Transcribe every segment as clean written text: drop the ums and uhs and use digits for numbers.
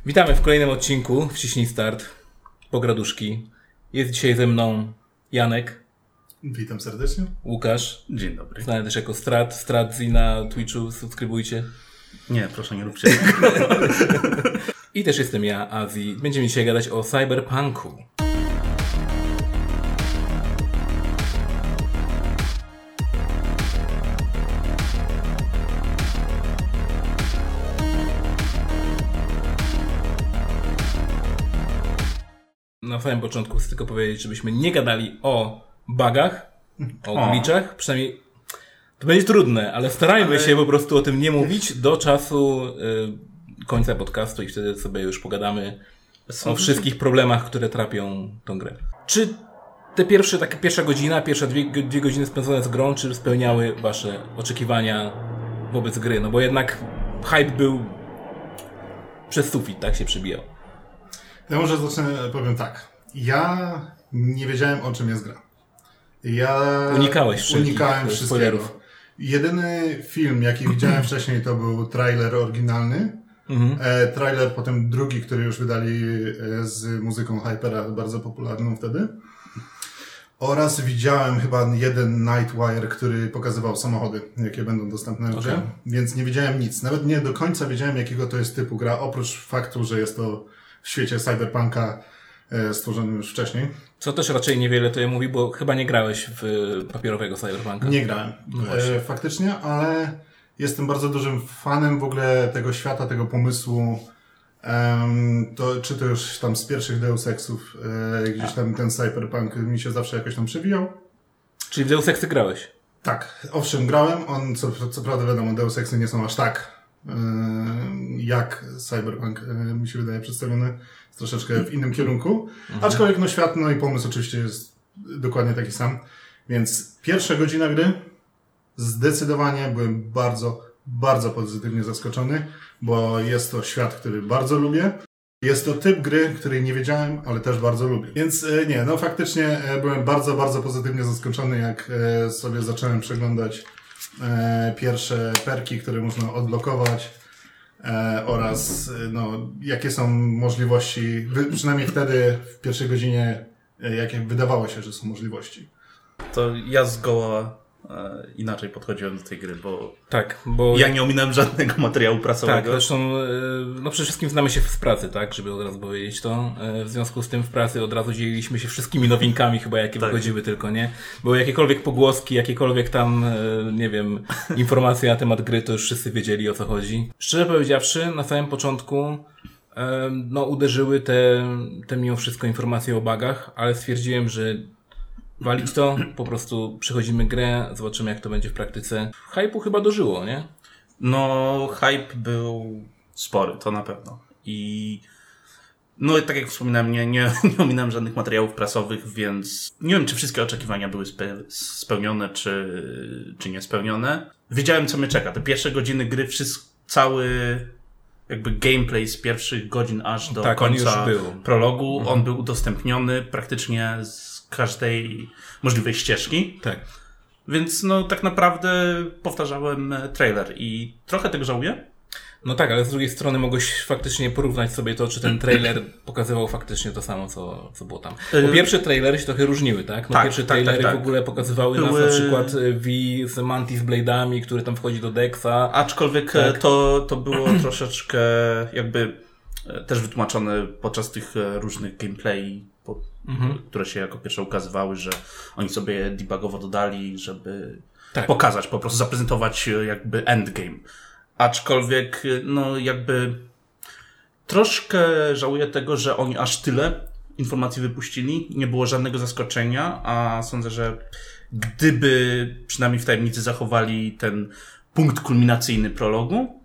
Witamy w kolejnym odcinku Wciśnij Start, Pograduszki. Jest dzisiaj ze mną Janek. Witam serdecznie. Łukasz. Dzień dobry. Znany też jako Stradzi na Twitchu, subskrybujcie. Nie, proszę nie róbcie. I też jestem ja, Azji. Będziemy dzisiaj gadać o cyberpunku. Na samym początku chcę tylko powiedzieć, żebyśmy nie gadali o bugach, o glitchach, przynajmniej to będzie trudne, ale starajmy się po prostu o tym nie mówić do czasu końca podcastu i wtedy sobie już pogadamy o wszystkich problemach, które trapią tą grę. Czy te pierwsza godzina, pierwsze dwie godziny spędzone z grą, czy spełniały wasze oczekiwania wobec gry? No bo jednak hype był przez sufit, tak się przebijał. Ja może powiem tak. Ja nie wiedziałem, o czym jest gra. Unikałem wszystkiego. spoilerów. Jedyny film, jaki widziałem wcześniej, to był trailer oryginalny. Trailer potem drugi, który już wydali z muzyką Hypera, bardzo popularną wtedy. Oraz widziałem chyba jeden Nightwire, który pokazywał samochody, jakie będą dostępne w grze. Więc nie wiedziałem nic. Nawet nie do końca wiedziałem, jakiego to jest typu gra, oprócz faktu, że jest to w świecie cyberpunka stworzonym już wcześniej. Co też raczej niewiele to mówi, bo chyba nie grałeś w papierowego cyberpunka. Nie grałem, faktycznie, ale jestem bardzo dużym fanem w ogóle tego świata, tego pomysłu. Czy to już tam z pierwszych Deus Exów, gdzieś tam ten cyberpunk mi się zawsze jakoś tam przewijał. Czyli w Deus Exy grałeś? Tak, owszem, grałem. Co prawda wiadomo, Deus Exy nie są aż tak jak cyberpunk mi się wydaje przedstawiony troszeczkę w innym kierunku. Aczkolwiek no świat, no i pomysł oczywiście jest dokładnie taki sam. Więc pierwsza godzina gry zdecydowanie byłem bardzo, bardzo pozytywnie zaskoczony, bo jest to świat, który bardzo lubię. Jest to typ gry, której nie wiedziałem, ale też bardzo lubię. Więc faktycznie byłem bardzo, bardzo pozytywnie zaskoczony, jak sobie zacząłem przeglądać pierwsze perki, które można odblokować oraz jakie są możliwości, przynajmniej wtedy w pierwszej godzinie, jakie wydawało się, że są możliwości. To ja zgoła inaczej podchodziłem do tej gry, bo ja nie ominąłem żadnego materiału prasowego. Tak, zresztą przede wszystkim znamy się z pracy, tak, żeby od razu powiedzieć to. W związku z tym w pracy od razu dzieliliśmy się wszystkimi nowinkami chyba, jakie wychodziły tylko, nie? Były jakiekolwiek pogłoski, jakiekolwiek tam, nie wiem, informacje na temat gry, to już wszyscy wiedzieli, o co chodzi. Szczerze powiedziawszy, na samym początku uderzyły te mimo wszystko informacje o bugach, ale stwierdziłem, że walić to, po prostu przechodzimy grę, zobaczymy jak to będzie w praktyce. Hype'u chyba dożyło, nie? No, hype był spory, to na pewno. I tak jak wspominałem, nie ominąłem żadnych materiałów prasowych, więc nie wiem, czy wszystkie oczekiwania były spełnione, czy niespełnione. Wiedziałem, co mnie czeka. Te pierwsze godziny gry, cały jakby gameplay z pierwszych godzin aż do końca prologu, on był udostępniony praktycznie z każdej możliwej ścieżki. Tak. Więc tak naprawdę powtarzałem trailer i trochę tego żałuję. No tak, ale z drugiej strony mogłeś faktycznie porównać sobie to, czy ten trailer pokazywał faktycznie to samo, co było tam. Bo pierwsze trailery się trochę różniły, tak? Pierwsze trailery w ogóle pokazywały nas na przykład V z Mantis Blade'ami, który tam wchodzi do Dexa. Aczkolwiek to było troszeczkę jakby też wytłumaczone podczas tych różnych gameplay, które się jako pierwsze ukazywały, że oni sobie debugowo dodali, żeby pokazać, po prostu zaprezentować jakby endgame. Aczkolwiek, jakby troszkę żałuję tego, że oni aż tyle informacji wypuścili. Nie było żadnego zaskoczenia, a sądzę, że gdyby przynajmniej w tajemnicy zachowali ten punkt kulminacyjny prologu,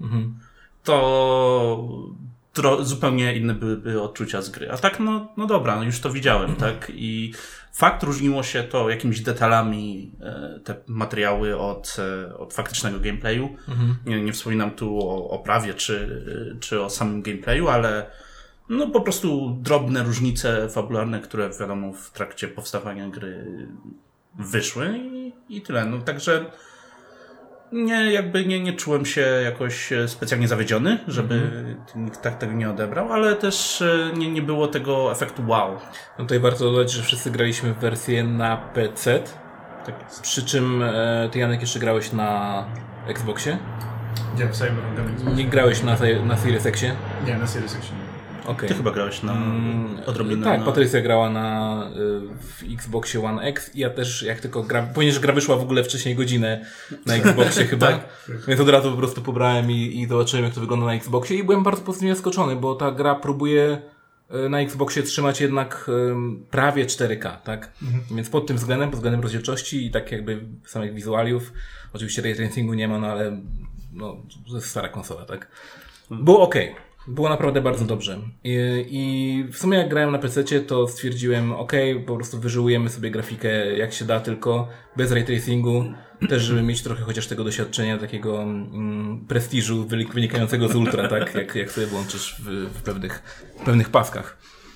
to zupełnie inne byłyby odczucia z gry. A tak, dobra, już to widziałem, tak? I fakt różniło się to jakimiś detalami, te materiały od faktycznego gameplayu. Nie wspominam tu o oprawie czy o samym gameplayu, ale po prostu drobne różnice fabularne, które wiadomo w trakcie powstawania gry wyszły i tyle. Także Nie, jakby nie czułem się jakoś specjalnie zawiedziony, żeby nikt tak tego nie odebrał, ale też nie było tego efektu wow. No tutaj warto dodać, że wszyscy graliśmy w wersję na PC. Tak jest. Przy czym ty, Janek, jeszcze grałeś na Xboxie? Nie, w Cyberpunk. Nie grałeś na Series Xie? Nie, na Series X. Okay. Ty chyba grałeś na odrobinę. Tak, Patrycja grała w Xboxie One X i ja też, jak tylko ponieważ gra wyszła w ogóle wcześniej godzinę na Xboxie chyba, tak. Więc od razu po prostu pobrałem i zobaczyłem, jak to wygląda na Xboxie i byłem bardzo pozytywnie zaskoczony, bo ta gra próbuje na Xboxie trzymać jednak prawie 4K, tak? Więc pod tym względem, pod względem rozdzielczości i tak jakby samych wizualiów, oczywiście ray tracingu nie ma, no ale no, to jest stara konsola, tak? Było okej. Było naprawdę bardzo dobrze. I w sumie jak grałem na PC-cie, to stwierdziłem, po prostu wyżyłujemy sobie grafikę jak się da, tylko bez ray tracingu, też żeby mieć trochę chociaż tego doświadczenia, takiego prestiżu wynikającego z ultra, tak? Jak sobie włączysz w pewnych paskach.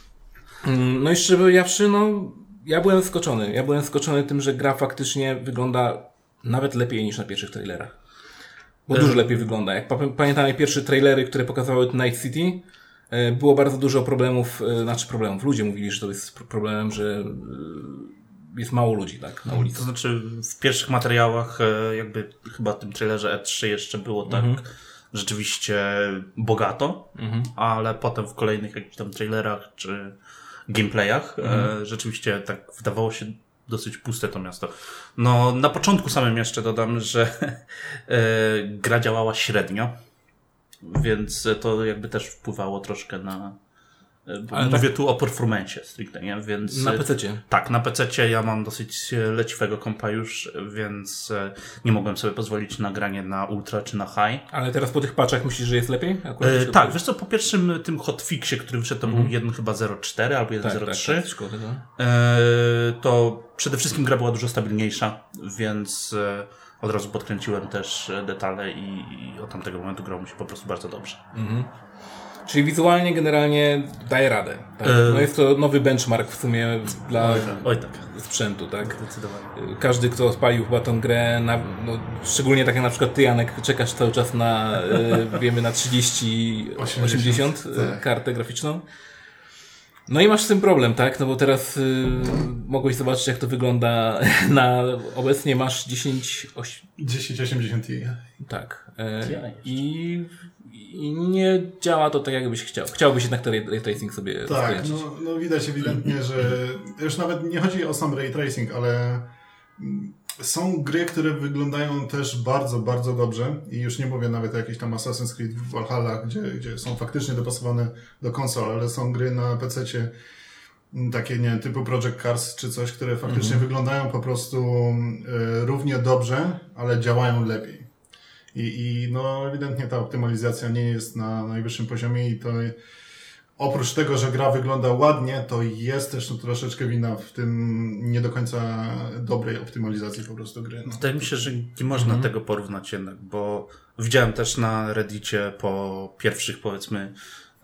No i szczerze powiedziawszy, ja byłem skoczony. Ja byłem skoczony tym, że gra faktycznie wygląda nawet lepiej niż na pierwszych trailerach. Bo dużo lepiej wygląda. Jak pamiętamy pierwsze trailery, które pokazały Night City, było bardzo dużo problemów. Ludzie mówili, że to jest problemem, że jest mało ludzi, tak, na ulicy. To znaczy w pierwszych materiałach jakby chyba w tym trailerze E3 jeszcze było tak rzeczywiście bogato, ale potem w kolejnych jakichś tam trailerach czy gameplayach rzeczywiście tak wydawało się dosyć puste to miasto. No, na początku samym jeszcze dodam, że gra działała średnio, więc to jakby też wpływało troszkę na... Ale mówię tu o performance stricte, nie? Więc, na PC-cie? Tak, na PC-cie ja mam dosyć leciwego kompa już, więc nie mogłem sobie pozwolić na granie na ultra czy na high. Ale teraz po tych patchach myślisz, że jest lepiej? Tak, wiesz co, po pierwszym tym hotfixie, który wyszedł, to był 1.04 albo 1.03, to przede wszystkim gra była dużo stabilniejsza, więc od razu podkręciłem też detale i od tamtego momentu grało mi się po prostu bardzo dobrze. Czyli wizualnie generalnie daje radę. Tak? No jest to nowy benchmark w sumie dla sprzętu, tak? Zdecydowanie. Każdy, kto odpalił chyba tą grę, szczególnie tak jak na przykład ty, Janek, czekasz cały czas na, wiemy, na 3080 kartę graficzną. No i masz z tym problem, tak? No bo teraz mogłeś zobaczyć, jak to wygląda obecnie masz 1080 Ti. Tak. I nie działa to tak, jakbyś chciał. Chciałbyś jednak ten ray tracing sobie tak, no widać ewidentnie, że już nawet nie chodzi o sam ray tracing, ale są gry, które wyglądają też bardzo, bardzo dobrze i już nie mówię nawet o jakichś tam Assassin's Creed Valhalla, gdzie są faktycznie dopasowane do konsol, ale są gry na PC-cie takie, nie wiem, typu Project Cars czy coś, które faktycznie wyglądają po prostu równie dobrze, ale działają lepiej. I no ewidentnie ta optymalizacja nie jest na najwyższym poziomie i to oprócz tego, że gra wygląda ładnie, to jest też troszeczkę wina w tym nie do końca dobrej optymalizacji po prostu gry. Wydaje mi się, że nie można tego porównać jednak, bo widziałem też na Reddicie po pierwszych, powiedzmy,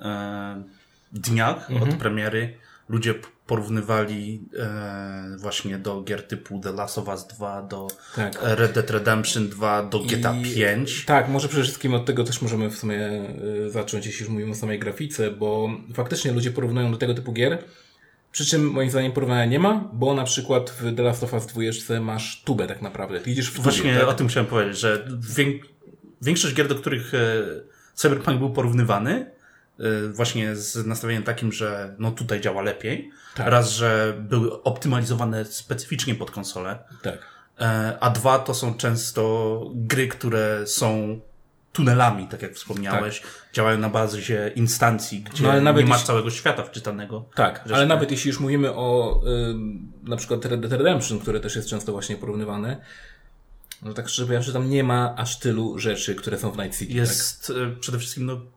dniach od premiery ludzie porównywali właśnie do gier typu The Last of Us 2, do Red Dead Redemption 2, do GTA 5. Tak, może przede wszystkim od tego też możemy w sumie zacząć, jeśli już mówimy o samej grafice, bo faktycznie ludzie porównują do tego typu gier, przy czym moim zdaniem porównania nie ma, bo na przykład w The Last of Us 2 masz tubę tak naprawdę. Ty idziesz w tubie, właśnie tak? O tym chciałem powiedzieć, że większość gier, do których Cyberpunk był porównywany, właśnie z nastawieniem takim, że no tutaj działa lepiej. Tak. Raz, że były optymalizowane specyficznie pod konsolę. Tak. A dwa, to są często gry, które są tunelami, tak jak wspomniałeś. Tak. Działają na bazie instancji, gdzie nie masz całego świata wczytanego. Tak, ale nawet jeśli już mówimy o na przykład Red Dead Redemption, które też jest często właśnie porównywane, no tak szczerze mówiąc, że tam nie ma aż tylu rzeczy, które są w Night City. Jest przede wszystkim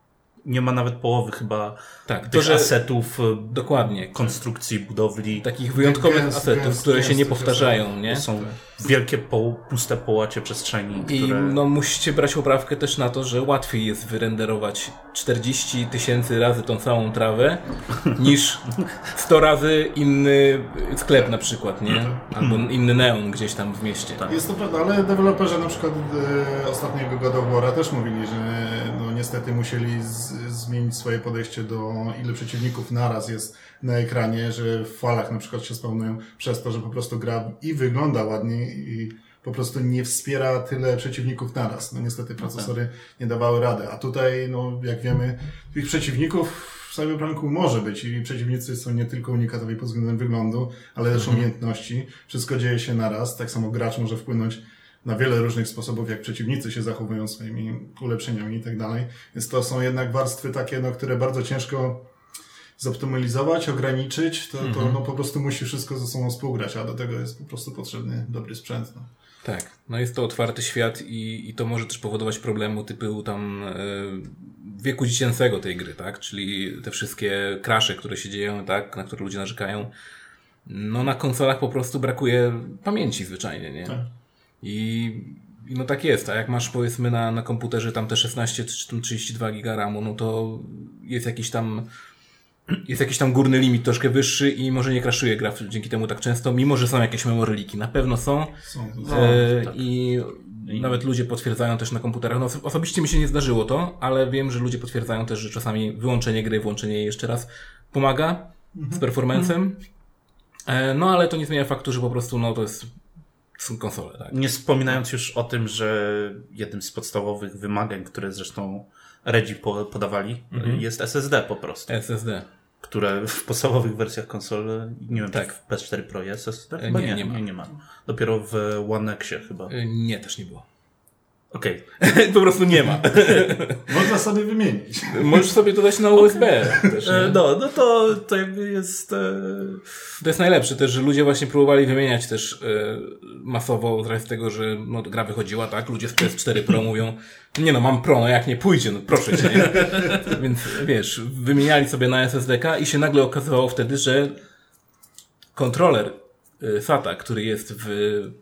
nie ma nawet połowy chyba tych asetów, dokładnie, konstrukcji, budowli. Takich wyjątkowych asetów, które się nie powtarzają, nie? Są wielkie, puste połacie przestrzeni, I musicie brać poprawkę też na to, że łatwiej jest wyrenderować 40 000 razy tą samą trawę, niż 100 razy inny sklep na przykład, nie? Albo inny neon gdzieś tam w mieście. Tak. Jest to prawda, ale deweloperzy na przykład ostatniego God of War'a też mówili, że niestety musieli zmienić swoje podejście do ilu przeciwników naraz jest na ekranie, że w falach na przykład się spawnują przez to, że po prostu gra i wygląda ładniej i po prostu nie wspiera tyle przeciwników naraz. Niestety procesory nie dawały rady, a tutaj, jak wiemy, tych przeciwników w Cyberpunku może być i przeciwnicy są nie tylko unikatowi pod względem wyglądu, ale też umiejętności. Wszystko dzieje się naraz, tak samo gracz może wpłynąć na wiele różnych sposobów, jak przeciwnicy się zachowują swoimi ulepszeniami i tak dalej. Więc to są jednak warstwy takie, które bardzo ciężko zoptymalizować, ograniczyć. To po prostu musi wszystko ze sobą współgrać, a do tego jest po prostu potrzebny dobry sprzęt. Tak, jest to otwarty świat i to może też powodować problemu typu tam wieku dziecięcego tej gry, tak? Czyli te wszystkie crashe, które się dzieją, tak? Na które ludzie narzekają. Na konsolach po prostu brakuje pamięci zwyczajnie, nie? Tak. I tak jest, a jak masz powiedzmy na komputerze tam te 16 czy 32 giga RAMu, to jest jakiś tam górny limit troszkę wyższy i może nie crashuje gra dzięki temu tak często, mimo że są jakieś memory leaki. Na pewno są. Tak. I nawet ludzie potwierdzają też na komputerach. Osobiście mi się nie zdarzyło to, ale wiem, że ludzie potwierdzają też, że czasami wyłączenie gry, włączenie jej jeszcze raz pomaga z performance'em. Ale to nie zmienia faktu, że po prostu to są konsole, tak. Nie wspominając już o tym, że jednym z podstawowych wymagań, które zresztą Redzi podawali, jest SSD po prostu. SSD. Które w podstawowych wersjach konsol, nie wiem, tak. W PS4 Pro jest SSD? Chyba nie ma. Dopiero w One Xie chyba. Nie, też nie było. Okej. Po prostu nie ma. Można sobie wymienić. Możesz sobie dodać na USB. Też, to jakby jest... To jest najlepsze też, że ludzie właśnie próbowali wymieniać też masowo z tego, że gra wychodziła, tak? Ludzie z PS4 Pro mówią, mam Pro, jak nie pójdzie, proszę cię, nie? Więc wiesz, wymieniali sobie na SSD-ka i się nagle okazywało wtedy, że kontroler SATA, który jest w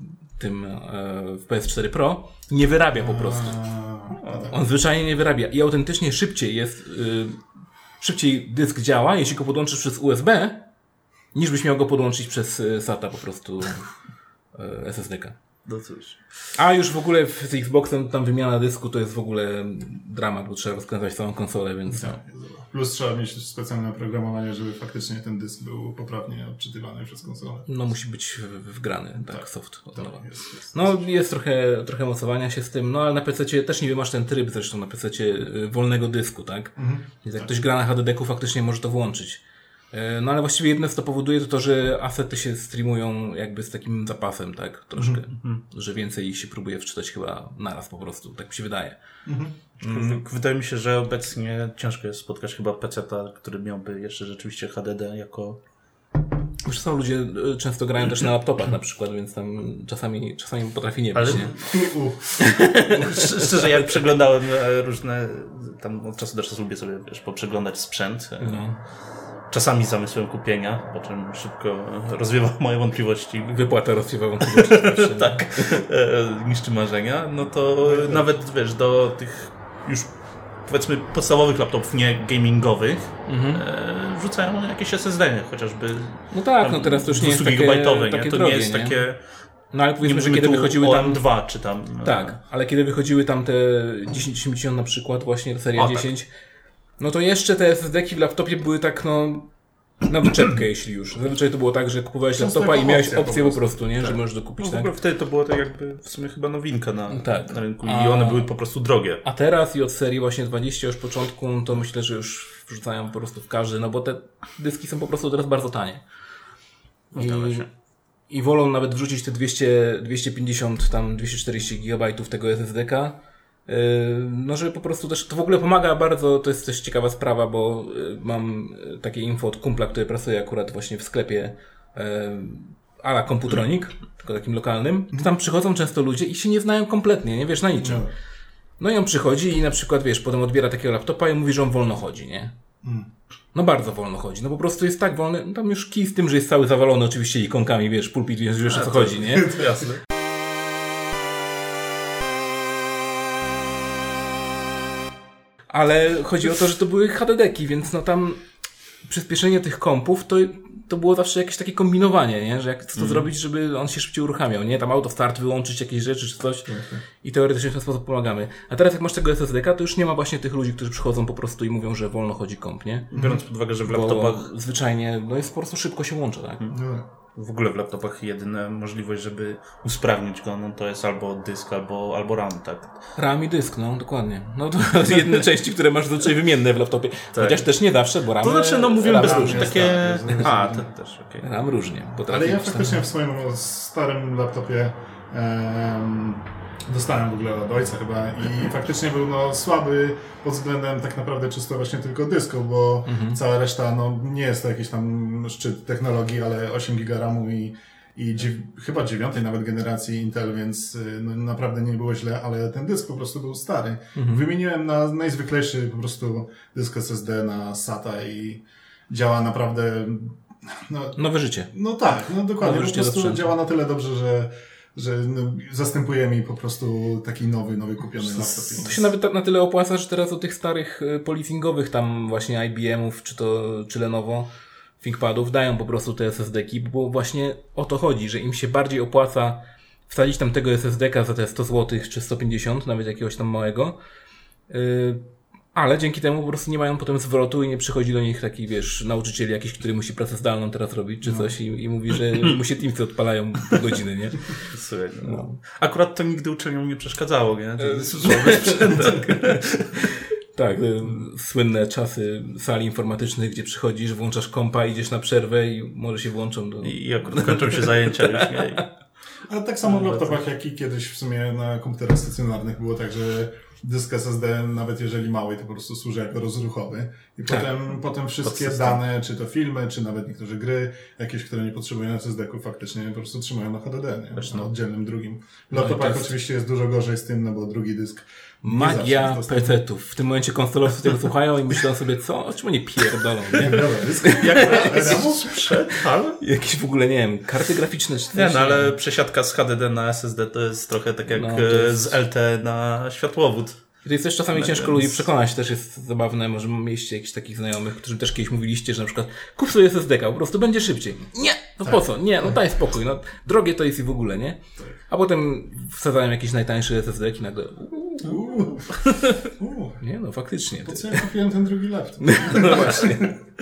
PS4 Pro, nie wyrabia po prostu. On zwyczajnie nie wyrabia. I autentycznie szybciej dysk działa, jeśli go podłączysz przez USB, niż byś miał go podłączyć przez SATA po prostu SSD-ka. No cóż. A już w ogóle z Xboxem tam wymiana dysku to jest w ogóle dramat, bo trzeba rozkręcać całą konsolę, więc... Plus trzeba mieć specjalne oprogramowanie, żeby faktycznie ten dysk był poprawnie odczytywany przez konsolę. Musi być wgrany, tak, soft. Jest. Jest trochę mocowania się z tym, ale na PC-cie też niby masz ten tryb zresztą na PC-cie wolnego dysku, tak? Więc jak ktoś gra na HDD-ku, faktycznie może to włączyć. Ale właściwie jedno co to powoduje to, że asety się streamują jakby z takim zapasem, tak? Troszkę. Że więcej ich się próbuje wczytać chyba naraz po prostu. Tak mi się wydaje. Wydaje mi się, że obecnie ciężko jest spotkać chyba PC-ta, który miałby jeszcze rzeczywiście HDD jako... Już są ludzie często grają też na laptopach na przykład, więc tam czasami potrafi nie być, nie? Szczerze, jak przeglądałem różne... Tam od czasu do czasu lubię sobie poprzeglądać sprzęt. Czasami z zamysłem kupienia, po czym szybko rozwiewa moje wątpliwości. Wypłata rozwiewa wątpliwości. Tak, niszczy marzenia. To nawet, do tych już powiedzmy podstawowych laptopów, nie gamingowych, wrzucają jakieś SSD, chociażby. Teraz to już nie jest takie to drogie, nie jest takie... ale powiedzmy, że kiedy wychodziły tam... OM2 czy tam... Tak, ale kiedy wychodziły tam te 1080 na przykład, właśnie seria 10... Tak. To jeszcze te SSD-ki w laptopie były tak, na wyczepkę, jeśli już. Zazwyczaj to było tak, że kupowałeś laptopa i miałeś opcję po prostu, nie? Że możesz dokupić, tak? W ogóle wtedy to było tak jakby w sumie chyba nowinka na rynku i one były po prostu drogie. A teraz i od serii właśnie 20 już początku, to myślę, że już wrzucają po prostu w każdy, bo te dyski są po prostu teraz bardzo tanie. I wolą nawet wrzucić te 250, tam 240 GB tego SSD-ka, żeby po prostu też, to w ogóle pomaga bardzo, to jest też ciekawa sprawa, bo mam takie info od kumpla, który pracuje akurat właśnie w sklepie a la Computronic, tylko takim lokalnym, to tam przychodzą często ludzie i się nie znają kompletnie, nie wiesz na niczym. No i on przychodzi i na przykład, wiesz, potem odbiera takiego laptopa i mówi, że on wolno chodzi, nie? No bardzo wolno chodzi, no po prostu jest tak wolny, no tam już kij z tym, że jest cały zawalony oczywiście ikonkami, wiesz, pulpit, wiesz o co chodzi, nie? To jasne. Ale chodzi o to, że to były HDD-ki, więc no tam przyspieszenie tych kompów to było zawsze jakieś takie kombinowanie, nie? Że jak to zrobić, żeby on się szybciej uruchamiał, nie? Tam autostart wyłączyć jakieś rzeczy czy coś i teoretycznie w ten sposób pomagamy. A teraz jak masz tego SSD-ka, to już nie ma właśnie tych ludzi, którzy przychodzą po prostu i mówią, że wolno chodzi komp, nie? Biorąc pod uwagę, że w laptopach... Bo zwyczajnie, no jest po prostu szybko się łączy, tak? W ogóle w laptopach jedyna możliwość, żeby usprawnić go, no to jest albo dysk, albo RAM, tak? RAM i dysk, no dokładnie. No to jedyne części, które masz zazwyczaj wymienne w laptopie. Tak. Chociaż też nie zawsze, bo RAM... To znaczy, no mówimy bez różnie. takie... to też, okej. RAM różnie. Ale ja faktycznie w swoim starym laptopie dostałem w ogóle od ojca chyba i faktycznie był słaby pod względem tak naprawdę czysto właśnie tylko dysku, bo cała reszta nie jest to jakiś tam szczyt technologii, ale 8 GB RAMu i chyba 9 nawet generacji Intel, więc naprawdę nie było źle, ale ten dysk po prostu był stary. Wymieniłem na najzwyklejszy po prostu dysk SSD na SATA i działa naprawdę... Nowe życie. No tak, dokładnie. Po prostu działa na tyle dobrze, że zastępuje mi po prostu taki nowy kupiony laptop. To się nawet na tyle opłaca, że teraz o tych starych polisingowych tam właśnie IBM-ów czy Lenovo ThinkPadów dają po prostu te SSD-ki, bo właśnie o to chodzi, że im się bardziej opłaca wsadzić tam tego SSD-ka za te 100 zł czy 150, nawet jakiegoś tam małego, ale dzięki temu po prostu nie mają potem zwrotu i nie przychodzi do nich taki, wiesz, nauczyciel jakiś, który musi pracę zdalną teraz robić, czy coś i mówi, że mu się Teamsy odpalają pół godziny, nie? Słuchaj, Akurat to nigdy uczeniom nie przeszkadzało, nie? Słaby sprzęt. Tak, słynne czasy sali informatycznych, gdzie przychodzisz, włączasz kompa, idziesz na przerwę i może się włączą do... I akurat kończą się zajęcia już, nie? A tak samo w laptopach, jak i kiedyś w sumie na komputerach stacjonarnych było tak, że dysk SSD, nawet jeżeli mały, to po prostu służy jako rozruchowy. I potem wszystkie dane, czy to filmy, czy nawet niektóre gry, jakieś, które nie potrzebują SSD-ków, faktycznie po prostu trzymają na HDD, nie? Na oddzielnym drugim. W laptopach oczywiście jest dużo gorzej z tym, bo drugi dysk... Magia PC-ów. W tym momencie konsolowcy tego słuchają i myślą sobie, co? O czym oni pierdolą, nie? Jakieś w ogóle, nie wiem, karty graficzne czy coś. Nie, ale przesiadka z HDD na SSD to jest trochę tak jak z LT na światłowód. I to jest też czasami ciężko ludzi przekonać, też jest zabawne, może mieliście jakichś takich znajomych, którym też kiedyś mówiliście, że na przykład kup sobie SSD-ka, po prostu będzie szybciej. Nie! No po co? Nie, daj spokój, drogie to jest i w ogóle, nie? A potem wsadzałem jakieś najtańsze SSD-ki nagle. Nie, faktycznie. Po co ja kupiłem ten drugi laptop? No właśnie.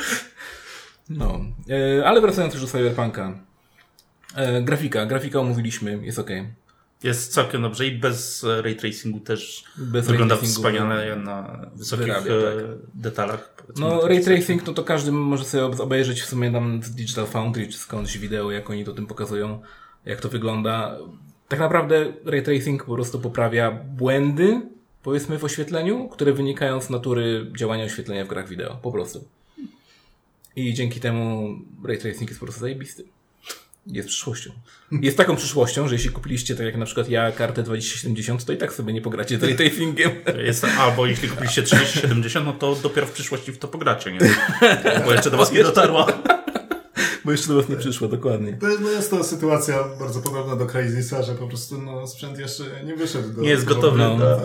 Ale wracając już do Cyberpunka. Grafika omówiliśmy, jest okej. Jest całkiem dobrze i bez ray tracingu też wygląda wspaniale na wysokich detalach. Ray tracing to każdy może sobie obejrzeć w sumie tam z Digital Foundry czy skądś wideo, jak oni to tym pokazują, jak to wygląda. Tak naprawdę ray tracing po prostu poprawia błędy, powiedzmy, w oświetleniu, które wynikają z natury działania oświetlenia w grach wideo. Po prostu. I dzięki temu ray tracing jest po prostu zajebisty. Jest przyszłością. Jest taką przyszłością, że jeśli kupiliście, tak jak na przykład ja, kartę 2070, to i tak sobie nie pogracie z ray tracingiem. Albo jeśli kupiliście 3070, no to dopiero w przyszłości w to pogracie, nie? Bo jeszcze do was nie dotarła. Bo jeszcze do was nie przyszło, dokładnie. Jest to sytuacja bardzo podobna do Cryzisa, że po prostu sprzęt jeszcze nie wyszedł. Nie jest gotowy.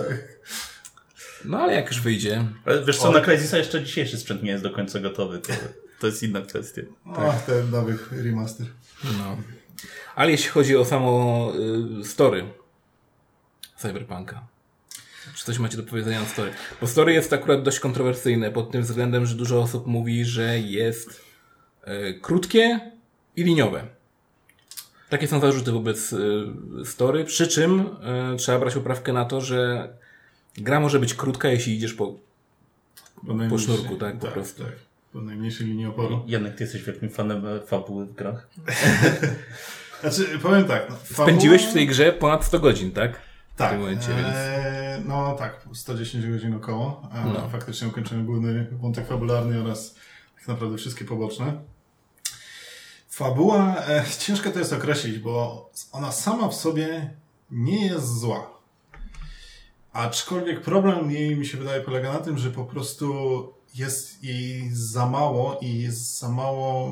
No ale jak już wyjdzie. Ale wiesz co, na Crysisa jeszcze dzisiejszy sprzęt nie jest do końca gotowy. To jest inna kwestia. Ten nowy remaster. Ale jeśli chodzi o samo story Cyberpunka, czy coś macie do powiedzenia o story? Bo story jest akurat dość kontrowersyjne pod tym względem, że dużo osób mówi, że jest krótkie i liniowe. Takie są zarzuty wobec story, przy czym trzeba brać poprawkę na to, że gra może być krótka, jeśli idziesz po sznurku, tak? Po prostu. Tak. Po najmniejszej linii oporu. Janek, ty jesteś wielkim fanem fabuły w grach? Znaczy, powiem tak. Spędziłeś w tej grze ponad 100 godzin, tak? Tak. W tym momencie, więc... 110 godzin około. Faktycznie ukończyłem główny wątek fabularny oraz tak naprawdę wszystkie poboczne. Fabuła, ciężko to jest określić, bo ona sama w sobie nie jest zła. Aczkolwiek problem jej, mi się wydaje, polega na tym, że po prostu jest jej za mało i jest za mało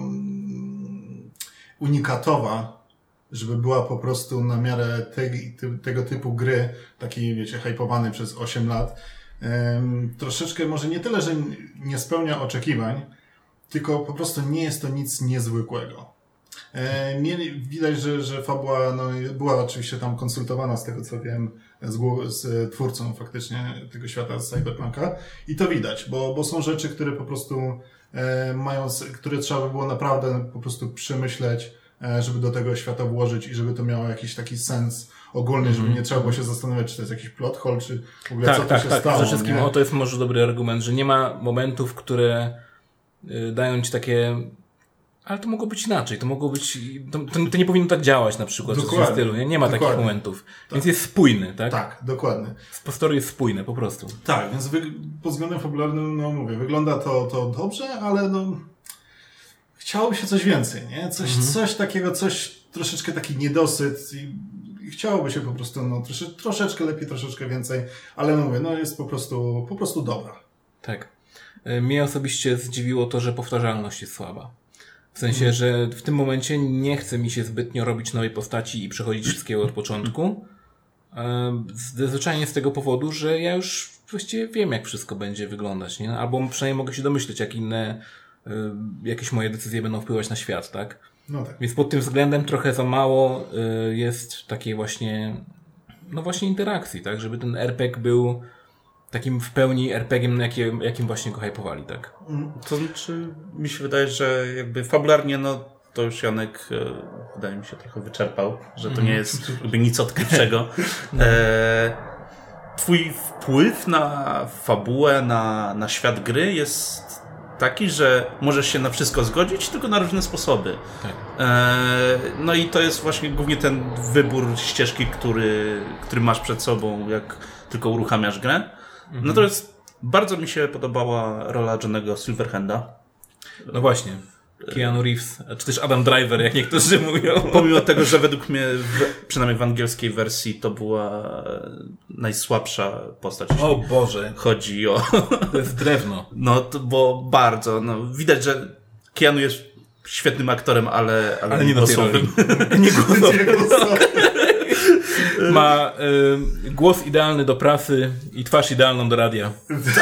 unikatowa, żeby była po prostu na miarę tego typu gry, takiej, wiecie, hypowany przez 8 lat. Troszeczkę może nie tyle, że nie spełnia oczekiwań, tylko po prostu nie jest to nic niezwykłego. Widać, że fabuła była oczywiście tam konsultowana, z tego co wiem, z twórcą faktycznie tego świata, z Cyberpunka, i to widać, bo są rzeczy, które po prostu które trzeba by było naprawdę po prostu przemyśleć, żeby do tego świata włożyć i żeby to miało jakiś taki sens ogólny, żeby nie trzeba było się zastanawiać, czy to jest jakiś plot hole, czy w ogóle co to się stało. Przede wszystkim to jest może dobry argument, że nie ma momentów, które dają ci takie... Ale to mogło być inaczej, to mogło być... To nie powinno tak działać na przykład w tym stylu, nie ma takich momentów. Tak. Więc jest spójny, tak? Tak, dokładnie. Postory jest spójne, po prostu. Tak, więc pod względem fabularnym, mówię, wygląda to dobrze, ale chciałoby się coś więcej, nie? Coś takiego, troszeczkę taki niedosyt i chciałoby się po prostu, troszeczkę lepiej, troszeczkę więcej, ale mówię, jest po prostu dobra. Tak. Mnie osobiście zdziwiło to, że powtarzalność jest słaba. W sensie, że w tym momencie nie chce mi się zbytnio robić nowej postaci i przechodzić wszystkiego od początku. Zwyczajnie z tego powodu, że ja już właściwie wiem, jak wszystko będzie wyglądać, nie? Albo przynajmniej mogę się domyśleć, jak inne jakieś moje decyzje będą wpływać na świat, tak? No tak. Więc pod tym względem trochę za mało jest takiej właśnie interakcji, tak? Żeby ten RPG był takim w pełni RPG-iem, jakim właśnie go hypowali, tak? To znaczy, mi się wydaje, że jakby fabularnie, to już Janek, wydaje mi się, trochę wyczerpał, że to nie jest jakby nic odkrywczego. Twój wpływ na fabułę, na świat gry jest taki, że możesz się na wszystko zgodzić, tylko na różne sposoby. Tak. I to jest właśnie głównie ten wybór ścieżki, który masz przed sobą, jak tylko uruchamiasz grę. Natomiast bardzo mi się podobała rola Johnny'ego Silverhanda. No właśnie. Keanu Reeves, czy też Adam Driver, jak niektórzy mówią. Pomimo tego, że według mnie, przynajmniej w angielskiej wersji, to była najsłabsza postać. O Boże. Chodzi o... To jest drewno. Bo bardzo. Widać, że Keanu jest świetnym aktorem, ale nie głosowym. Nie głosowym. Ma głos idealny do prasy i twarz idealną do radia.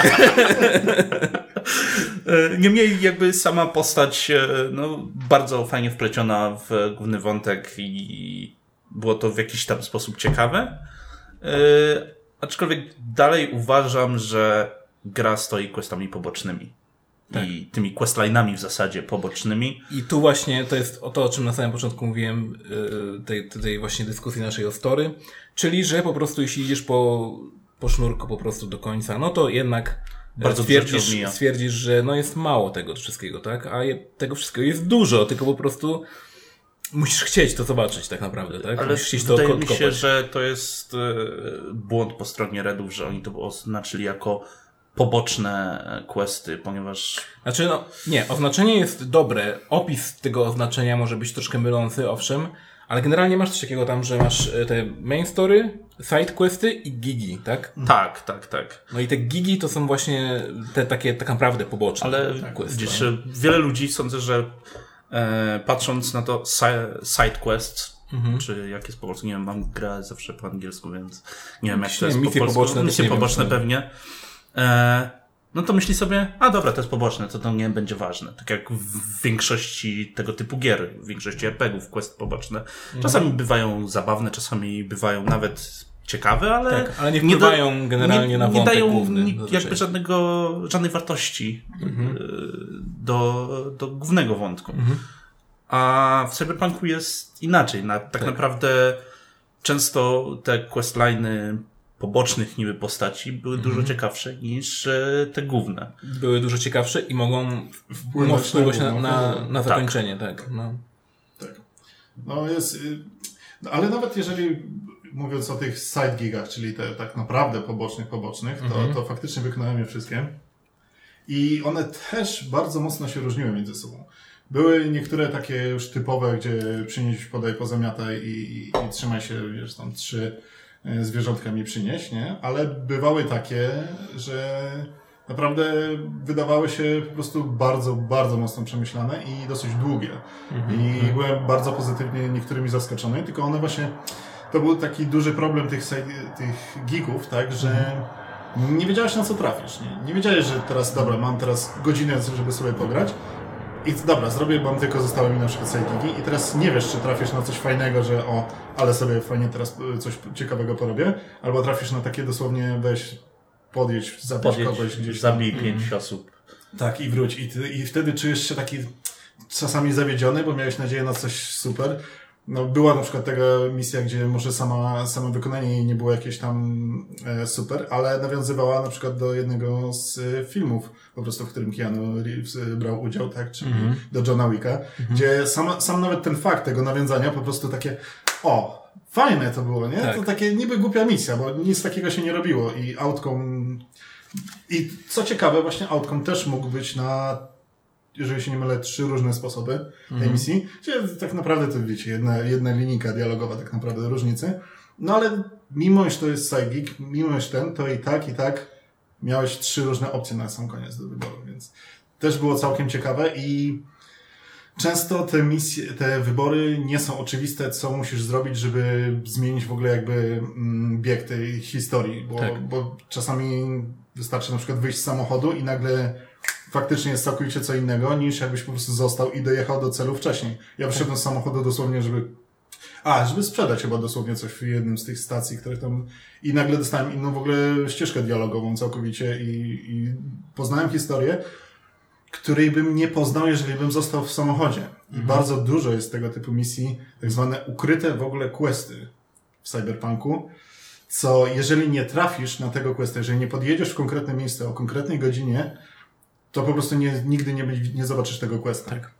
Niemniej jakby sama postać bardzo fajnie wpleciona w główny wątek i było to w jakiś tam sposób ciekawe. Aczkolwiek dalej uważam, że gra stoi questami pobocznymi. Tak. I tymi questline'ami w zasadzie pobocznymi. I tu właśnie to jest to, o czym na samym początku mówiłem, tej właśnie dyskusji naszej o story, czyli, że po prostu jeśli idziesz po sznurku po prostu do końca, to jednak bardzo stwierdzisz, że jest mało tego wszystkiego, tak? A tego wszystkiego jest dużo, tylko po prostu musisz chcieć to zobaczyć tak naprawdę, tak? Ale wydaje mi się, że to jest błąd po stronie Redów, że oni to oznaczyli jako poboczne questy, ponieważ... Znaczy, nie, oznaczenie jest dobre. Opis tego oznaczenia może być troszkę mylący, owszem, ale generalnie masz coś takiego tam, że masz te main story, side questy i gigi, tak? Tak. No i te gigi to są właśnie te takie tak naprawdę poboczne. Ale questy. Widzisz, wiele ludzi sądzę, że patrząc na to side quests, czy jak jest po polsku, nie wiem, mam grę zawsze po angielsku, więc nie wiem jak to jest po polsku. Misje poboczne pewnie. To myśli sobie, dobra, to jest poboczne, to nie będzie ważne. Tak jak w większości tego typu gier, w większości RPGów, quest poboczne. Czasami bywają zabawne, czasami bywają nawet ciekawe, ale nie wpływają generalnie na wątek nie dają główny, jakby żadnej wartości do głównego wątku. A w Cyberpunku jest inaczej. Tak naprawdę często te questline'y pobocznych niby postaci były dużo ciekawsze niż te główne. Były dużo ciekawsze i mogą wpływać na zakończenie, tak. Ale nawet jeżeli mówiąc o tych side gigach, czyli te tak naprawdę pobocznych, to faktycznie wykonałem je wszystkie. I one też bardzo mocno się różniły między sobą. Były niektóre takie już typowe, gdzie przynieś, podaj, pozamiataj i trzymaj się, tam 3 zwierzątka mi przynieść, nie? Ale bywały takie, że naprawdę wydawały się po prostu bardzo, bardzo mocno przemyślane i dosyć długie. I byłem bardzo pozytywnie niektórymi zaskoczony, tylko one właśnie, to był taki duży problem tych geeków, tak, że nie wiedziałeś, na co trafisz, nie? Nie wiedziałeś, że teraz, dobra, mam teraz godzinę, żeby sobie pograć i dobra, zostały mi na przykład sidegigi i teraz nie wiesz, czy trafisz na coś fajnego, że ale sobie fajnie teraz coś ciekawego porobię, albo trafisz na takie dosłownie podjedź, zabić kogoś gdzieś. Zabij 5 osób. Tak, i wróć. I wtedy czujesz się taki czasami zawiedziony, bo miałeś nadzieję na coś super. No, była na przykład taka misja, gdzie może samo wykonanie jej nie było jakieś tam super, ale nawiązywała na przykład do jednego z filmów, po prostu w którym Keanu Reeves brał udział, tak, czyli do Johna Wicka, gdzie sam nawet ten fakt tego nawiązania po prostu takie, fajne to było, nie? Tak. To takie niby głupia misja, bo nic takiego się nie robiło i outcome... I co ciekawe, właśnie outcome też mógł być na, jeżeli się nie mylę, 3 różne sposoby tej misji. Gdzie tak naprawdę to wiecie, jedna linijka dialogowa tak naprawdę różnicy. No ale mimo, iż to jest sidegeek, mimo, iż to i tak miałeś 3 różne opcje na sam koniec do wyboru, więc też było całkiem ciekawe i często te wybory nie są oczywiste, co musisz zrobić, żeby zmienić w ogóle jakby bieg tej historii, bo czasami wystarczy na przykład wyjść z samochodu i nagle faktycznie jest całkowicie co innego, niż jakbyś po prostu został i dojechał do celu wcześniej. Ja wyszedłem z samochodu dosłownie, żeby sprzedać chyba dosłownie coś w jednym z tych stacji, których tam... I nagle dostałem inną w ogóle ścieżkę dialogową całkowicie i poznałem historię, której bym nie poznał, jeżeli bym został w samochodzie. I bardzo dużo jest tego typu misji, tak zwane ukryte w ogóle questy w Cyberpunku, co jeżeli nie trafisz na tego questa, jeżeli nie podjedziesz w konkretne miejsce o konkretnej godzinie, to po prostu nigdy nie zobaczysz tego questa. Tak.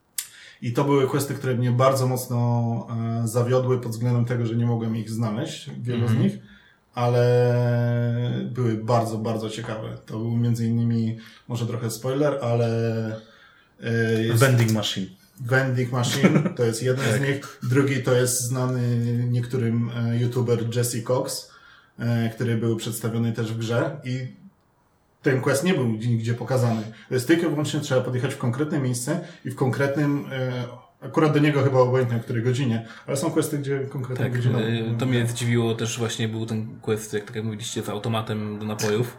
I to były questy, które mnie bardzo mocno zawiodły pod względem tego, że nie mogłem ich znaleźć, wielu z nich, ale były bardzo, bardzo ciekawe. To był między innymi, może trochę spoiler, ale... Vending Machine. Vending Machine, to jest jeden z nich. Drugi to jest znany niektórym youtuber Jesse Cox, który był przedstawiony też w grze i ten quest nie był nigdzie pokazany. To jest tylko i wyłącznie trzeba podjechać w konkretne miejsce i w konkretnym, akurat do niego chyba obojętnie o której godzinie, ale są questy, gdzie konkretnie godzinie. To mnie zdziwiło też właśnie, był ten quest, jak mówiliście, z automatem do napojów.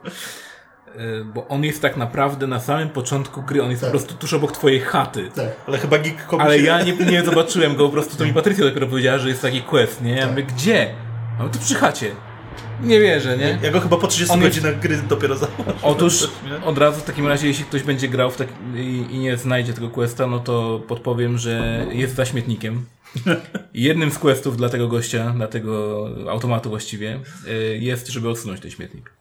Bo on jest tak naprawdę na samym początku gry, on jest po prostu tuż obok twojej chaty. Tak. Ale chyba geek komuś... Ale ja nie zobaczyłem go, po prostu to mi Patrycja dopiero powiedziała, że jest taki quest, nie? Ja mówię, gdzie? A tu przy chacie. Nie wierzę, nie? Ja go chyba po 30 godzinach gry dopiero zobaczyłem. Otóż od razu w takim razie, jeśli ktoś będzie grał i nie znajdzie tego questa, no to podpowiem, że jest za śmietnikiem. I jednym z questów dla tego gościa, dla tego automatu właściwie, jest, żeby odsunąć ten śmietnik.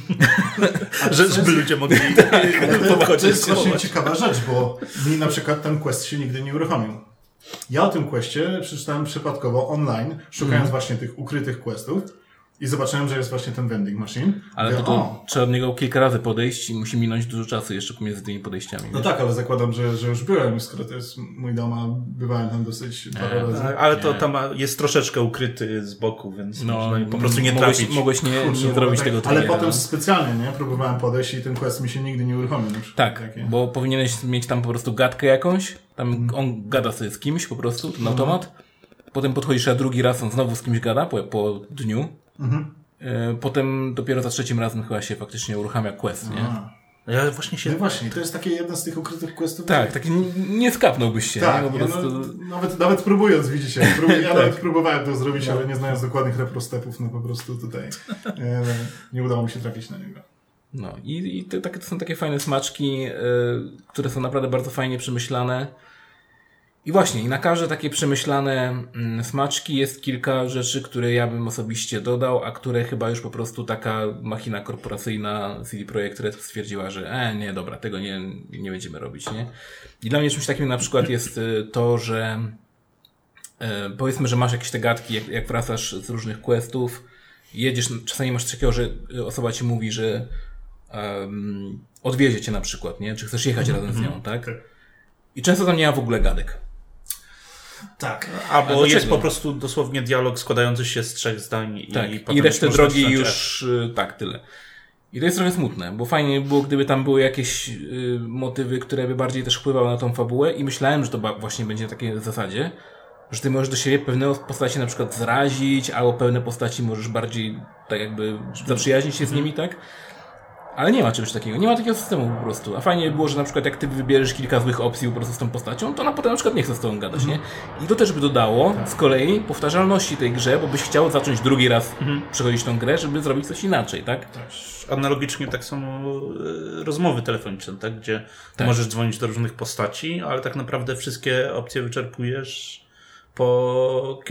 Żeby ludzie mogli to jest właśnie ciekawa rzecz, bo mi na przykład ten quest się nigdy nie uruchomił. Ja o tym questie przeczytałem przypadkowo online, szukając właśnie tych ukrytych questów i zobaczyłem, że jest właśnie ten vending machine. Ale to trzeba od niego kilka razy podejść i musi minąć dużo czasu jeszcze pomiędzy tymi podejściami. No tak, ale zakładam, że już byłem, skoro to jest mój dom, a bywałem tam dosyć parę razy. Ale to tam jest troszeczkę ukryty z boku, więc po prostu nie trafić. Mogłeś nie zrobić tego ale potem specjalnie, nie? Próbowałem podejść i ten quest mi się nigdy nie uruchomił. Tak, bo powinieneś mieć tam po prostu gadkę jakąś, tam on gada sobie z kimś po prostu, ten automat, potem podchodzisz na drugi raz, on znowu z kimś gada po dniu. Potem dopiero za trzecim razem chyba się faktycznie uruchamia quest, nie? Ja właśnie to jest takie jeden z tych ukrytych questów. Tak, taki nie skapnąłbyś się. Tak, nie? Po prostu... nawet próbując, widzicie. Nawet próbowałem to zrobić, ale nie znając dokładnych reprostepów, no po prostu tutaj nie udało mi się trafić na niego. No i to są takie fajne smaczki, które są naprawdę bardzo fajnie przemyślane. I właśnie, i na każde takie przemyślane smaczki jest kilka rzeczy, które ja bym osobiście dodał, a które chyba już po prostu taka machina korporacyjna CD Projekt Red stwierdziła, że nie, dobra, tego nie będziemy robić, nie? I dla mnie czymś takim na przykład jest to, że powiedzmy, że masz jakieś te gadki, jak wracasz z różnych questów, jedziesz, czasami masz takiego, że osoba ci mówi, że odwiezie cię na przykład, nie? Czy chcesz jechać razem z nią, tak? I często tam nie ma w ogóle gadek. Tak. Albo jest po prostu dosłownie dialog składający się z 3 zdań i resztę drogi już tyle. I to jest trochę smutne, bo fajnie by było, gdyby tam były jakieś motywy, które by bardziej też wpływały na tą fabułę i myślałem, że to właśnie będzie na takiej zasadzie, że ty możesz do siebie pewne postaci na przykład zrazić, albo pewne postaci możesz bardziej tak jakby zaprzyjaźnić się z nimi, tak? Ale nie ma czegoś takiego. Nie ma takiego systemu po prostu. A fajnie by było, że na przykład jak ty wybierzesz kilka złych opcji po prostu z tą postacią, to ona potem na przykład nie chce z tobą gadać, nie? I to też by dodało z kolei powtarzalności tej grze, bo byś chciał zacząć drugi raz przechodzić tą grę, żeby zrobić coś inaczej, tak? Analogicznie tak samo rozmowy telefoniczne, tak? Gdzie możesz dzwonić do różnych postaci, ale tak naprawdę wszystkie opcje wyczerpujesz po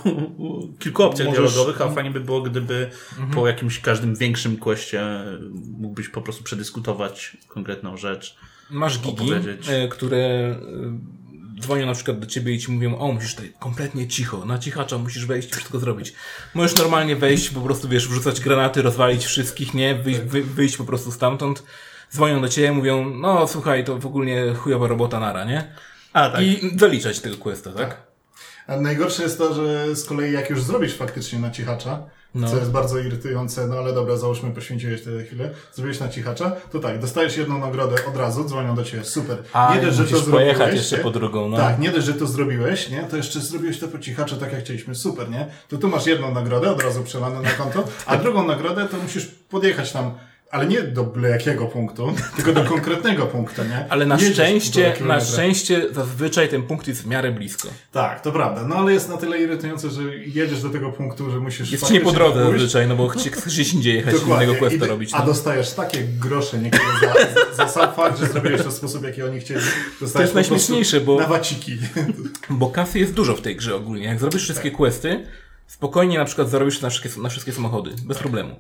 kilku opcjach dialogowych, a fajnie by było, gdyby po jakimś każdym większym questie mógłbyś po prostu przedyskutować konkretną rzecz. Masz gigi, które dzwonią na przykład do ciebie i ci mówią, musisz tutaj kompletnie cicho, na cichacza musisz wejść i wszystko zrobić. Możesz normalnie wejść, po prostu wrzucać granaty, rozwalić wszystkich, nie? Wyjść po prostu stamtąd. Dzwonią do ciebie, mówią, słuchaj, to w ogóle chujowa robota nara, nie? Tak. I zaliczać tego questa, tak? A najgorsze jest to, że z kolei jak już zrobisz faktycznie na cichacza, co jest bardzo irytujące, ale dobra, załóżmy, poświęciłeś tyle chwilę, zrobiłeś na cichacza, to tak, dostajesz jedną nagrodę od razu, dzwonią do ciebie, super. Nie dość, że to zrobiłeś, pojechać jeszcze po drugą, Tak, nie dość, że to zrobiłeś, nie, to jeszcze zrobiłeś to po cichaczu, tak jak chcieliśmy, super, nie? To tu masz jedną nagrodę, od razu przelane na konto, a drugą nagrodę to musisz podjechać tam, ale nie do byle jakiego punktu, tylko do konkretnego punktu, nie? Ale na szczęście zazwyczaj ten punkt jest w miarę blisko. Tak, to prawda. Ale jest na tyle irytujące, że jedziesz do tego punktu, że musisz... Jest ci nie po drodze zazwyczaj, bo chcesz gdzieś indziej jechać i innego questa robić. A dostajesz takie grosze niekiedy za sam fakt, że zrobiłeś to w sposób, jaki oni chcieli. To jest najśmieszniejsze, bo... Na waciki. Bo kasy jest dużo w tej grze ogólnie. Jak zrobisz wszystkie questy, spokojnie na przykład zarobisz na wszystkie samochody. Bez problemu.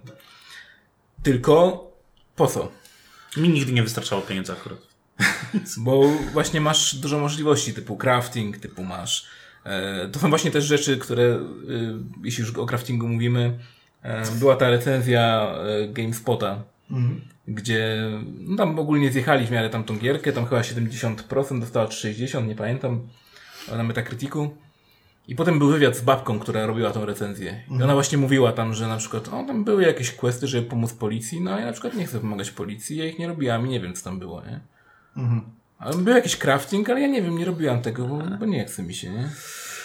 Tylko po co? Mi nigdy nie wystarczało pieniędzy akurat. Bo właśnie masz dużo możliwości, typu crafting, typu masz... to są właśnie też rzeczy, które, jeśli już o craftingu mówimy, była ta recenzja GameSpota, gdzie tam ogólnie zjechali w miarę tamtą gierkę, tam chyba 70%, dostała 60%, nie pamiętam, na Metacriticu. I potem był wywiad z babką, która robiła tą recenzję. I ona właśnie mówiła tam, że na przykład tam były jakieś questy, żeby pomóc policji, a ja na przykład nie chcę pomagać policji, ja ich nie robiłam i nie wiem, co tam było, nie? Ale był jakiś crafting, ale ja nie wiem, nie robiłam tego, bo nie chce mi się, nie?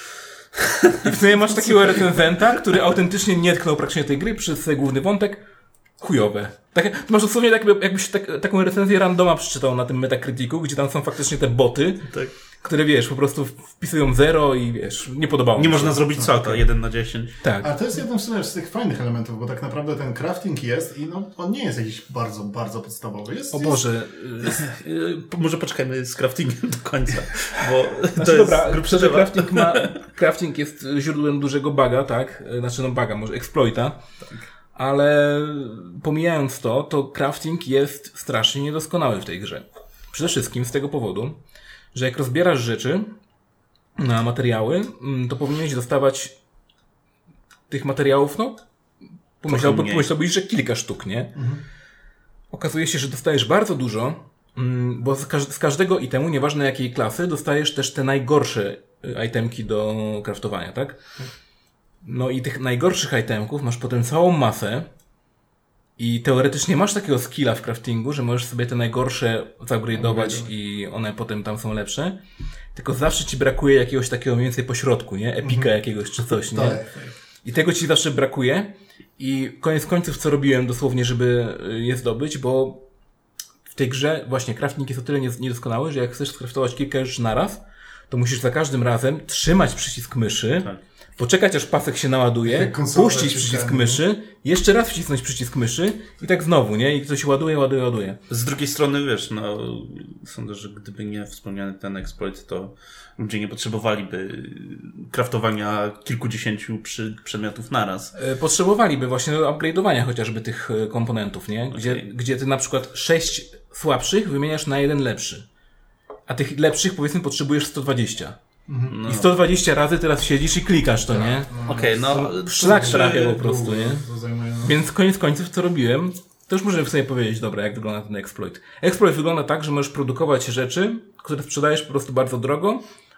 I w sumie masz takiego recenzenta, który autentycznie nie tknął praktycznie tej gry przez główny wątek. Chujowe. Masz dosłownie jakbyś taką recenzję randoma przeczytał na tym Metacriticu, gdzie tam są faktycznie te boty, które po prostu wpisują 0 i nie podobało mi się. Nie można zrobić salta 1 na 10. Tak. Ale to jest jeden z tych fajnych elementów, bo tak naprawdę ten crafting jest i on nie jest jakiś bardzo, bardzo podstawowy. Boże. Może poczekajmy z craftingiem do końca, bo crafting jest źródłem dużego buga, tak? Może exploita. Tak. Ale pomijając to crafting jest strasznie niedoskonały w tej grze. Przede wszystkim z tego powodu, że jak rozbierasz rzeczy na materiały, to powinieneś dostawać tych materiałów, pomyślałbyś, że kilka sztuk, nie? Okazuje się, że dostajesz bardzo dużo, bo z każdego itemu, nieważne jakiej klasy, dostajesz też te najgorsze itemki do craftowania, tak? No i tych najgorszych itemków masz potem całą masę i teoretycznie masz takiego skilla w craftingu, że możesz sobie te najgorsze upgrade'ować i one potem tam są lepsze. Tylko zawsze ci brakuje jakiegoś takiego mniej więcej pośrodku, nie? Epika jakiegoś czy coś, nie? I tego ci zawsze brakuje. I koniec końców co robiłem dosłownie, żeby je zdobyć, bo w tej grze właśnie crafting jest o tyle niedoskonały, że jak chcesz skraftować kilka rzeczy naraz, to musisz za każdym razem trzymać przycisk myszy, poczekać aż pasek się naładuje, puścić przycisk myszy, jeszcze raz wcisnąć przycisk myszy i tak znowu, nie? I to się ładuje. Z drugiej strony, sądzę, że gdyby nie wspomniany ten exploit, to ludzie nie potrzebowaliby craftowania kilkudziesięciu przedmiotów naraz. Potrzebowaliby właśnie do upgrade'owania chociażby tych komponentów, nie? Gdzie ty na przykład 6 słabszych wymieniasz na 1 lepszy. A tych lepszych, powiedzmy, potrzebujesz 120. I 120 razy teraz siedzisz i klikasz to, nie? Szlak trafia po prostu, nie? Więc koniec końców co robiłem, to już możemy sobie powiedzieć, dobra, jak wygląda ten exploit. Exploit wygląda tak, że możesz produkować rzeczy, które sprzedajesz po prostu bardzo drogo,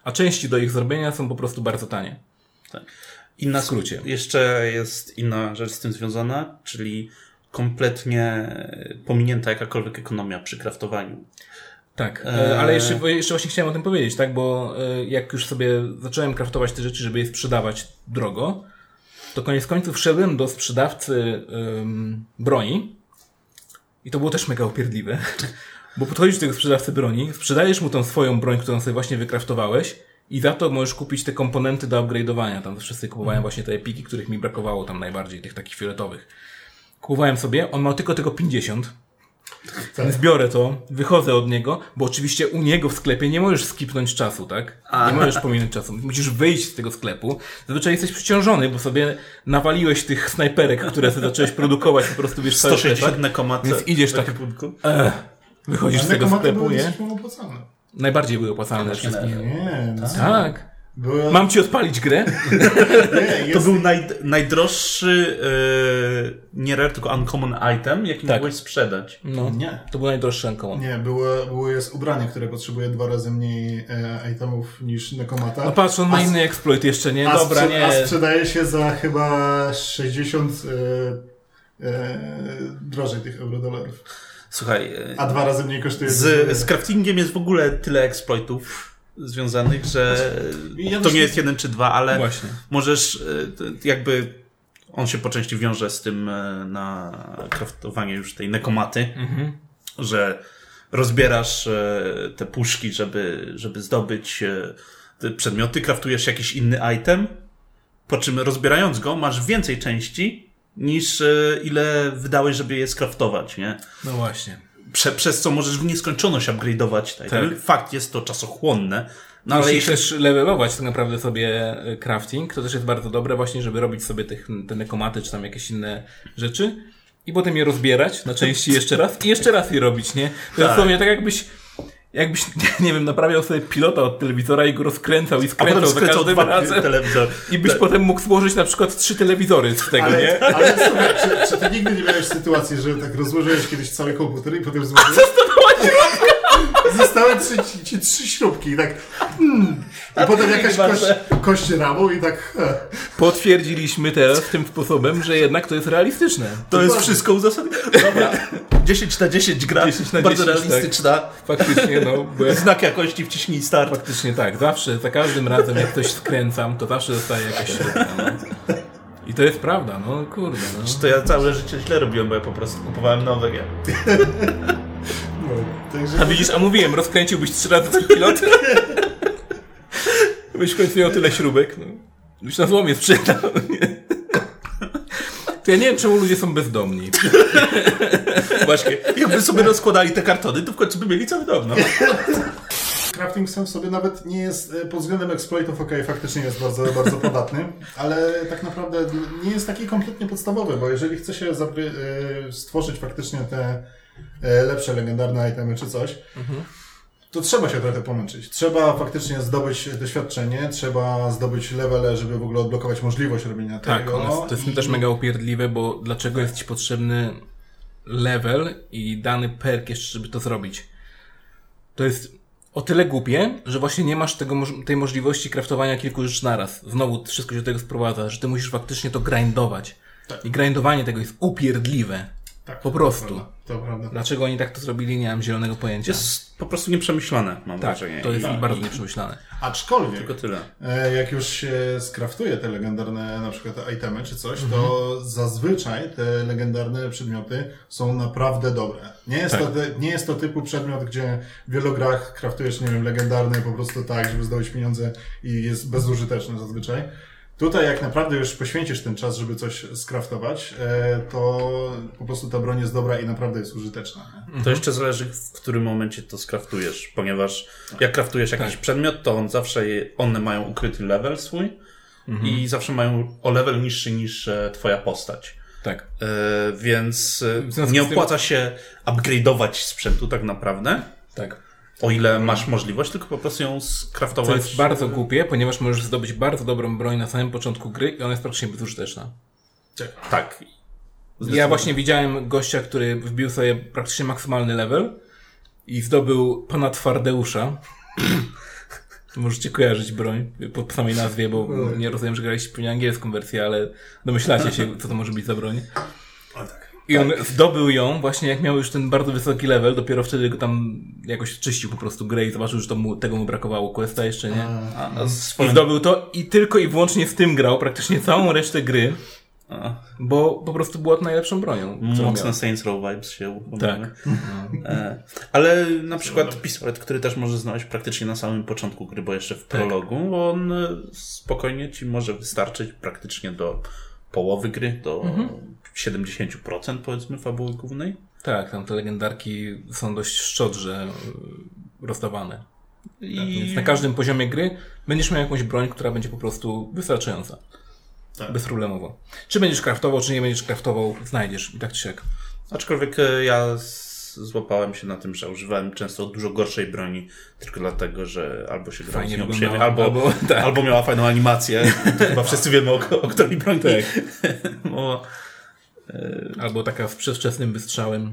a części do ich zrobienia są po prostu bardzo tanie. Tak. W skrócie. Jeszcze jest inna rzecz z tym związana, czyli kompletnie pominięta jakakolwiek ekonomia przy kraftowaniu. Tak, ale jeszcze właśnie chciałem o tym powiedzieć, tak, bo jak już sobie zacząłem kraftować te rzeczy, żeby je sprzedawać drogo, to koniec końców wszedłem do sprzedawcy broni i to było też mega upierdliwe, bo podchodzisz do tego sprzedawcy broni, sprzedajesz mu tą swoją broń, którą sobie właśnie wykraftowałeś i za to możesz kupić te komponenty do upgrade'owania. Tam wszyscy kupowałem właśnie te epiki, których mi brakowało tam najbardziej, tych takich fioletowych. Kupowałem sobie, on ma tylko tego 50. Tak. Więc biorę to, wychodzę od niego, bo oczywiście u niego w sklepie nie możesz skipnąć czasu, tak? Nie możesz pominąć czasu. Musisz wyjść z tego sklepu. Zazwyczaj jesteś przeciążony, bo sobie nawaliłeś tych snajperek, które sobie zacząłeś produkować, po prostu wiesz, 160 nekomaty. Więc idziesz tak, wychodzisz z tego sklepu, nie? Najbardziej były opłacalne wszystkie. Nie, tak. Mam ci odpalić grę? To był najdroższy nie rare, tylko uncommon item, jaki mogłeś sprzedać. No, nie. To był najdroższy uncommon. Nie, jest ubranie, które potrzebuje 2 razy mniej itemów niż Nekomata. No patrz, on ma inny exploit jeszcze, nie? Dobra, nie. A sprzedaje się za chyba 60 drożej tych eurodolarów. Słuchaj, a 2 razy mniej kosztuje. Z craftingiem jest w ogóle tyle exploitów związanych, że to nie jest 1 czy 2, ale właśnie możesz jakby on się po części wiąże z tym na craftowanie już tej nekomaty, że rozbierasz te puszki, żeby zdobyć te przedmioty, craftujesz jakiś inny item, po czym rozbierając go masz więcej części niż ile wydałeś, żeby je skraftować, nie? No właśnie. Przez co możesz w nieskończoność upgrade'ować. Tak. Fakt, jest to czasochłonne. No ale jeśli chcesz levelować tak naprawdę sobie crafting, to też jest bardzo dobre właśnie, żeby robić sobie te nekomaty, czy tam jakieś inne rzeczy i potem je rozbierać na części jeszcze raz i jeszcze raz je robić, nie? To jest dosłownie tak jakbyś, nie wiem, naprawiał sobie pilota od telewizora i go rozkręcał i skręcał za każdym razem. Telewizor. I byś potem mógł złożyć na przykład 3 telewizory z tego, nie? Ale słuchaj, czy ty nigdy nie miałeś sytuacji, że tak rozłożyłeś kiedyś cały komputer i potem złożyłeś? Zostały ci 3 śrubki i tak i potem jakaś kość ramu i tak Potwierdziliśmy teraz tym sposobem, że jednak to jest realistyczne. To jest wszystko uzasadnione. Dobra, 10 na 10 gra, 10 na 10, bardzo realistyczna. Tak. Faktycznie, no. Znak jakości, wciśnij start. Faktycznie tak, zawsze, za każdym razem jak coś skręcam, to zawsze dostaję jakaś śrubka, no. I to jest prawda, no kurde, no. To ja całe życie źle robiłem, bo ja po prostu kupowałem nowe gier. A widzisz, a mówiłem, rozkręciłbyś 3 razy ten pilot. Byś w końcu miał tyle śrubek. No. Byś na złomie sprzedał. To ja nie wiem, czemu ludzie są bezdomni. Właśnie, jakby sobie rozkładali te kartony, to w końcu by mieli cały dom. No. Crafting sam w sobie nawet nie jest pod względem exploitów, faktycznie jest bardzo, bardzo podatny, ale tak naprawdę nie jest taki kompletnie podstawowy, bo jeżeli chce się stworzyć faktycznie te lepsze legendarne itemy czy coś, to trzeba się trochę pomęczyć. Trzeba faktycznie zdobyć doświadczenie, trzeba zdobyć levele, żeby w ogóle odblokować możliwość robienia tego. Tak, to jest też mega upierdliwe, bo dlaczego jest ci potrzebny level i dany perk jeszcze, żeby to zrobić? To jest o tyle głupie, że właśnie nie masz tej możliwości craftowania kilku rzeczy naraz. Znowu wszystko się do tego sprowadza, że ty musisz faktycznie to grindować. Tak. I grindowanie tego jest upierdliwe. Tak, po prostu. To prawda. Dlaczego oni tak to zrobili, nie mam zielonego pojęcia. Jest po prostu nieprzemyślane, mam wrażenie. To jest bardzo nieprzemyślane. Aczkolwiek, tylko tyle. Jak już się skraftuje te legendarne na przykład itemy czy coś, to zazwyczaj te legendarne przedmioty są naprawdę dobre. Nie jest to typu przedmiot, gdzie w wielu grach kraftujesz, nie wiem, legendarny po prostu tak, żeby zdobyć pieniądze i jest bezużyteczny zazwyczaj. Tutaj jak naprawdę już poświęcisz ten czas, żeby coś skraftować, to po prostu ta broń jest dobra i naprawdę jest użyteczna. To jeszcze zależy, w którym momencie to skraftujesz, ponieważ jak kraftujesz jakiś przedmiot, to one mają ukryty level swój i zawsze mają o level niższy niż twoja postać. Tak. Więc nie opłaca się upgrade'ować sprzętu tak naprawdę. Tak. O ile masz możliwość, tylko po prostu ją skraftować. To jest bardzo głupie, ponieważ możesz zdobyć bardzo dobrą broń na samym początku gry i ona jest praktycznie bezużyteczna. Tak. Ja właśnie widziałem gościa, który wbił sobie praktycznie maksymalny level i zdobył pana Twardeusza. Możecie kojarzyć broń po samej nazwie, bo nie rozumiem, że graliście pewnie angielską wersję, ale domyślacie się, co to może być za broń. I on zdobył ją właśnie jak miał już ten bardzo wysoki level, dopiero wtedy go tam jakoś czyścił po prostu grę i zobaczył, że tego mu brakowało, questa jeszcze, nie? I zdobył to i tylko i wyłącznie z tym grał praktycznie całą resztę gry, bo po prostu była to najlepszą bronią. Mocno Saints Row vibes się uruchomiły. Tak. Ale na przykład pistolet, który też możesz znaleźć praktycznie na samym początku gry, bo jeszcze w prologu, on spokojnie ci może wystarczyć praktycznie do połowy gry, do 70% powiedzmy fabuły głównej. Tak, tam te legendarki są dość szczodrze rozdawane. Więc na każdym poziomie gry będziesz miał jakąś broń, która będzie po prostu wystarczająca. Tak. Bezproblemowo. Czy będziesz craftował, czy nie będziesz craftował, znajdziesz i tak czy siak. Aczkolwiek ja złapałem się na tym, że używałem często dużo gorszej broni, tylko dlatego, że albo się grało z nią przyjemnie, albo miała fajną animację. Chyba wszyscy wiemy o której broni. Tak. Albo taka z przedwczesnym wystrzałem.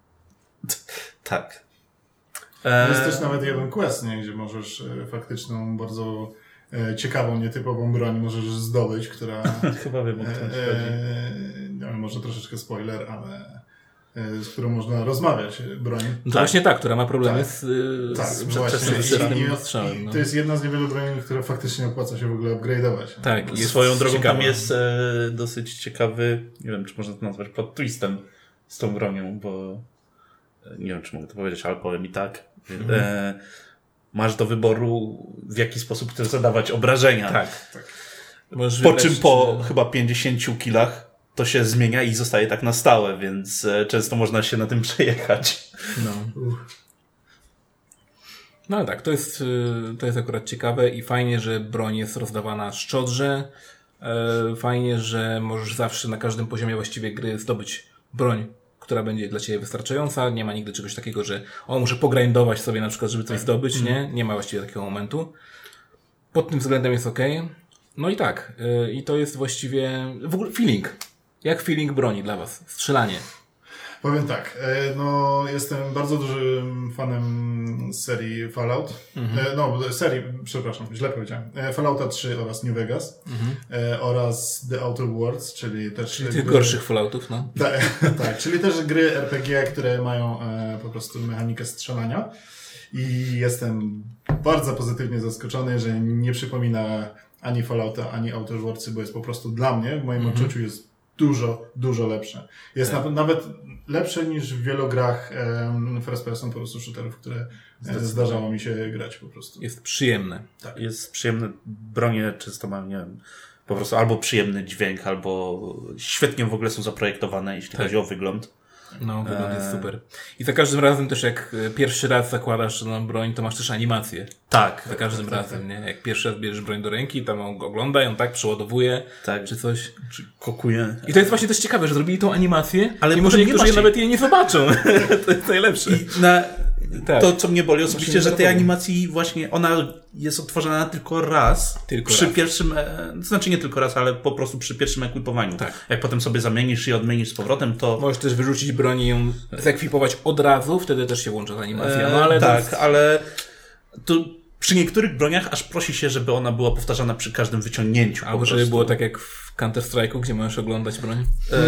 Tak. Jest też nawet jeden quest, nie? Gdzie możesz faktyczną, bardzo ciekawą, nietypową broń możesz zdobyć, która... Chyba wiem, o tym chodzi. Może troszeczkę spoiler, ale z którą można rozmawiać, broń. No to właśnie tak, która ma problemy z przedwczesnym wystrzałem. To jest jedna z niewielu broni, które faktycznie opłaca się w ogóle upgrade'ować. Tak, i swoją drogą ciekawa. Tam jest dosyć ciekawy, nie wiem, czy można to nazwać plot twistem z tą bronią, bo nie wiem, czy mogę to powiedzieć, ale powiem i tak. Masz do wyboru, w jaki sposób chcesz zadawać obrażenia. Tak. Po czym po chyba 50 killach to się zmienia i zostaje tak na stałe, więc często można się na tym przejechać. No tak, to jest akurat ciekawe i fajnie, że broń jest rozdawana szczodrze. Fajnie, że możesz zawsze na każdym poziomie właściwie gry zdobyć broń, która będzie dla Ciebie wystarczająca. Nie ma nigdy czegoś takiego, że muszę pogrindować sobie na przykład, żeby coś zdobyć, nie? Nie ma właściwie takiego momentu. Pod tym względem jest okej. No i tak. I to jest właściwie w ogóle feeling. Jak feeling broni dla Was? Strzelanie. Powiem tak, jestem bardzo dużym fanem serii Fallout. Źle powiedziałem. Fallouta 3 oraz New Vegas. Oraz The Outer Worlds, czyli też... Czyli tych gorszych Falloutów, no. Tak, czyli też gry RPG, które mają po prostu mechanikę strzelania. I jestem bardzo pozytywnie zaskoczony, że nie przypomina ani Fallouta, ani Outer Worldsy, bo jest po prostu dla mnie, w moim odczuciu jest dużo lepsze. Jest nawet lepsze niż w wielu grach first person po prostu shooterów, które zdarzało mi się grać po prostu. Jest przyjemne. Tak. Jest przyjemne. Bronie często mają, nie wiem, po prostu albo przyjemny dźwięk, albo świetnie w ogóle są zaprojektowane, jeśli chodzi o wygląd. No, wygląd jest super. I za każdym razem też jak pierwszy raz zakładasz broń, to masz też animację. Tak. Za każdym razem, nie? Jak pierwszy raz bierzesz broń do ręki, tam on ogląda, ją tak przeładowuje, czy coś. Czy kokuje. I to jest właśnie też ciekawe, że zrobili tą animację, ale mimo że niektórzy nawet jej nie zobaczą. To jest najlepsze. To, co mnie boli osobiście, że tej animacji właśnie ona jest odtworzona tylko raz. Pierwszym, znaczy nie tylko raz, ale po prostu przy pierwszym ekwipowaniu. Tak. Jak potem sobie zamienisz i odmienisz z powrotem, to... Możesz też wyrzucić broń i ją zekwipować od razu, wtedy też się włącza ta animacja. Ale to przy niektórych broniach aż prosi się, żeby ona była powtarzana przy każdym wyciągnięciu. Albo żeby było tak jak w Counter-Strike'u, gdzie możesz oglądać broń.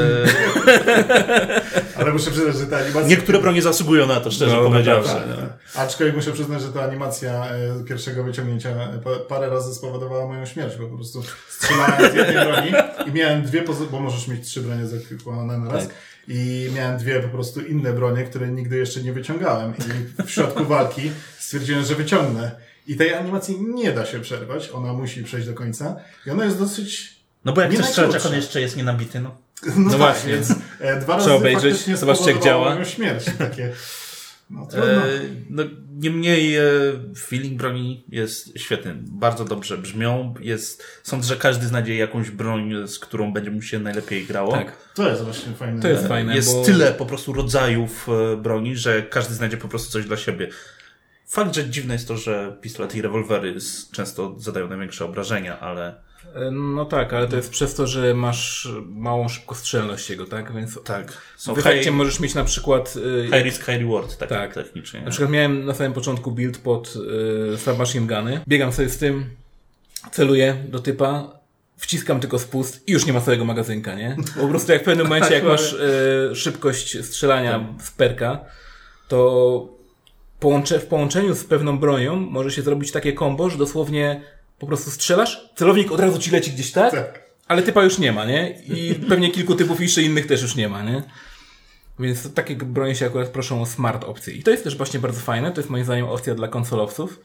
Ale muszę przyznać, że ta animacja... Niektóre bronie zasługują na to, szczerze powiedziawszy. Aczkolwiek muszę przyznać, że ta animacja pierwszego wyciągnięcia parę razy spowodowała moją śmierć, bo po prostu strzelałem z jednej broni i miałem dwie, bo możesz mieć 3 bronie zakwipowane na raz. Tak. I miałem 2 po prostu inne bronie, które nigdy jeszcze nie wyciągałem. I w środku walki stwierdziłem, że wyciągnę. I tej animacji nie da się przerwać. Ona musi przejść do końca. I ona jest dosyć... No bo jak chcesz strzelać, jak on jeszcze jest nienabity, no tak, właśnie. Więc 2 razy faktycznie spowodowało moją śmierć. Takie... Niemniej feeling broni jest świetny. Bardzo dobrze brzmią. Sądzę, że każdy znajdzie jakąś broń, z którą będzie mu się najlepiej grało. Tak. To jest właśnie fajne. To jest fajne, jest tyle po prostu rodzajów broni, że każdy znajdzie po prostu coś dla siebie. Fakt, że dziwne jest to, że pistolety i rewolwery często zadają największe obrażenia, ale... No tak, ale to jest przez to, że masz małą szybkostrzelność jego, tak? Więc tak. w efekcie możesz mieć na przykład... High risk, high reward, tak, technicznie. Na przykład miałem na samym początku build pod submachine guny. Biegam sobie z tym, celuję do typa, wciskam tylko spust i już nie ma całego magazynka, nie? Po prostu jak w pewnym momencie, jak masz szybkość strzelania z perka, to w połączeniu z pewną bronią może się zrobić takie kombo, że dosłownie po prostu strzelasz, celownik od razu ci leci gdzieś tak, ale typa już nie ma, nie? I pewnie kilku typów jeszcze innych też już nie ma, nie? Więc takie bronie się akurat proszą o smart opcje. I to jest też właśnie bardzo fajne, to jest moim zdaniem opcja dla konsolowców.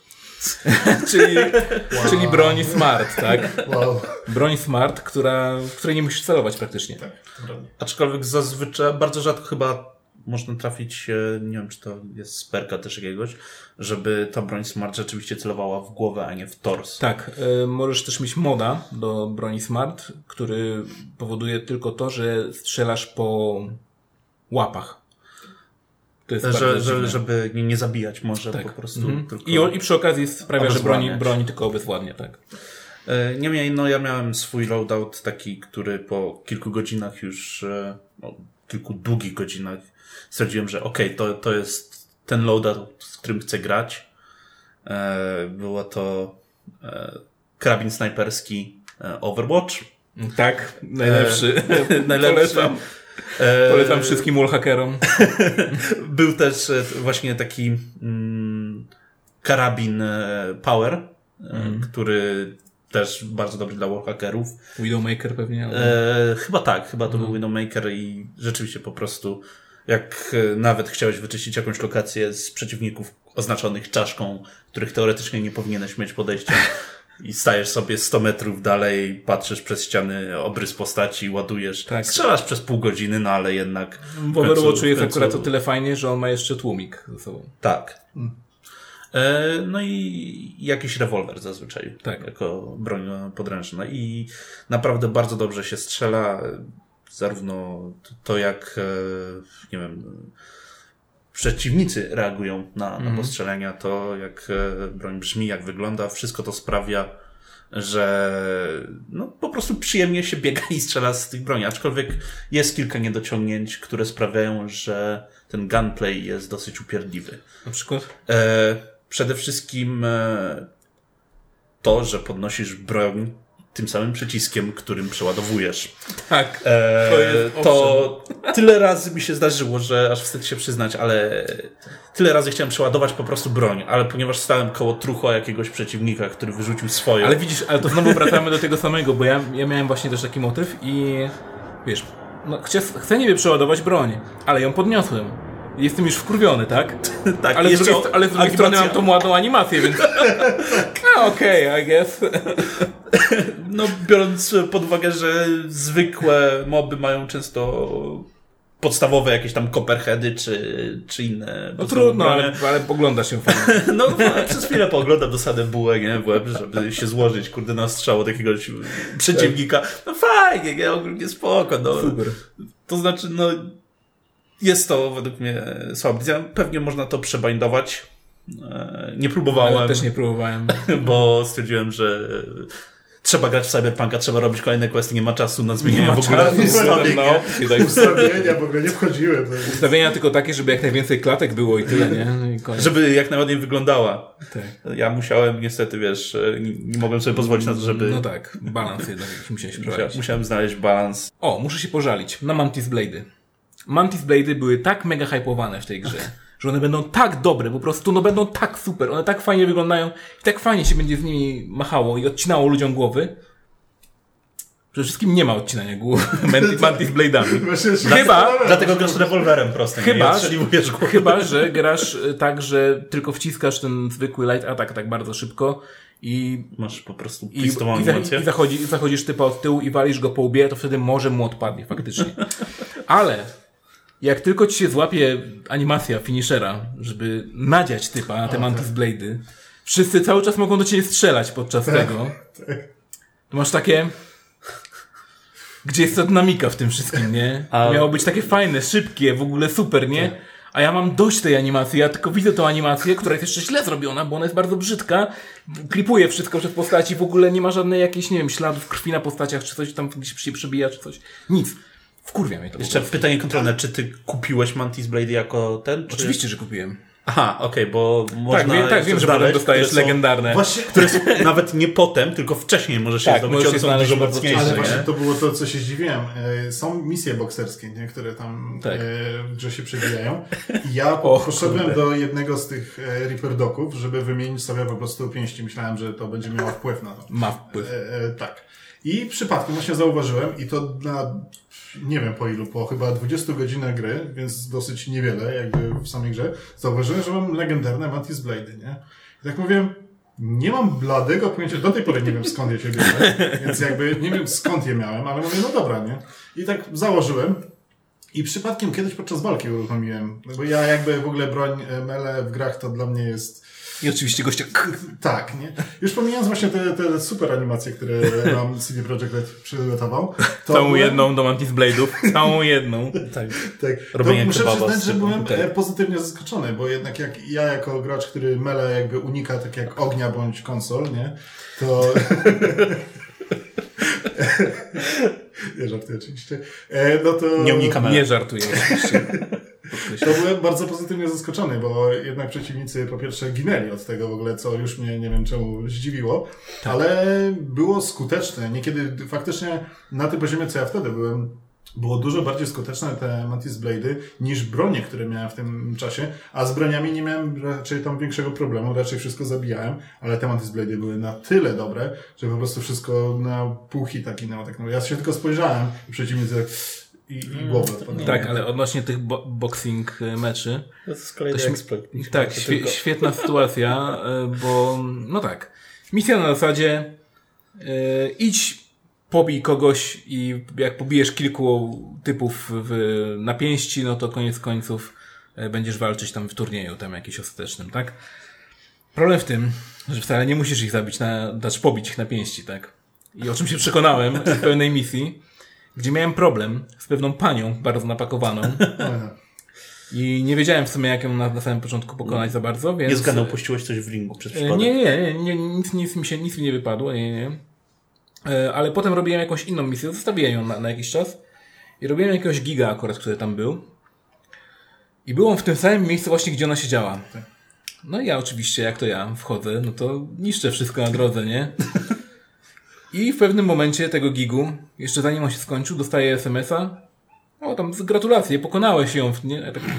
czyli broń smart, tak? Wow. Broń smart, w której nie musisz celować praktycznie. Tak, to prawda. Aczkolwiek zazwyczaj, bardzo rzadko chyba można trafić, nie wiem, czy to jest z perka też jakiegoś, żeby ta broń smart rzeczywiście celowała w głowę, a nie w tors. Tak, możesz też mieć moda do broni smart, który powoduje tylko to, że strzelasz po łapach. To jest żeby nie zabijać może po prostu. Tylko I przy okazji sprawia, że broni tylko obezwładnia, tak. Niemniej, ja miałem swój loadout taki, który po kilku godzinach już, kilku długich godzinach stwierdziłem, że to jest ten loadout, z którym chcę grać. Było to karabin snajperski Overwatch. Tak, najlepszy. Polecam wszystkim wallhackerom. Był też właśnie taki karabin Power, który też bardzo dobry dla wallhackerów. Widowmaker pewnie? Chyba to był Widowmaker i rzeczywiście po prostu jak nawet chciałeś wyczyścić jakąś lokację z przeciwników oznaczonych czaszką, których teoretycznie nie powinieneś mieć podejścia i stajesz sobie 100 metrów dalej, patrzysz przez ściany, obrys postaci, ładujesz, strzelasz przez pół godziny, ale jednak... W Overwatchu jest akurat o tyle fajnie, że on ma jeszcze tłumik ze sobą. Tak. No i jakiś rewolwer zazwyczaj, jako broń podręczna. I naprawdę bardzo dobrze się strzela, zarówno to jak, nie wiem, przeciwnicy reagują na postrzelenia, to jak broń brzmi, jak wygląda, wszystko to sprawia, że po prostu przyjemnie się biega i strzela z tych broni. Aczkolwiek jest kilka niedociągnięć, które sprawiają, że ten gunplay jest dosyć upierdliwy. Na przykład? Przede wszystkim to, że podnosisz broń tym samym przyciskiem, którym przeładowujesz. Tak. To tyle razy mi się zdarzyło, że aż wstyd się przyznać, ale tyle razy chciałem przeładować po prostu broń, ale ponieważ stałem koło truchła jakiegoś przeciwnika, który wyrzucił swoją. Ale widzisz, ale to znowu wracamy do tego samego, bo ja miałem właśnie też taki motyw i wiesz, chcę niby przeładować broń, ale ją podniosłem. Jestem już wkurwiony, tak? Tak, ale z drugiej strony mam tą ładną animację, więc okej, I guess. Biorąc pod uwagę, że zwykłe moby mają często podstawowe jakieś tam copperheady czy inne. Trudno, ale ogląda się fajnie. Przez chwilę pooglądam, dosadę bułę, w łeb, żeby się złożyć, na strzał od jakiegoś przeciwnika. Fajnie, ogólnie spoko. Super. To znaczy, jest to według mnie słabe. Pewnie można to przebindować. Nie próbowałem. Ja też nie próbowałem. Bo stwierdziłem, że trzeba grać w Cyberpunka, trzeba robić kolejne questy, nie ma czasu na zmienienie w ogóle ustawienia, w ogóle nie wchodziły. Ustawienia tylko takie, żeby jak najwięcej klatek było i tyle, nie? Żeby jak najładniej wyglądała. Tak. Ja musiałem niestety, nie mogłem sobie pozwolić na to, żeby... balans jednak jakiś musiałeś prowadzić. Musiałem znaleźć balans. Muszę się pożalić na Mantis Blade'y. Mantis Blade'y były tak mega hypowane w tej grze, że one będą tak dobre, po prostu będą tak super, one tak fajnie wyglądają i tak fajnie się będzie z nimi machało i odcinało ludziom głowy. Przede wszystkim nie ma odcinania głowy Mantis Blade'ami. Dlatego grasz rewolwerem prostym. Chyba, że grasz tak, że tylko wciskasz ten zwykły light attack tak bardzo szybko i masz po prostu pistową animację. I zachodzisz typa od tyłu i walisz go po łbie, to wtedy może mu odpadnie faktycznie. Ale jak tylko ci się złapie animacja finishera, żeby nadziać typa na te Mantis Blade'y, wszyscy cały czas mogą do ciebie strzelać podczas tego. To masz takie... Gdzie jest ta dynamika w tym wszystkim, nie? To miało być takie fajne, szybkie, w ogóle super, nie? A ja mam dość tej animacji, ja tylko widzę tą animację, która jest jeszcze źle zrobiona, bo ona jest bardzo brzydka, klipuje wszystko przez postaci, w ogóle nie ma żadnej jakiejś, nie wiem, śladów krwi na postaciach, czy coś tam się przebija, czy coś. Nic. Wkurwia mnie to. Jeszcze pytanie kontrolne, czy ty kupiłeś Mantis Blade jako ten? Czy... Oczywiście, że kupiłem. Aha, okej, bo można... Tak, wiem, że potem dostajesz legendarne. Właśnie, które są nawet nie potem, tylko wcześniej możesz się zdobyć, one są dużo mocniejsze. Ale właśnie to było to, co się zdziwiłem. Są misje bokserskie, nie? Które tam w grze się przebijają. I ja poszedłem do jednego z tych Reaper Docków, żeby wymienić sobie po prostu pięści. Myślałem, że to będzie miało wpływ na to. Ma wpływ. Tak. I przypadkiem właśnie zauważyłem, i to na, nie wiem po ilu, po chyba 20 godzinach gry, więc dosyć niewiele jakby w samej grze, zauważyłem, że mam legendarne Mantis Blade, nie? I tak mówię, nie mam bladego pojęcia, do tej pory nie wiem skąd je się bierze, więc jakby nie wiem skąd je miałem, ale mówię, no dobra, nie? I tak założyłem i przypadkiem kiedyś podczas walki uruchomiłem, bo ja jakby w ogóle broń melee w grach to dla mnie jest... I oczywiście gościa... Tak, nie? Już pomijając właśnie te super animacje, które nam CD Projekt Red przygotował. Całą jedną do Mantis Blade'ów. Całą jedną. Tak. To muszę przyznać, że byłem pozytywnie zaskoczony, bo jednak jak ja jako gracz, który melee jakby unika tak jak ognia bądź konsol, nie? To... Nie żartuję oczywiście. No to... Nie unikamy. Nie żartuję oczywiście. To byłem bardzo pozytywnie zaskoczony, bo jednak przeciwnicy po pierwsze ginęli od tego w ogóle, co już mnie nie wiem czemu zdziwiło, ale było skuteczne. Niekiedy faktycznie na tym poziomie, co ja wtedy byłem, było dużo bardziej skuteczne te Mantis Blade'y niż bronie, które miałem w tym czasie, a z broniami nie miałem raczej tam większego problemu, raczej wszystko zabijałem, ale te Mantis Blade'y były na tyle dobre, że po prostu wszystko na pół hita ginęło. Tak, no, ja się tylko spojrzałem i przeciwnicy tak i głowę odpadały. Tak, ale odnośnie tych boxing meczy. To jest kolejny exploit. Tak, świetna sytuacja, bo no tak, misja na zasadzie idź, pobij kogoś i jak pobijesz kilku typów na pięści, no to koniec końców będziesz walczyć tam w turnieju, tam jakimś ostatecznym, tak? Problem w tym, że wcale nie musisz ich zabić, pobić ich na pięści, tak? I o czym się przekonałem w pewnej misji, gdzie miałem problem z pewną panią bardzo napakowaną i nie wiedziałem w sumie, jak ją na samym początku pokonać za bardzo, więc... Nie zgadnął, puściłeś coś w ringu przez przypadek? Nie, nic mi nie wypadło, nie. Ale potem robiłem jakąś inną misję, zostawiłem ją na jakiś czas i robiłem jakiegoś giga akurat, który tam był i był on w tym samym miejscu właśnie, gdzie ona siedziała. No i ja oczywiście, jak to ja wchodzę, no to niszczę wszystko na drodze, nie? I w pewnym momencie tego gigu, jeszcze zanim on się skończył, dostaję SMS-a. O, tam gratulacje, pokonałeś ją. Nie? Ja tak...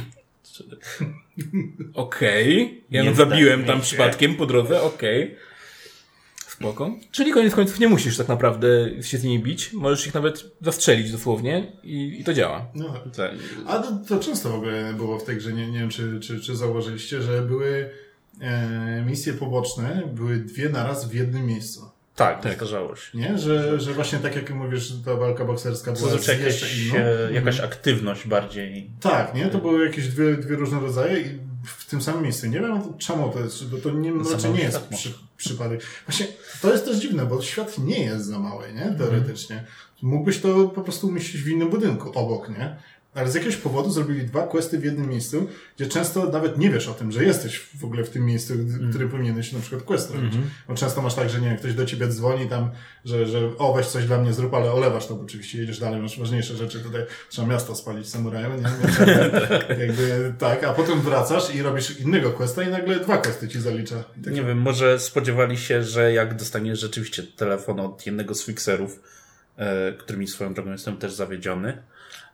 Okej. Ja ją zabiłem tam przypadkiem po drodze, okej. Spoko. Czyli koniec końców nie musisz tak naprawdę się z nimi bić. Możesz ich nawet zastrzelić dosłownie i to działa. No, tak. A to często w ogóle było w tej grze, nie wiem czy zauważyliście, że były misje poboczne, były dwie naraz w jednym miejscu. Tak, zdarzało się. Nie? Że właśnie tak jak mówisz, że ta walka bokserska była jeszcze inną. Jakaś aktywność bardziej. Tak, nie? To były jakieś dwie różne rodzaje i w tym samym miejscu. Nie wiem czemu to jest, bo to raczej nie jest przypadek. Właśnie to jest też dziwne, bo świat nie jest za mały, nie? Teoretycznie. Mógłbyś to po prostu umieścić w innym budynku, obok, nie? Ale z jakiegoś powodu zrobili dwa questy w jednym miejscu, gdzie często nawet nie wiesz o tym, że jesteś w ogóle w tym miejscu, w którym powinieneś na przykład quest robić. Bo często masz tak, że nie wiem, ktoś do ciebie dzwoni tam, że weź coś dla mnie zrób, ale olewasz to, bo oczywiście jedziesz dalej, masz ważniejsze rzeczy, tutaj trzeba miasto spalić samuraju, nie? Jakby, tak, a potem wracasz i robisz innego questa i nagle dwa questy ci zalicza. Tak nie wiem, może spodziewali się, że jak dostaniesz rzeczywiście telefon od jednego z fixerów, którymi swoją drogą jestem też zawiedziony,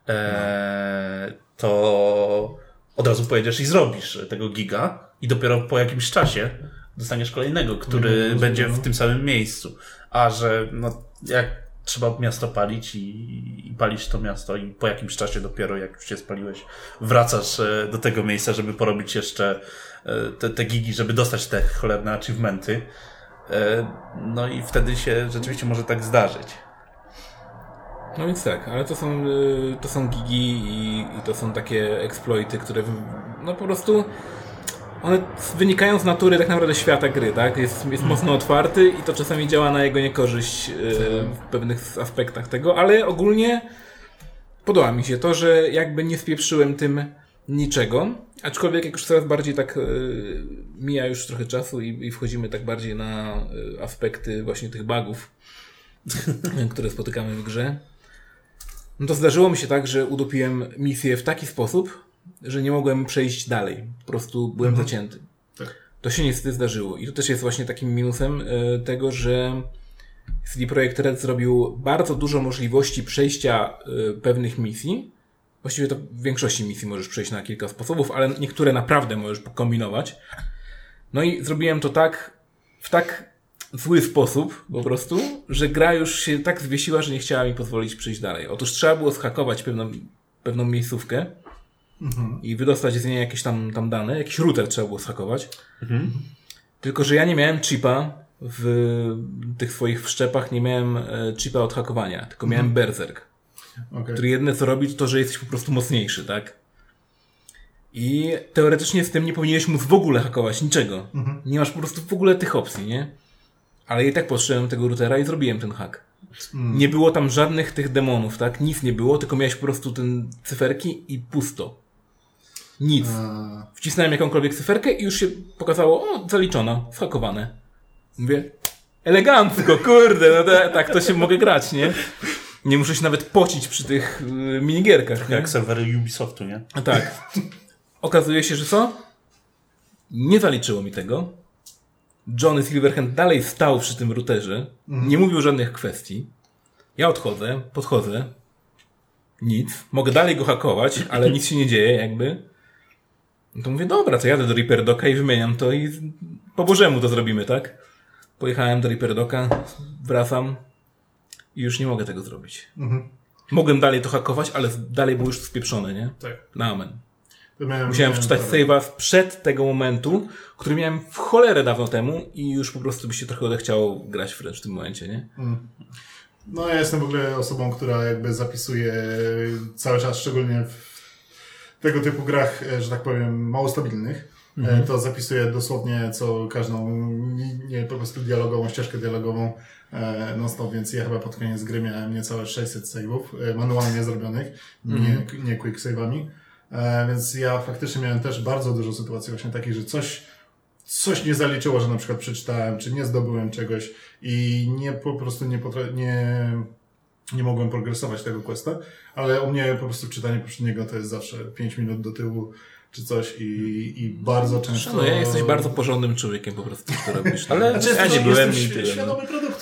to od razu pojedziesz i zrobisz tego giga i dopiero po jakimś czasie dostaniesz kolejnego, który będzie w tym samym miejscu. A że no, jak trzeba miasto palić i palisz to miasto i po jakimś czasie dopiero jak już się spaliłeś, wracasz do tego miejsca, żeby porobić jeszcze te gigi, żeby dostać te cholerne achievementy. No i wtedy się rzeczywiście może tak zdarzyć. No więc tak, ale to są gigi i to są takie exploity, które no po prostu one wynikają z natury tak naprawdę świata gry, tak? Jest mocno otwarty i to czasami działa na jego niekorzyść w pewnych aspektach tego, ale ogólnie podoba mi się to, że jakby nie spieprzyłem tym niczego, aczkolwiek jak już coraz bardziej tak mija już trochę czasu i wchodzimy tak bardziej na aspekty właśnie tych bugów, które spotykamy w grze, no to zdarzyło mi się tak, że udupiłem misję w taki sposób, że nie mogłem przejść dalej. Po prostu byłem zacięty. Tak. To się niestety zdarzyło. I to też jest właśnie takim minusem tego, że CD Projekt Red zrobił bardzo dużo możliwości przejścia pewnych misji. Właściwie to w większości misji możesz przejść na kilka sposobów, ale niektóre naprawdę możesz kombinować. No i zrobiłem to w tak zły sposób po prostu, że gra już się tak zwiesiła, że nie chciała mi pozwolić przejść dalej. Otóż trzeba było zhakować pewną miejscówkę i wydostać z niej jakieś tam dane. Jakiś router trzeba było zhakować. Tylko że ja nie miałem chipa w tych swoich wszczepach, nie miałem chipa od hakowania, tylko miałem berserk. Który jedyne co robi, to że jesteś po prostu mocniejszy, tak? I teoretycznie z tym nie powinieneś móc w ogóle hakować niczego. Nie masz po prostu w ogóle tych opcji, nie? Ale i tak potrzebowałem do tego routera i zrobiłem ten hack. Nie było tam żadnych tych demonów, tak? Nic nie było, tylko miałeś po prostu ten cyferki i pusto. Nic. Wcisnąłem jakąkolwiek cyferkę i już się pokazało, zaliczona, zhakowane. Mówię, elegancko, kurde, no tak to się mogę grać, nie? Nie muszę się nawet pocić przy tych minigierkach. Jak serwery Ubisoftu, nie? Tak. Okazuje się, że co? Nie zaliczyło mi tego. Johnny Silverhand dalej stał przy tym routerze. Nie mówił żadnych kwestii. Ja odchodzę, podchodzę. Nic. Mogę dalej go hakować, ale nic się nie dzieje jakby. No to mówię, dobra, to jadę do Reaper Docka i wymieniam to i po Bożemu to zrobimy, tak? Pojechałem do Reaper Docka, wracam i już nie mogę tego zrobić. Mogłem dalej to hakować, ale dalej było już spieprzone, nie? Tak. Na amen. Musiałem przeczytać save'a sprzed tego momentu, który miałem w cholerę dawno temu i już po prostu by się trochę odechciało grać wręcz w tym momencie, nie? No ja jestem w ogóle osobą, która jakby zapisuje cały czas, szczególnie w tego typu grach, że tak powiem, mało stabilnych. To zapisuję dosłownie każdą linię, po prostu dialogową, ścieżkę dialogową non-stop, więc ja chyba pod koniec gry miałem niecałe 600 save'ów manualnie zrobionych, nie quick save'ami. Więc ja faktycznie miałem też bardzo dużo sytuacji właśnie takich, że coś nie zaliczyło, że na przykład przeczytałem, czy nie zdobyłem czegoś i po prostu nie mogłem progresować tego questa, ale u mnie po prostu czytanie poprzedniego to jest zawsze 5 minut do tyłu czy coś i bardzo często... No ja jesteś bardzo porządnym człowiekiem po prostu, co robisz. Ale ja nie byłem świadomy produktu.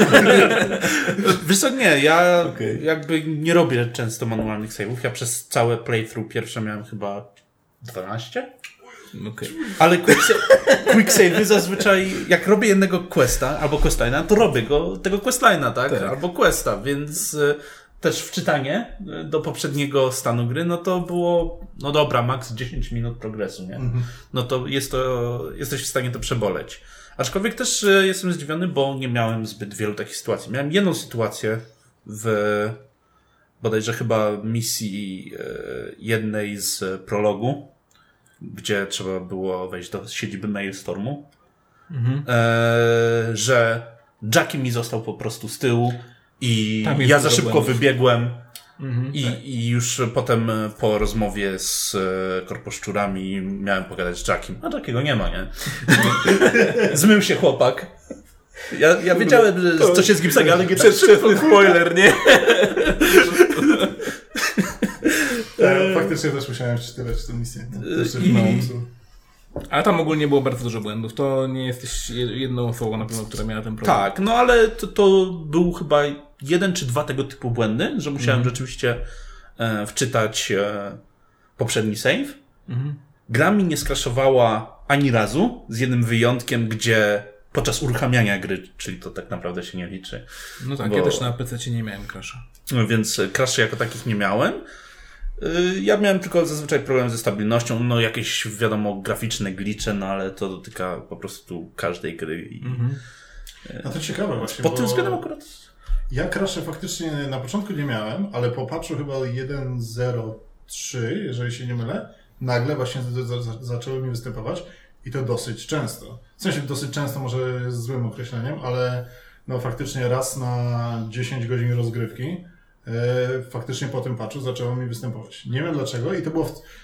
Wiesz co, nie, ja jakby nie robię często manualnych save'ów. Ja przez całe playthrough pierwsze miałem chyba 12. Ale quick save'y zazwyczaj, jak robię jednego questa albo questline'a, to robię tego questline'a, tak? Albo questa, więc też wczytanie do poprzedniego stanu gry, no to było, no dobra, max 10 minut progresu, nie? No to jesteś w stanie to przeboleć. Aczkolwiek też jestem zdziwiony, bo nie miałem zbyt wielu takich sytuacji. Miałem jedną sytuację w bodajże chyba misji jednej z prologu, gdzie trzeba było wejść do siedziby Maelstormu, że Jackie mi został po prostu z tyłu i ja za szybko wybiegłem i już potem po rozmowie z korposzczurami miałem pogadać z Jackiem, a Jackiego nie ma, nie? Zmył się chłopak. Ja wiedziałem, co się z nim zagadło, ale nie przedwczesny spoiler, nie? Faktycznie też musiałem przeczytać tę misję. Ale tam ogólnie było bardzo dużo błędów. To nie jesteś jedną osobą na pewno, która miała ten problem. Tak, no ale to był chyba 1 czy 2 tego typu błędy, że musiałem rzeczywiście wczytać poprzedni save. Gra mi nie skraszowała ani razu, z jednym wyjątkiem, gdzie podczas uruchamiania gry, czyli to tak naprawdę się nie liczy. No tak, ja też na PC nie miałem crasha. Więc crashy jako takich nie miałem. Ja miałem tylko zazwyczaj problem ze stabilnością, no jakieś wiadomo graficzne glitche, no ale to dotyka po prostu każdej gry. No to ciekawe właśnie. Pod tym względem akurat... Ja crashe faktycznie na początku nie miałem, ale po patchu chyba 1.0.3, jeżeli się nie mylę, nagle właśnie zaczęły mi występować i to dosyć często. W sensie dosyć często może jest złym określeniem, ale no faktycznie raz na 10 godzin rozgrywki faktycznie po tym patchu zaczęło mi występować. Nie wiem dlaczego i to było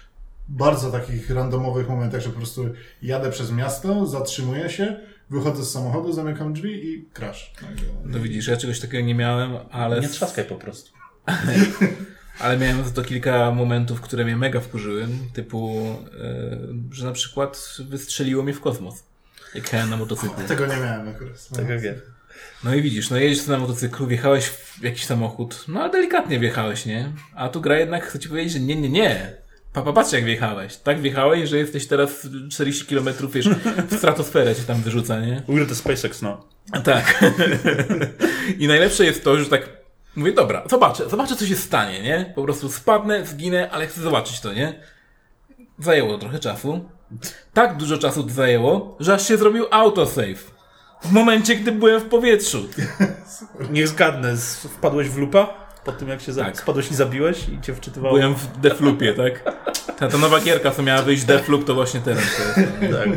bardzo takich randomowych momentach, że po prostu jadę przez miasto, zatrzymuję się, wychodzę z samochodu, zamykam drzwi i crash. No widzisz, ja czegoś takiego nie miałem, ale... Nie trzaskaj po prostu. Ale miałem za to kilka momentów, które mnie mega wkurzyły, typu, że na przykład wystrzeliło mnie w kosmos, jak jechałem na motocyklu. Tego nie miałem akurat. Tak jak No i widzisz, no jedziesz na motocyklu, wjechałeś w jakiś samochód, no ale delikatnie wjechałeś, nie? A tu gra jednak chce ci powiedzieć, że nie. Patrz jak wjechałeś. Tak wjechałeś, że jesteś teraz 40 km, wiesz, w stratosferę cię tam wyrzuca, nie? We're the SpaceX now. A tak. I najlepsze jest to, że tak mówię, dobra, zobaczę co się stanie, nie? Po prostu spadnę, zginę, ale chcę zobaczyć to, nie? Zajęło trochę czasu. Tak dużo czasu to zajęło, że aż się zrobił autosave. W momencie, gdy byłem w powietrzu. Niech zgadnę, wpadłeś w lupa? Po tym jak się Tak. spadłeś i zabiłeś i cię wczytywało? Byłem w Deathloopie, tak? Ta nowa gierka, co miała wyjść Deathloop, to właśnie teraz to jest. Tak.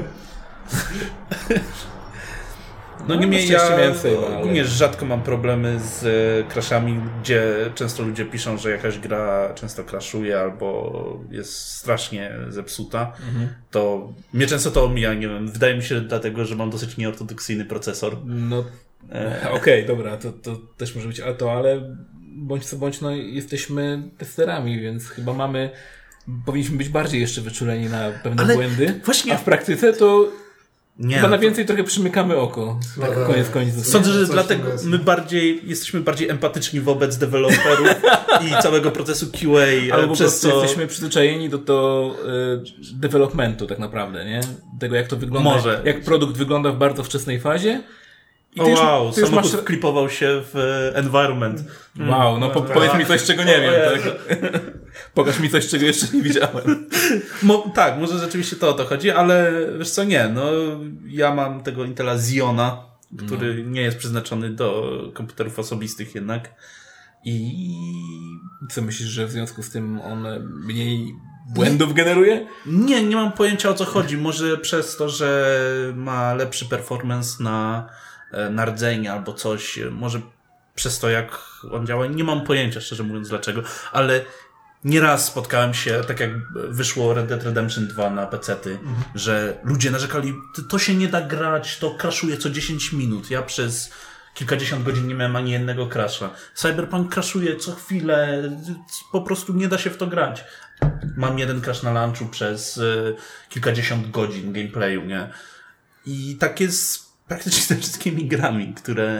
No niemniej ja miałem save'a, ogólnie rzadko mam problemy z crashami, gdzie często ludzie piszą, że jakaś gra często crashuje albo jest strasznie zepsuta. To mnie często to omija, nie wiem, wydaje mi się dlatego, że mam dosyć nieortodoksyjny procesor. No, okej, dobra, to też może być ale bądź co bądź, no jesteśmy testerami, więc chyba powinniśmy być bardziej jeszcze wyczuleni na pewne błędy, właśnie... a w praktyce to Nie, chyba na więcej trochę przymykamy oko. Tak koniec końców. Sądzę, że Coś dlatego my jesteśmy bardziej empatyczni wobec deweloperów i całego procesu QA. Albo przez co jesteśmy przyzwyczajeni do developmentu tak naprawdę, nie? Tego jak to wygląda. Może. Jak produkt wygląda w bardzo wczesnej fazie. I ty ty już samochód klipował się w environment. Wow, no powiedz mi coś, czego nie wiem, tak? Pokaż mi coś, czego jeszcze nie widziałem. Tak, może rzeczywiście to o to chodzi, ale wiesz co, nie, no ja mam tego Intela Xeona, który nie jest przeznaczony do komputerów osobistych jednak i... Co myślisz, że w związku z tym on mniej błędów generuje? Nie mam pojęcia o co chodzi, może przez to, że ma lepszy performance na rdzenie albo coś, może przez to jak on działa, nie mam pojęcia szczerze mówiąc dlaczego, ale nieraz spotkałem się, tak jak wyszło Red Dead Redemption 2 na PC-ty, że ludzie narzekali, to się nie da grać, to crashuje co 10 minut. Ja przez kilkadziesiąt godzin nie miałem ani jednego crasha. Cyberpunk crashuje co chwilę, po prostu nie da się w to grać. Mam jeden crash na launchu przez kilkadziesiąt godzin gameplayu, nie? I tak jest praktycznie ze wszystkimi grami,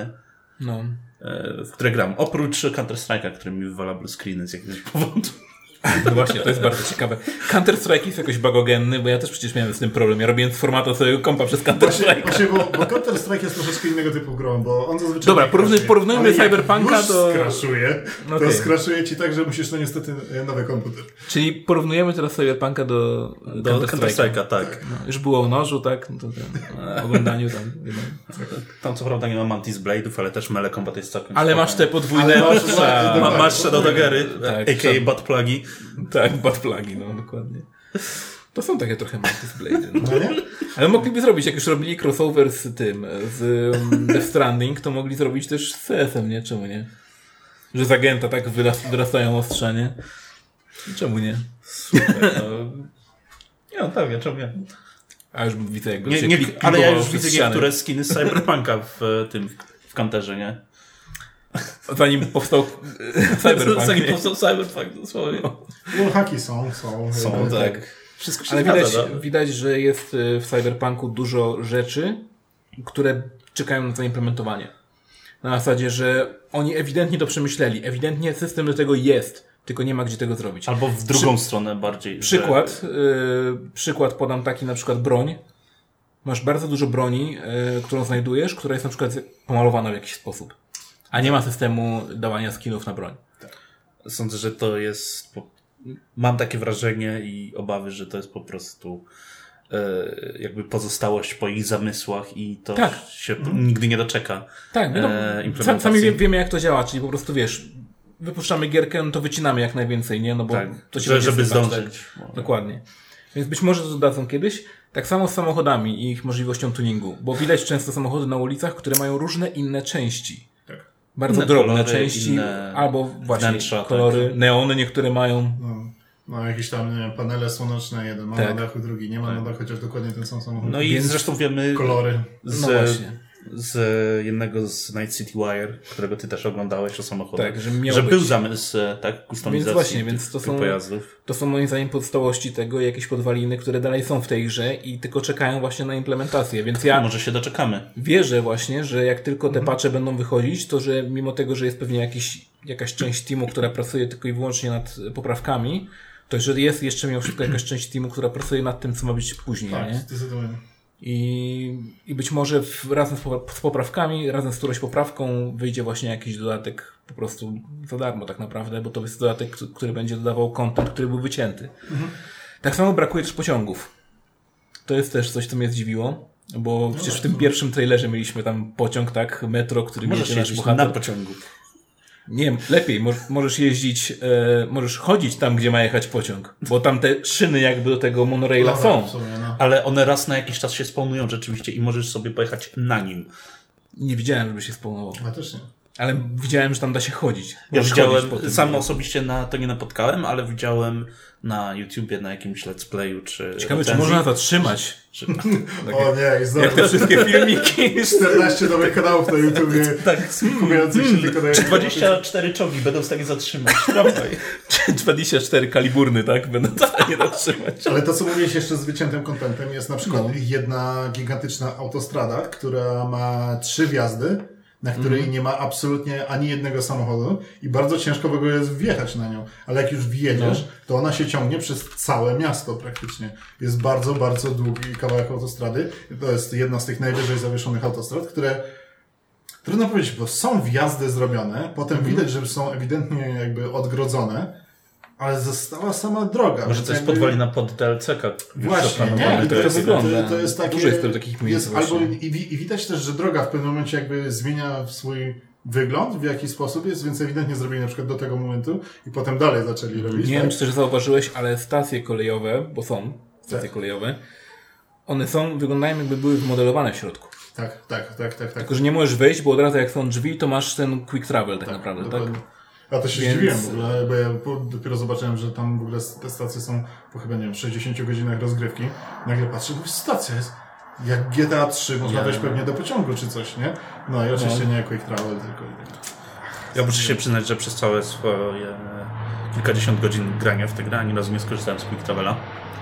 w które gram. Oprócz Counter-Strike'a, który mi wywala blue screeny z jakiegoś powodu. No właśnie, to jest bardzo ciekawe. Counter-Strike jest jakoś bagogenny, bo ja też przecież miałem z tym problem. Ja robiłem z formatu swojego kompa przez Counter-Strike. Właśnie, bo Counter-Strike jest troszeczkę innego typu grą, bo on zazwyczaj... Dobra, porównujmy Cyberpunka do... skraszuje, to skraszuje ci tak, że musisz no niestety nowy komputer. Czyli porównujemy teraz Cyberpunka do Counter-Strike'a, tak. No, już było o nożu, tak? No to oglądaniu tam. Tam co prawda nie ma Mantis Blade'ów, ale też Melee Combat jest całkiem ale masz te podwójne... Masz Shadow Daggery, tak, a.k.a. Butt Plugi. Tak, butt plugi, no dokładnie. To są takie trochę Mantis Blade. No. No nie? Ale mogliby zrobić, jak już robili crossover z Death Stranding, to mogli zrobić też z CS-em, nie? Czemu nie? Że z agenta tak wyrastają ostrza, nie? Czemu nie? Super, no tak, czemu nie? A już widzę, jak go ale ja już widzę niektóre skiny z Cyberpunka w Counterze, nie? Zanim powstał Cyberpunk. Zanim powstał Cyberpunk, dosłownie. Wallhacki są, tak. Wszystko się ale zgadza, widać, że jest w Cyberpunku dużo rzeczy, które czekają na zaimplementowanie. Na zasadzie, że oni ewidentnie to przemyśleli. Ewidentnie system do tego jest, tylko nie ma gdzie tego zrobić. Albo w drugą stronę bardziej. Przykład podam taki, na przykład broń. Masz bardzo dużo broni, którą znajdujesz, która jest na przykład pomalowana w jakiś sposób. A nie ma systemu dawania skinów na broń. Sądzę, że to jest... Mam takie wrażenie i obawy, że to jest po prostu jakby pozostałość po ich zamysłach i to się nigdy nie doczeka. Tak, no, sami wiemy jak to działa, czyli po prostu wiesz, wypuszczamy gierkę, no to wycinamy jak najwięcej, nie? No bo tak, to się żeby zdążyć. Tak? Dokładnie. Więc być może to dodadzą kiedyś. Tak samo z samochodami i ich możliwością tuningu, bo widać często samochody na ulicach, które mają różne inne części. Bardzo drobne części, albo właśnie wnętrza, kolory, neony niektóre mają. No jakieś tam, nie wiem, panele słoneczne, jeden ma na dachu, drugi nie ma na dachu, chociaż dokładnie ten sam samochód. No i zresztą wiemy kolory. Z jednego z Night City Wire, którego ty też oglądałeś o samochodach, Tak, że był zamysł kustomizacji więc tych pojazdów. To są moim zdaniem pozostałości tego jakieś podwaliny, które dalej są w tej grze i tylko czekają właśnie na implementację, więc ja może się doczekamy. Wierzę właśnie, że jak tylko te patche będą wychodzić, to że mimo tego, że jest pewnie jakaś część teamu, która pracuje tylko i wyłącznie nad poprawkami, to że jest jeszcze mimo wszystko jakaś część teamu, która pracuje nad tym, co ma być później. Tak, nie? zdecydowanie. I być może razem z poprawkami, razem z którąś poprawką wyjdzie właśnie jakiś dodatek po prostu za darmo tak naprawdę, bo to jest dodatek, który będzie dodawał content, który był wycięty. Tak samo brakuje też pociągów. To jest też coś, co mnie zdziwiło, bo przecież w tym pierwszym trailerze mieliśmy tam pociąg, tak, metro, który jedzie nasz bohater. Na pociągu. Nie, lepiej, możesz jeździć, możesz chodzić tam, gdzie ma jechać pociąg, bo tam te szyny jakby do tego monoraila są. Ale one raz na jakiś czas się spawnują rzeczywiście i możesz sobie pojechać na nim. Nie widziałem, żeby się spawnował. Ja też nie. Ale widziałem, że tam da się chodzić. Ja widziałem, sam osobiście na to nie napotkałem, ale widziałem na YouTubie, na jakimś let's playu, czy ciekawe, czy można zatrzymać. O nie, i znowu. Jak te wszystkie filmiki. 14 nowych kanałów na YouTubie. Tak, skupiających się tylko na 24 czołgi będą w stanie zatrzymać. Czy 24 kaliburny, tak? Będą w stanie zatrzymać. Ale to, co mówiłeś jeszcze z wyciętym kontentem, jest na przykład jedna gigantyczna autostrada, która ma 3 wjazdy, na której nie ma absolutnie ani jednego samochodu i bardzo ciężko w ogóle jest wjechać na nią. Ale jak już wjedziesz, to ona się ciągnie przez całe miasto praktycznie. Jest bardzo, bardzo długi kawałek autostrady. To jest jedna z tych najwyżej zawieszonych autostrad, które trudno powiedzieć, bo są wjazdy zrobione, potem widać, że są ewidentnie jakby odgrodzone, ale została sama droga. Może to jest podwalina pod DLCK. Właśnie, nie, to jest takie... Dużo jest takich miejsc albo i widać też, że droga w pewnym momencie jakby zmienia swój wygląd, w jaki sposób jest, więc ewidentnie zrobili na przykład do tego momentu i potem dalej zaczęli robić. Nie wiem, czy też zauważyłeś, ale stacje kolejowe, bo są stacje kolejowe, one wyglądają jakby były wmodelowane w środku. Tak. Tylko, że nie możesz wejść, bo od razu jak są drzwi, to masz ten quick travel tak naprawdę, dokładnie. tak? Ja to się zdziwiłem w ogóle, bo ja dopiero zobaczyłem, że tam w ogóle te stacje są po chyba, nie wiem, 60 godzinach rozgrywki. Nagle patrzę, bo stacja jest jak GTA 3, można wejść pewnie do pociągu czy coś, nie? No i oczywiście nie quick travel, tylko... Ja muszę się przyznać, że przez całe swoje kilkadziesiąt godzin grania w tę grę ani razu nie skorzystałem z quick travela.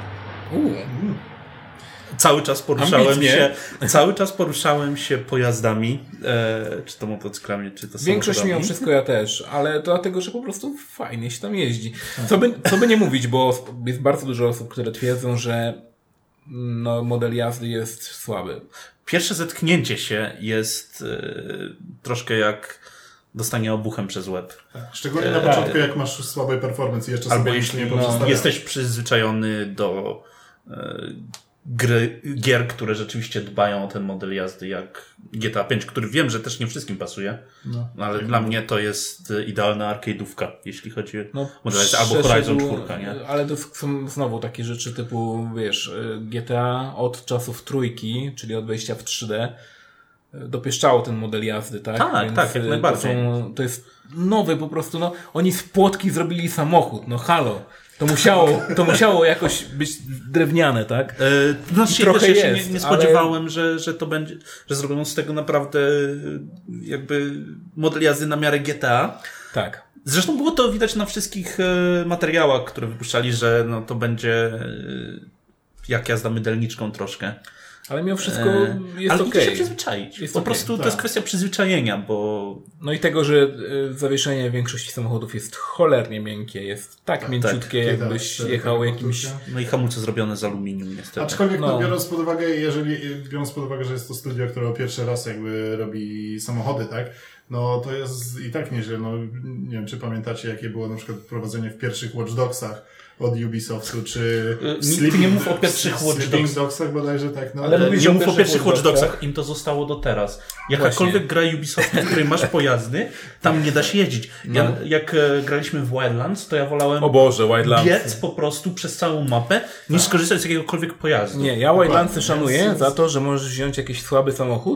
Cały czas poruszałem się pojazdami, czy to motocyklami, czy to samochodami. Większość mimo wszystko ja też, ale to dlatego, że po prostu fajnie się tam jeździ. Co by nie mówić, bo jest bardzo dużo osób, które twierdzą, że model jazdy jest słaby. Pierwsze zetknięcie się jest troszkę jak dostanie obuchem przez łeb. Szczególnie na początku, jak masz słaby performance i jeszcze albo sobie jeśli nie jesteś przyzwyczajony do gier, które rzeczywiście dbają o ten model jazdy, jak GTA 5, który wiem, że też nie wszystkim pasuje, ale dla mnie to jest idealna arcade'ówka, jeśli chodzi o model jazdy, albo Horizon 4, nie? Ale to są znowu takie rzeczy typu, wiesz, GTA od czasów trójki, czyli od wejścia w 3D, dopieszczało ten model jazdy, tak? Tak, jak najbardziej. To jest nowy po prostu, oni z płotki zrobili samochód, halo. To musiało jakoś być drewniane, tak? Trochę ja się nie spodziewałem, że to będzie, że zrobiono z tego naprawdę jakby model jazdy na miarę GTA. Tak. Zresztą było to widać na wszystkich materiałach, które wypuszczali, że to będzie jak jazda mydelniczką troszkę. Ale mimo wszystko jest ale okej. się przyzwyczaić. Po prostu to jest kwestia przyzwyczajenia, bo... No i tego, że zawieszenie większości samochodów jest cholernie miękkie, jest tak mięciutkie, jakbyś jechał jakimś... No i hamulce zrobione z aluminium, niestety. Aczkolwiek biorąc pod uwagę, że jest to studio, które pierwszy raz jakby robi samochody, tak? To jest i tak nieźle. Nie wiem, czy pamiętacie, jakie było na przykład prowadzenie w pierwszych Watch Dogsach od Ubisoftu, czy nie mów o pierwszych Watch Dogsach bodajże, tak? Ale nie mów o pierwszych Watch Dogsach, im to zostało do teraz. Jakakolwiek gra Ubisoftu, w której masz pojazdy, tam nie da się jeździć. Jak graliśmy w Wildlands, to ja wolałem biec po prostu przez całą mapę, niż skorzystać z jakiegokolwiek pojazdu. Nie, ja Wildlandsy szanuję za to, że możesz wziąć jakiś słaby samochód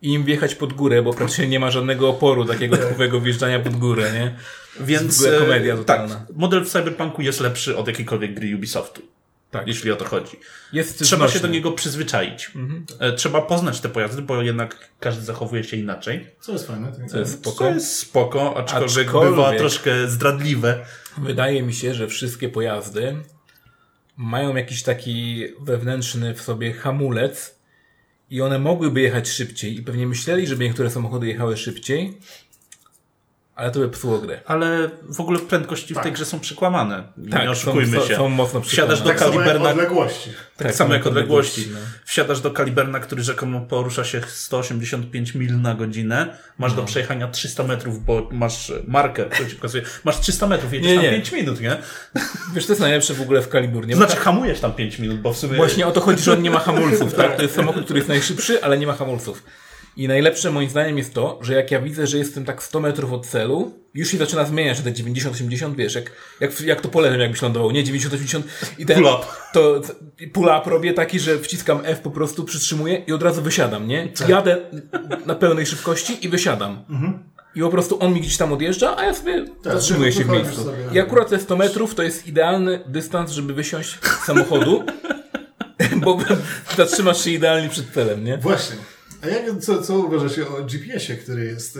i im wjechać pod górę, bo praktycznie nie ma żadnego oporu takiego typowego wjeżdżania pod górę, nie? Więc komedia totalna. Tak, model w Cyberpunku jest lepszy od jakiejkolwiek gry Ubisoftu. Tak. Jeśli o to chodzi. Jest Trzeba znośny. się do niego przyzwyczaić. Trzeba poznać te pojazdy, bo jednak każdy zachowuje się inaczej. Co jest fajne. To jest spoko. To jest spoko, aczkolwiek bywa troszkę zdradliwe. Wydaje mi się, że wszystkie pojazdy mają jakiś taki wewnętrzny w sobie hamulec i one mogłyby jechać szybciej i pewnie myśleli, żeby niektóre samochody jechały szybciej, ale to by psuło grę. Ale w ogóle prędkości w tej grze są przekłamane. Tak, nie oszukujmy się. Są mocno Wsiadasz do Tak samo jak Kaliberna. odległości. Tak samo jak odległości. no. Wsiadasz do Kaliberna, który rzekomo porusza się 185 mil na godzinę. Masz do przejechania 300 metrów, bo masz marker, który ci pokazuje. Masz 300 metrów, jedziesz tam 5 minut, nie? Wiesz, to jest najlepsze w ogóle w Kaliburnie. Znaczy hamujesz tam 5 minut, bo w sumie... Właśnie o to chodzi, że on nie ma hamulców, tak? To jest samochód, który jest najszybszy, ale nie ma hamulców. I najlepsze moim zdaniem jest to, że jak ja widzę, że jestem tak 100 metrów od celu, już się zaczyna zmieniać, że te 90-80, wiesz, jak to polecam, jakbyś lądował, nie? 90-80 i ten pull-up robię taki, że wciskam F, po prostu przytrzymuję i od razu wysiadam, nie? Tak. Jadę na pełnej szybkości i wysiadam. I po prostu on mi gdzieś tam odjeżdża, a ja sobie zatrzymuję się w miejscu. sobie. I akurat te 100 metrów to jest idealny dystans, żeby wysiąść z samochodu, bo zatrzymasz się idealnie przed celem, nie? Właśnie. A co uważasz o GPS-ie, który jest...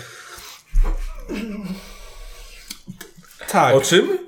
Tak. O czym?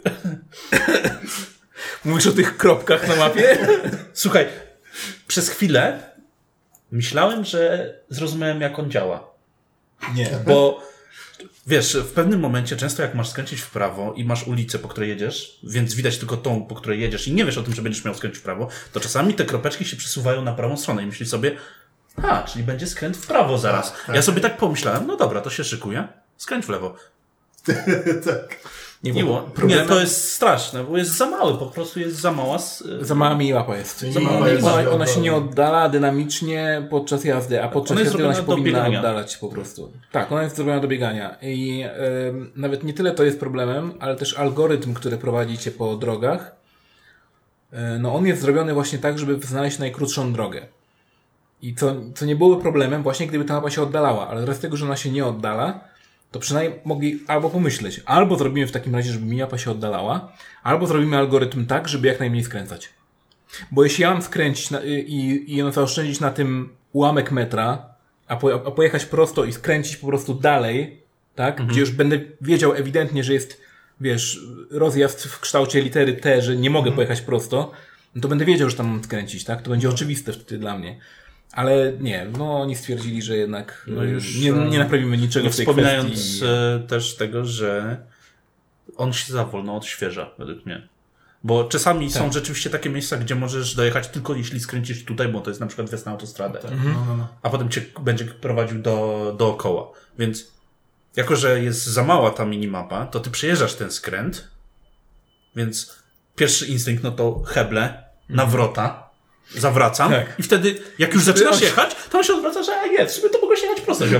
Mówisz o tych kropkach na mapie? Słuchaj, przez chwilę myślałem, że zrozumiałem, jak on działa. Nie. Bo wiesz, w pewnym momencie często jak masz skręcić w prawo i masz ulicę, po której jedziesz, więc widać tylko tą, po której jedziesz i nie wiesz o tym, że będziesz miał skręcić w prawo, to czasami te kropeczki się przesuwają na prawą stronę i myślisz sobie, czyli będzie skręt w prawo zaraz. Tak. Ja sobie tak pomyślałem, no dobra, to się szykuje, skręć w lewo. Tak. Nie, to jest straszne, bo jest za mały, po prostu jest za mała. Za mała mi łapa jest. Ona się nie oddala dynamicznie podczas jazdy, a podczas jazdy ona się powinna oddalać po prostu. Tak, ona jest zrobiona do biegania. I nawet nie tyle to jest problemem, ale też algorytm, który prowadzicie po drogach, no on jest zrobiony właśnie tak, żeby znaleźć najkrótszą drogę. I co nie byłoby problemem właśnie, gdyby ta mapa się oddalała, ale z tego, że ona się nie oddala, to przynajmniej mogli albo pomyśleć, albo zrobimy w takim razie, żeby mi mapa się oddalała, albo zrobimy algorytm tak, żeby jak najmniej skręcać. Bo jeśli ja mam skręcić i zaoszczędzić na tym ułamek metra, a pojechać prosto i skręcić po prostu dalej, tak, gdzie już będę wiedział ewidentnie, że jest, wiesz, rozjazd w kształcie litery T, że nie mogę pojechać prosto, no to będę wiedział, że tam mam skręcić, tak? To będzie oczywiste wtedy dla mnie. Ale nie, oni stwierdzili, że jednak nie naprawimy niczego w tej kwestii. Wspominając też tego, że on się za wolno odświeża, według mnie. Bo czasami są rzeczywiście takie miejsca, gdzie możesz dojechać tylko jeśli skręcisz tutaj, bo to jest na przykład wjazd na autostradę. A potem cię będzie prowadził dookoła. Więc jako, że jest za mała ta minimapa, to ty przejeżdżasz ten skręt, więc pierwszy instynkt, no to heble, nawrota, zawracam i wtedy, jak już zaczynasz jechać, to on się odwraca, że w sumie to mogłeś jechać prosto.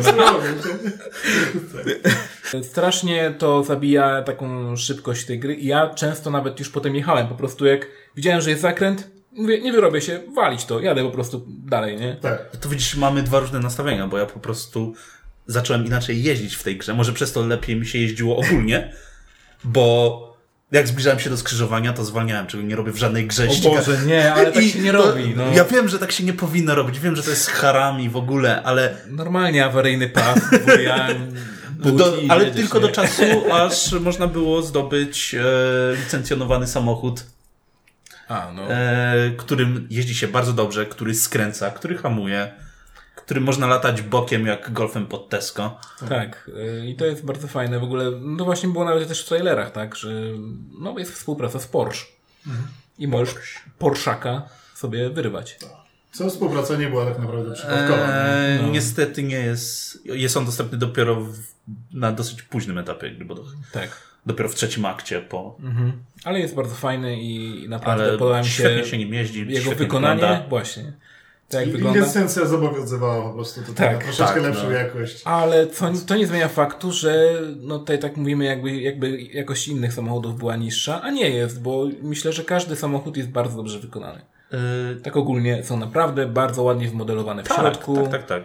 Strasznie to zabija taką szybkość tej gry i ja często nawet już potem jechałem, po prostu jak widziałem, że jest zakręt, mówię, nie wyrobię się, walić to, jadę po prostu dalej, nie? Tak. To widzisz, mamy dwa różne nastawienia, bo ja po prostu zacząłem inaczej jeździć w tej grze, może przez to lepiej mi się jeździło ogólnie, bo jak zbliżałem się do skrzyżowania, to zwalniałem, czego nie robię w żadnej grze. O Boże, nie, ale tak się nie robi. No. Ja wiem, że tak się nie powinno robić, wiem, że to jest harami w ogóle, ale... Normalnie awaryjny pas, ale tylko do czasu, aż można było zdobyć licencjonowany samochód, którym jeździ się bardzo dobrze, który skręca, który hamuje, którym można latać bokiem jak golfem pod Tesco. Tak, i to jest bardzo fajne. W ogóle, no właśnie było nawet też w trailerach, tak, że jest współpraca z Porsche. I możesz Porszaka sobie wyrywać. Co współpraca nie była tak naprawdę przypadkowa. Niestety nie jest. Jest on dostępny dopiero na dosyć późnym etapie, bo dopiero w trzecim akcie Ale jest bardzo fajny i naprawdę podoba mi się. Świetnie się nim jeździ. Jego wykonanie, wygląda. Właśnie. Tak jak wygląda. Licencja zobowiązywała po prostu do tego, troszeczkę lepszą jakość. Ale to nie zmienia faktu, że tutaj tak mówimy jakby jakość innych samochodów była niższa, a nie jest, bo myślę, że każdy samochód jest bardzo dobrze wykonany. Tak ogólnie są naprawdę bardzo ładnie wmodelowane w środku. Tak.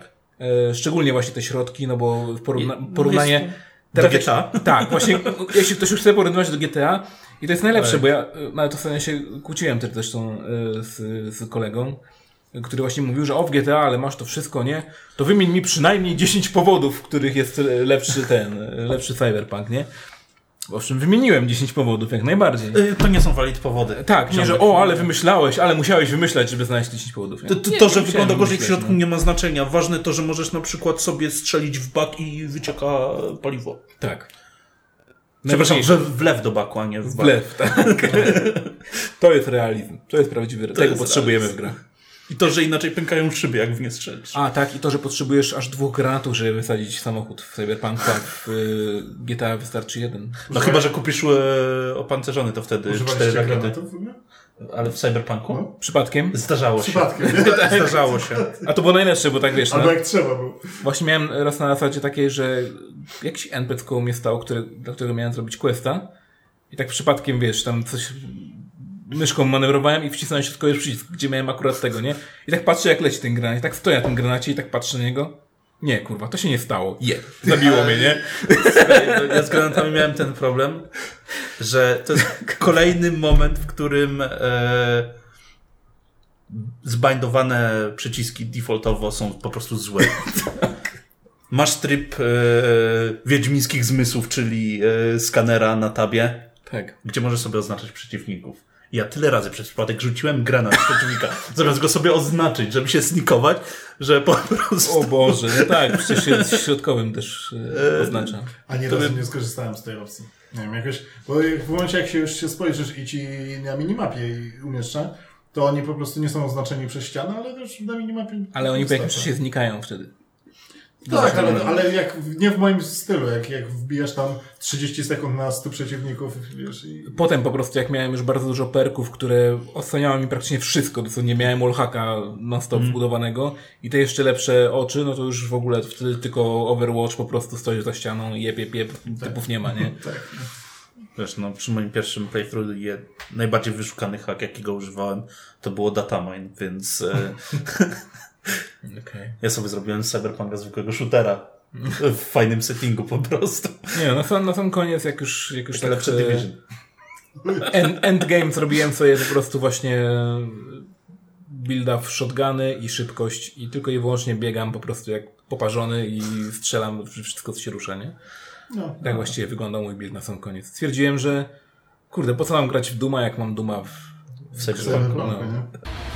szczególnie właśnie te środki, no bo porównanie... Do GTA? Tak, właśnie, jeśli ktoś już chce porównywać do GTA, i to jest najlepsze, bo ja nawet ostatnio się kłóciłem też zresztą z kolegą, który właśnie mówił, że w GTA, ale masz to wszystko, nie? To wymień mi przynajmniej 10 powodów, w których jest lepszy Cyberpunk, nie? Owszem, wymieniłem 10 powodów, jak najbardziej. To nie są valid powody. Tak, nie, że ale wymyślałeś, ale musiałeś wymyślać, żeby znaleźć 10 powodów. Nie? To że wygląda gorzej w środku, nie ma znaczenia. Ważne to, że możesz na przykład sobie strzelić w bak i wycieka paliwo. Tak. Przepraszam, wlew do baku, a nie w bak. Wlew, tak. To jest realizm. To jest prawdziwy. Tego potrzebujemy w grach. I to, że inaczej pękają szyby, jak w nie strzelisz. A tak, i to, że potrzebujesz aż 2 granatów, żeby wysadzić samochód w Cyberpunku, a w GTA wystarczy 1. No chyba, że kupisz opancerzony, to wtedy 4 rakiety. Ale w Cyberpunku? No. Przypadkiem? Zdarzało się. Zdarzało się. A to było najlepsze, bo tak wiesz. Albo jak trzeba było. Właśnie miałem raz na zasadzie takiej, że jakiś NPC koło mnie stał, dla którego miałem zrobić questa i tak przypadkiem, wiesz, tam coś myszką manewrowałem i wcisnąłem środkowy przycisk, gdzie miałem akurat tego, nie? I tak patrzę, jak leci ten granat. I tak stoję na tym granacie i tak patrzę na niego. Nie, kurwa, to się nie stało. Zabiło mnie, nie? Ja z granatami miałem ten problem, że to jest kolejny moment, w którym zbindowane przyciski defaultowo są po prostu złe. Masz tryb wiedźmińskich zmysłów, czyli skanera na tabie, tak, gdzie możesz sobie oznaczać przeciwników. Ja tyle razy przez przypadek rzuciłem granat w przeciwnika, zamiast go sobie oznaczyć, żeby się snikować, że po prostu... O Boże, no tak, przecież się z środkowym też oznacza. A nie razu nie skorzystałem z tej opcji. Nie wiem, jakoś, bo w momencie jak się już się spojrzysz i ci na minimapie umieszcza, to oni po prostu nie są oznaczeni przez ścianę, ale też na minimapie... Ale oni po jakimś czasie znikają wtedy. Tak, ale jak nie w moim stylu, jak wbijasz tam 30 sekund na 100 przeciwników, wiesz... Potem po prostu, jak miałem już bardzo dużo perków, które oceniały mi praktycznie wszystko, to nie miałem wallhacka non-stop wbudowanego i te jeszcze lepsze oczy, no to już w ogóle wtedy tylko Overwatch po prostu stoisz za ścianą i jeb, typów nie ma, nie? Tak. Wiesz, no przy moim pierwszym playthrough najbardziej wyszukany hack, jakiego używałem, to było datamine, więc... Okay. Ja sobie zrobiłem z Cyberpunka zwykłego shootera. W fajnym settingu po prostu. Nie, na sam koniec, jak już tak lepsze Division. Endgame zrobiłem sobie po prostu właśnie build-up w shotguny i szybkość i tylko i wyłącznie biegam po prostu jak poparzony i strzelam wszystko, co się rusza, nie? Tak właściwie wyglądał mój build na sam koniec. Stwierdziłem, że kurde, po co mam grać w Duma, jak mam Duma w Cyberpunku? No.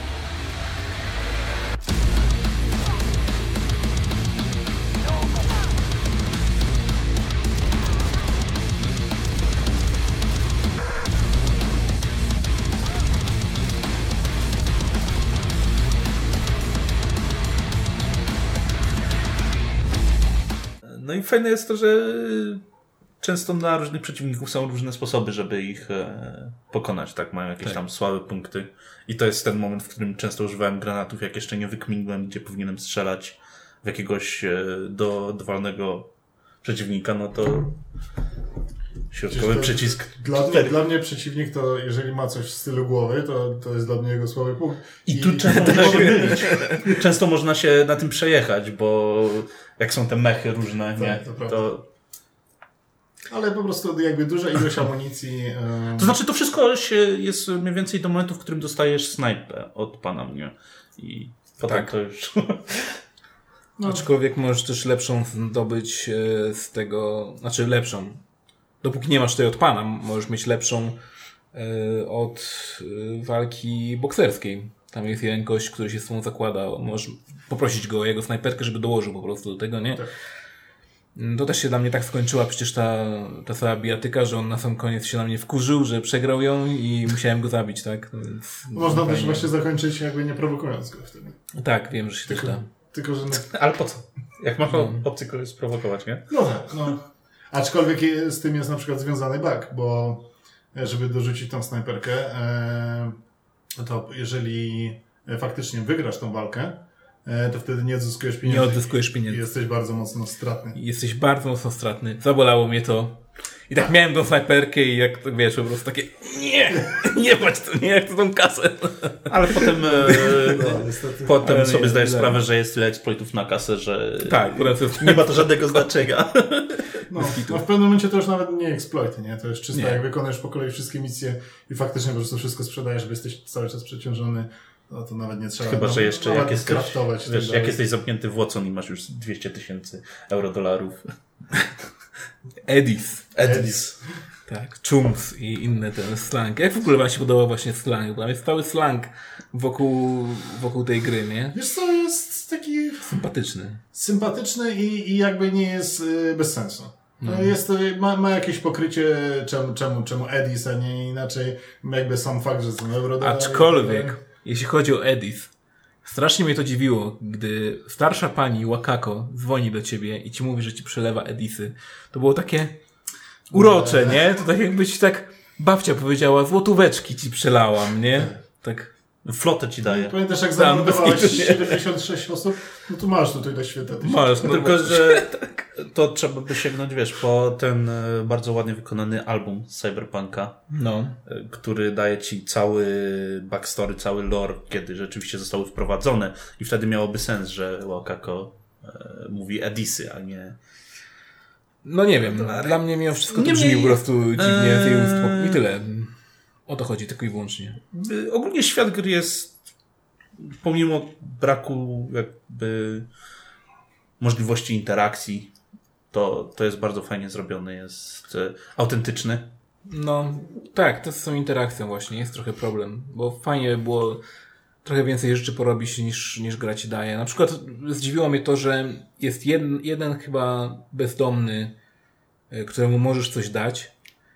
No i fajne jest to, że często na różnych przeciwników są różne sposoby, żeby ich pokonać, tak? Mają jakieś tam słabe punkty. I to jest ten moment, w którym często używałem granatów, jak jeszcze nie wykminiłem, gdzie powinienem strzelać w jakiegoś dowolnego przeciwnika, no to środkowy przycisk. Dla mnie przeciwnik to, jeżeli ma coś w stylu głowy, to jest dla mnie jego słaby punkt. I tu często można się mylić. Często można się na tym przejechać, bo jak są te mechy różne, tak, nie? To... Ale po prostu jakby duża ilość amunicji... To znaczy to wszystko jest mniej więcej do momentu, w którym dostajesz snajpę od pana mnie. I potem to już... No. Aczkolwiek możesz też lepszą zdobyć z tego... Znaczy lepszą. Dopóki nie masz tej od pana, możesz mieć lepszą od walki bokserskiej. Tam jest jeden gość, który się z tobą zakłada. Możesz poprosić go o jego snajperkę, żeby dołożył po prostu do tego, nie? Tak. To też się dla mnie tak skończyła przecież ta cała bijatyka, że on na sam koniec się na mnie wkurzył, że przegrał ją i musiałem go zabić, tak? No więc można też właśnie zakończyć jakby nie prowokując go wtedy. Tak, wiem, że się też da. Tylko, że... Ale po co? Jak masz opcję kogoś sprowokować, nie? No tak, no. Aczkolwiek z tym jest na przykład związany bug, bo żeby dorzucić tą snajperkę, to jeżeli faktycznie wygrasz tą walkę, to wtedy nie odzyskujesz pieniędzy. Nie odzyskujesz pieniędzy. I jesteś bardzo mocno stratny. Jesteś bardzo mocno stratny. Zabolało mnie to. I tak miałem tą snajperkę i jak to wiesz, po prostu takie nie patrz to, nie, jak to tą kasę. Ale potem, potem Ale sobie zdajesz nie, sprawę, że jest tyle exploitów na kasę, że Tak, potem nie ma to żadnego znaczenia. No, w pewnym momencie to już nawet nie exploity, nie? To jest czysto, Nie. jak wykonujesz po kolei wszystkie misje i faktycznie po prostu wszystko sprzedajesz, bo jesteś cały czas przeciążony, no to nawet nie trzeba. Chyba, że jeszcze jak jesteś, craftować. wiesz, jak jesteś zamknięty w Watson i masz już 200 000 euro-dolarów. Edis. Tak, chums i inne ten slang. Jak w ogóle wam się podoba właśnie slang? Bo tam jest cały slang wokół tej gry, nie? Wiesz co, jest taki sympatyczny i jakby nie jest bez sensu. Jest, ma jakieś pokrycie, czemu Edis, a nie inaczej, jakby sam fakt, że są eurodolary. Aczkolwiek, jeśli chodzi o Edis, strasznie mnie to dziwiło, gdy starsza pani Wakako dzwoni do ciebie i ci mówi, że ci przelewa Edisy. To było takie urocze, nie? To tak jakbyś tak babcia powiedziała, złotóweczki ci przelałam, nie? Tak. Flotę ci daje. Pamiętasz, jak zamordowałeś 76 osób? No to masz tutaj świetne tysiące. Masz, no Tylko, że to trzeba by sięgnąć, wiesz, po ten bardzo ładnie wykonany album z Cyberpunka, który daje ci cały backstory, cały lore, kiedy rzeczywiście zostały wprowadzone i wtedy miałoby sens, że Wakako mówi Edisy, a nie... No nie wiem, dla mnie mimo wszystko to brzmi po prostu dziwnie z jej ust. I tyle. O to chodzi tylko i wyłącznie. Ogólnie świat gry jest, pomimo braku jakby możliwości interakcji, to jest bardzo fajnie zrobione, jest autentyczny. No tak, to z tą interakcją właśnie jest trochę problem, bo fajnie by było trochę więcej rzeczy porobić niż gra ci daje. Na przykład zdziwiło mnie to, że jest jeden chyba bezdomny, któremu możesz coś dać,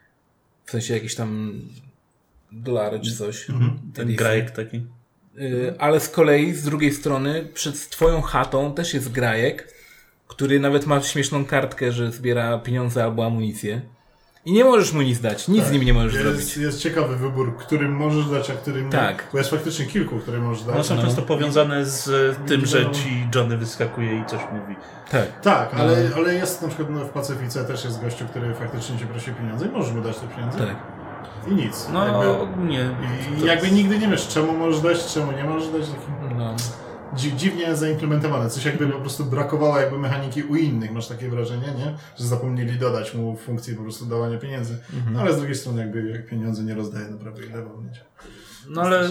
w sensie jakieś tam dolary czy coś. Ten grajek taki. Ale z kolei z drugiej strony przed twoją chatą też jest grajek, który nawet ma śmieszną kartkę, że zbiera pieniądze albo amunicję. I nie możesz mu nic dać, nic z nim nie możesz zrobić. Jest ciekawy wybór, którym możesz dać, a którym nie. Tak. Bo jest faktycznie kilku, którym możesz dać. One są często powiązane z tym, że ci Johnny wyskakuje i coś mówi. Tak, ale jest na przykład w Pacyfice też jest gościu, który faktycznie ci prosi pieniądze i możesz mu dać te pieniądze. Tak. I nic. No ogólnie. I jakby nigdy nie wiesz, czemu możesz dać, czemu nie możesz dać. No. Dziwnie zaimplementowane. Coś jakby po prostu brakowało jakby mechaniki u innych. Masz takie wrażenie, nie? Że zapomnieli dodać mu funkcji po prostu dawania pieniędzy. No ale z drugiej strony jakby jak pieniądze nie rozdaje na prawo i lewo. No ale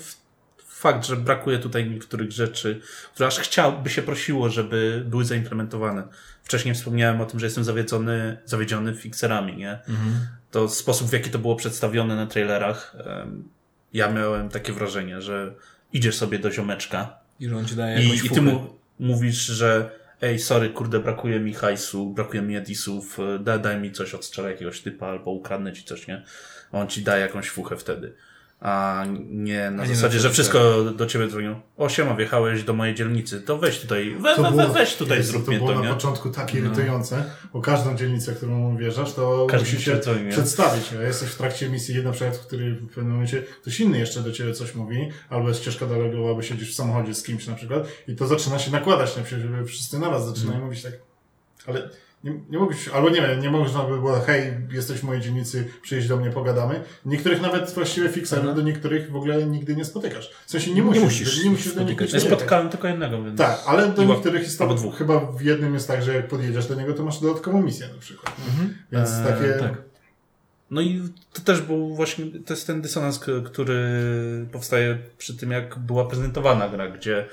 fakt, że brakuje tutaj niektórych rzeczy, które aż by się prosiło, żeby były zaimplementowane. Wcześniej wspomniałem o tym, że jestem zawiedziony fixerami, nie? To sposób, w jaki to było przedstawione na trailerach, ja miałem takie wrażenie, że idziesz sobie do ziomeczka i że on ci daje jakąś i ty mu mówisz, że ej, sorry, kurde, brakuje mi hajsu, brakuje mi edisów, daj mi coś, odstrzelę jakiegoś typa albo ukradnę ci coś, nie? A on ci daje jakąś fuchę wtedy. A nie na zasadzie, że wszystko do ciebie dzwonią. O, siema, wjechałeś do mojej dzielnicy, to weź tutaj, weź tutaj, zrób mnie to, nie? To było na początku tak irytujące, bo każdą dzielnicę, którą wjeżdżasz, to musi się przedstawić. A jesteś w trakcie misji, na przykład, w której w pewnym momencie ktoś inny jeszcze do ciebie coś mówi, albo jest ścieżka dalekowa, albo siedzisz w samochodzie z kimś na przykład i to zaczyna się nakładać, żeby wszyscy naraz zaczynają mówić tak, ale nie mogłeś, albo nie można by było, hej, jesteś w mojej dzielnicy, przyjedź do mnie, pogadamy. Niektórych nawet właściwie fixerów, do niektórych w ogóle nigdy nie spotykasz. W sensie nie musisz do nich ja spotkałem tylko jednego, więc... Tak, ale do niektórych jest to, chyba w jednym jest tak, że jak podjedziesz do niego, to masz dodatkową misję na przykład. Więc takie... Tak. No i to też był właśnie, to jest ten dysonans, który powstaje przy tym, jak była prezentowana gra, gdzie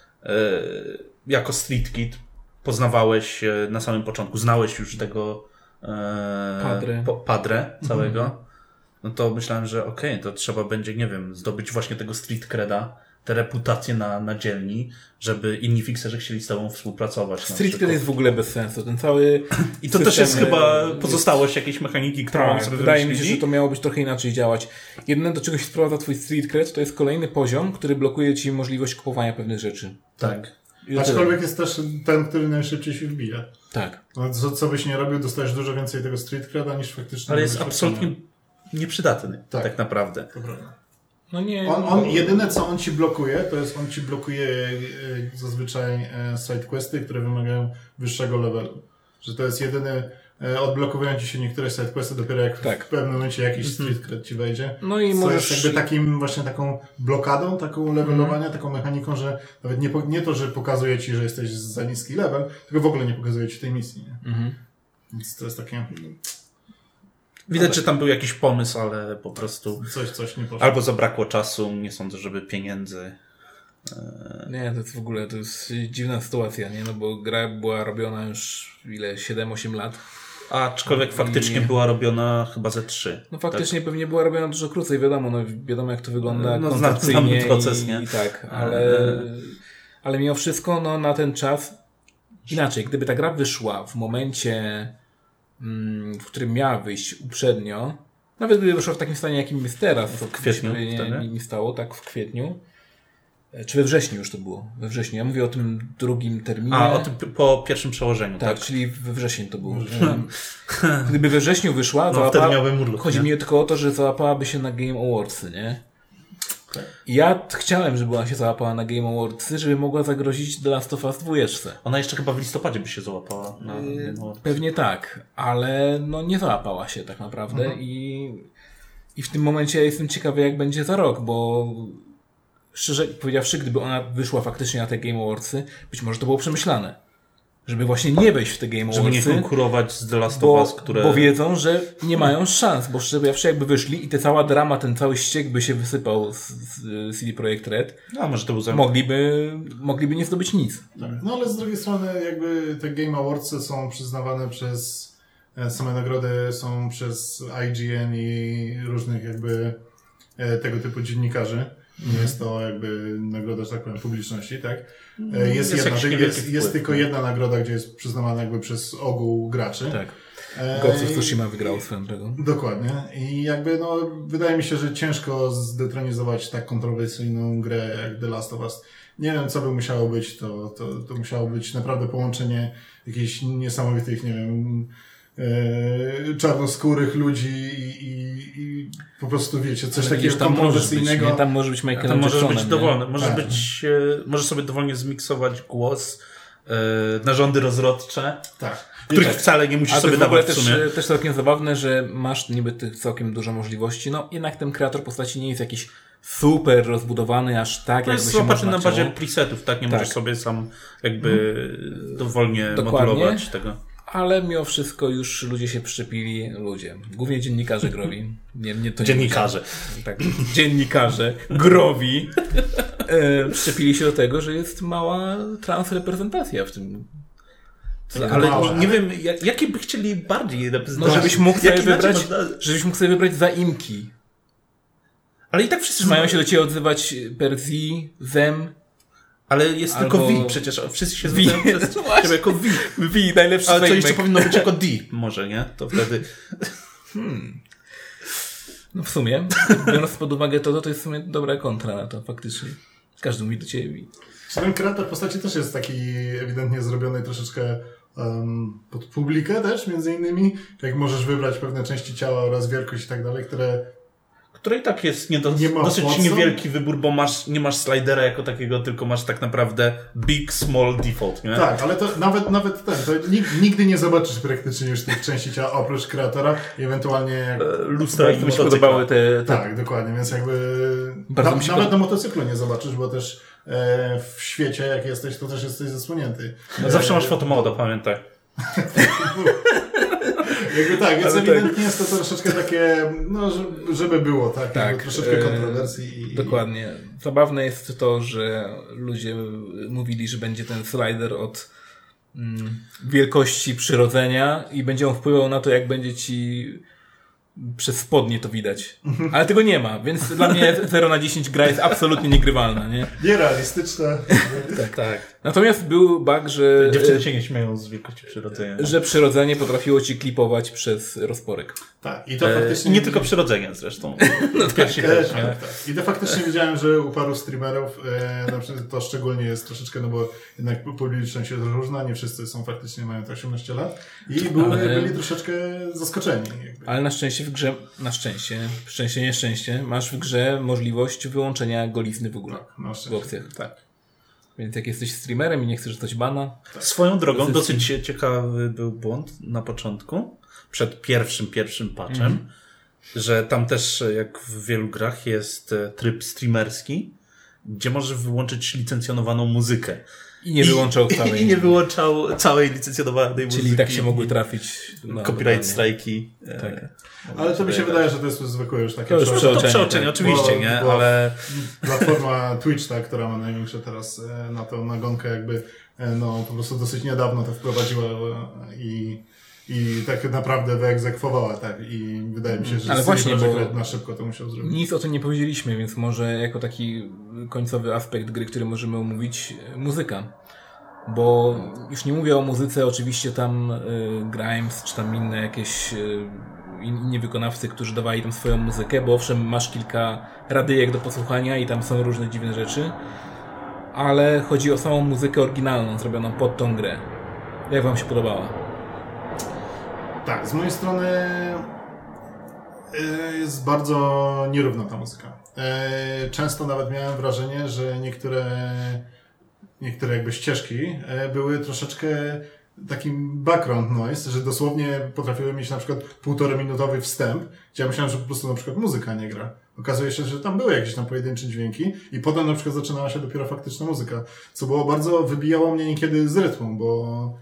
jako Street Kid poznawałeś na samym początku, znałeś już tego padre całego, no to myślałem, że okej, to trzeba będzie, nie wiem, zdobyć właśnie tego street creda, tę reputację na dzielni, żeby inni fixerzy chcieli z tobą współpracować. Street cred jest w ogóle bez sensu. Ten cały i to też jest chyba pozostałość jakiejś mechaniki, którą sobie wydaje mi się, że to miało być trochę inaczej działać. Jedyne, do czego się sprowadza twój street cred, to jest kolejny poziom, który blokuje ci możliwość kupowania pewnych rzeczy. Tak. Aczkolwiek jest też ten, który najszybciej się wbija. Tak. No, co byś nie robił, dostajesz dużo więcej tego street creda niż faktycznie... Ale jest absolutnie nieprzydatny, tak naprawdę. To prawda. No nie. Jedyne, co on ci blokuje, to jest on ci blokuje zazwyczaj sidequesty, które wymagają wyższego levelu. Że to jest jedyny odblokowują ci się niektóre sidequesty dopiero jak w pewnym momencie jakiś street cred ci wejdzie. No i co możesz... jest jakby taką blokadą, taką levelowania, taką mechaniką, że nawet nie to, że pokazuje ci, że jesteś za niski level, tylko w ogóle nie pokazuje ci tej misji. Nie? Więc to jest takie... Widać, że tam był jakiś pomysł, ale po prostu... Coś nie poszło. Albo zabrakło czasu, nie sądzę, żeby pieniędzy... Nie, to jest w ogóle, to jest dziwna sytuacja, nie? No bo gra była robiona już 7-8 lat. Aczkolwiek faktycznie była robiona chyba ze 3. No faktycznie pewnie była robiona dużo krócej, wiadomo jak to wygląda No, koncepcyjnie znamy proces, nie? I tak, ale mimo wszystko, no na ten czas inaczej, gdyby ta gra wyszła w momencie, w którym miała wyjść uprzednio, nawet gdyby wyszła w takim stanie, jakim jest teraz, w kwietniu nie stało, tak w kwietniu, czy we wrześniu już to było? We wrześniu. Ja mówię o tym drugim terminie. O tym po pierwszym przełożeniu, tak? Czyli we wrześniu to było. Gdyby we wrześniu wyszła, chodzi mi tylko o to, że załapałaby się na Game Awardsy, nie? Tak. Ja chciałem, żeby ona się załapała na Game Awardsy, żeby mogła zagrozić The Last of Us 2. Ona jeszcze chyba w listopadzie by się załapała na Game Awardsy. Pewnie tak, ale no nie załapała się tak naprawdę i w tym momencie jestem ciekawy, jak będzie za rok, bo szczerze powiedziawszy, gdyby ona wyszła faktycznie na te Game Awardsy, być może to było przemyślane. Żeby właśnie nie wejść w te Game Awardsy. Żeby nie konkurować z The Last of Us, które... Bo wiedzą, że nie mają szans, bo szczerze powiedziawszy, jakby wyszli i ta cała drama, ten cały ściek by się wysypał z CD Projekt Red, może to był mogliby nie zdobyć nic. Tak. No ale z drugiej strony jakby te Game Awardsy są przyznawane przez same nagrody są przez IGN i różnych jakby tego typu dziennikarzy. Nie jest to jakby nagroda, że tak powiem, publiczności, tak? Jest tylko jedna nagroda, gdzie jest przyznawana jakby przez ogół graczy. Tak. Ghost of Tsushima wygrał swoją drogą. Dokładnie. I jakby wydaje mi się, że ciężko zdetronizować tak kontrowersyjną grę jak The Last of Us. Nie wiem, co by musiało być. To musiało być naprawdę połączenie jakichś niesamowitych, nie wiem, czarnoskórych ludzi i po prostu wiecie, coś takiego kontrowersyjnego. Tam może być Michael Tam może być dowolny. Tak. Możesz sobie dowolnie zmiksować głos, narządy rozrodcze. Tak. Których wcale nie musisz sobie dawać w sumie. Też całkiem zabawne, że masz niby tych całkiem dużo możliwości. No jednak ten kreator postaci nie jest jakiś super rozbudowany aż tak, jakby się można na bazie presetów, tak? Nie możesz sobie sam jakby dowolnie modulować tego. Ale mimo wszystko już ludzie się przyczepili, głównie dziennikarze growi. Dziennikarze. Tak, dziennikarze growi przyczepili się do tego, że jest mała transreprezentacja w tym. Ale nie wiem, jakie by chcieli bardziej reprezentować. Żebyś mógł sobie wybrać zaimki. Ale i tak wszyscy mają się do ciebie odzywać per them. Ale jest tylko V, przecież wszyscy się zwracają przez ciebie jako V. V, najlepszy ale to jeszcze powinno być jako D, może, nie? To wtedy... No w sumie, biorąc pod uwagę to jest w sumie dobra kontra na to, faktycznie. Każdy mówi do ciebie V. Ten kreator postaci też jest taki ewidentnie zrobiony troszeczkę pod publikę też, między innymi. Jak możesz wybrać pewne części ciała oraz wielkość i tak dalej, które i tak jest dosyć niewielki wybór, bo nie masz slidera jako takiego, tylko masz tak naprawdę big, small default, nie? Tak, ale to nawet to nigdy nie zobaczysz praktycznie już tych części ciała oprócz kreatora i ewentualnie lustra i mi się podobały te... Tak, dokładnie, więc jakby nawet na motocyklu nie zobaczysz, bo też w świecie jak jesteś, to też jesteś zasłonięty. No zawsze masz fotomoda, pamiętaj. Jakby tak, więc ewidentnie jest to troszeczkę takie, żeby było, tak troszeczkę kontrowersji. Dokładnie. Zabawne jest to, że ludzie mówili, że będzie ten slider od wielkości przyrodzenia i będzie on wpływał na to, jak będzie ci przez spodnie to widać. Ale tego nie ma, więc dla mnie 0/10 gra jest absolutnie niegrywalna, nie? Nierealistyczna. Tak. Natomiast był bug, że... Dziewczyny się nie śmieją z wielkości przyrodzenia. Że przyrodzenie potrafiło ci klipować przez rozporek. Tak. I to faktycznie... nie tylko przyrodzenie zresztą. Tak. I to faktycznie widziałem, że u paru streamerów na przykład to szczególnie jest troszeczkę, bo jednak publiczność jest różna, nie wszyscy faktycznie mają 18 lat i byli troszeczkę zaskoczeni. Jakby. Ale na szczęście w grze, nieszczęście, masz w grze możliwość wyłączenia golizny w ogóle. Tak, na szczęście. W opcjach. Tak. Więc jak jesteś streamerem i nie chcesz dostać bana... Swoją drogą dosyć ciekawy był błąd na początku, przed pierwszym patchem, że tam też, jak w wielu grach, jest tryb streamerski, gdzie możesz wyłączyć licencjonowaną muzykę. I nie wyłączał całej. I nie wyłączał całej licencjonowanej muzyki. Czyli tak się mogły trafić. Copyright strajki. Tak. Ale to mi się wydaje, że to jest zwykłe już takie... To już przeoczenie, oczywiście, nie? Ale... Platforma Twitch, ta, która ma największe teraz na tą nagonkę, jakby po prostu dosyć niedawno to wprowadziła i tak naprawdę wyegzekwowała, tak? I wydaje mi się, że na szybko to musiał zrobić. Nic o tym nie powiedzieliśmy, więc może jako taki końcowy aspekt gry, który możemy omówić, muzyka. Bo już nie mówię o muzyce, oczywiście tam Grimes, czy tam inne jakieś inni wykonawcy, którzy dawali tam swoją muzykę, bo owszem, masz kilka radyjek do posłuchania i tam są różne dziwne rzeczy, ale chodzi o samą muzykę oryginalną, zrobioną pod tą grę. Jak wam się podobała? Tak, z mojej strony jest bardzo nierówna ta muzyka. Często nawet miałem wrażenie, że niektóre jakby ścieżki były troszeczkę takim background noise, że dosłownie potrafiły mieć na przykład 1,5-minutowy wstęp, gdzie ja myślałem, że po prostu na przykład muzyka nie gra. Okazuje się, że tam były jakieś tam pojedyncze dźwięki i potem na przykład zaczynała się dopiero faktyczna muzyka, co było bardzo, wybijało mnie niekiedy z rytmu, bo...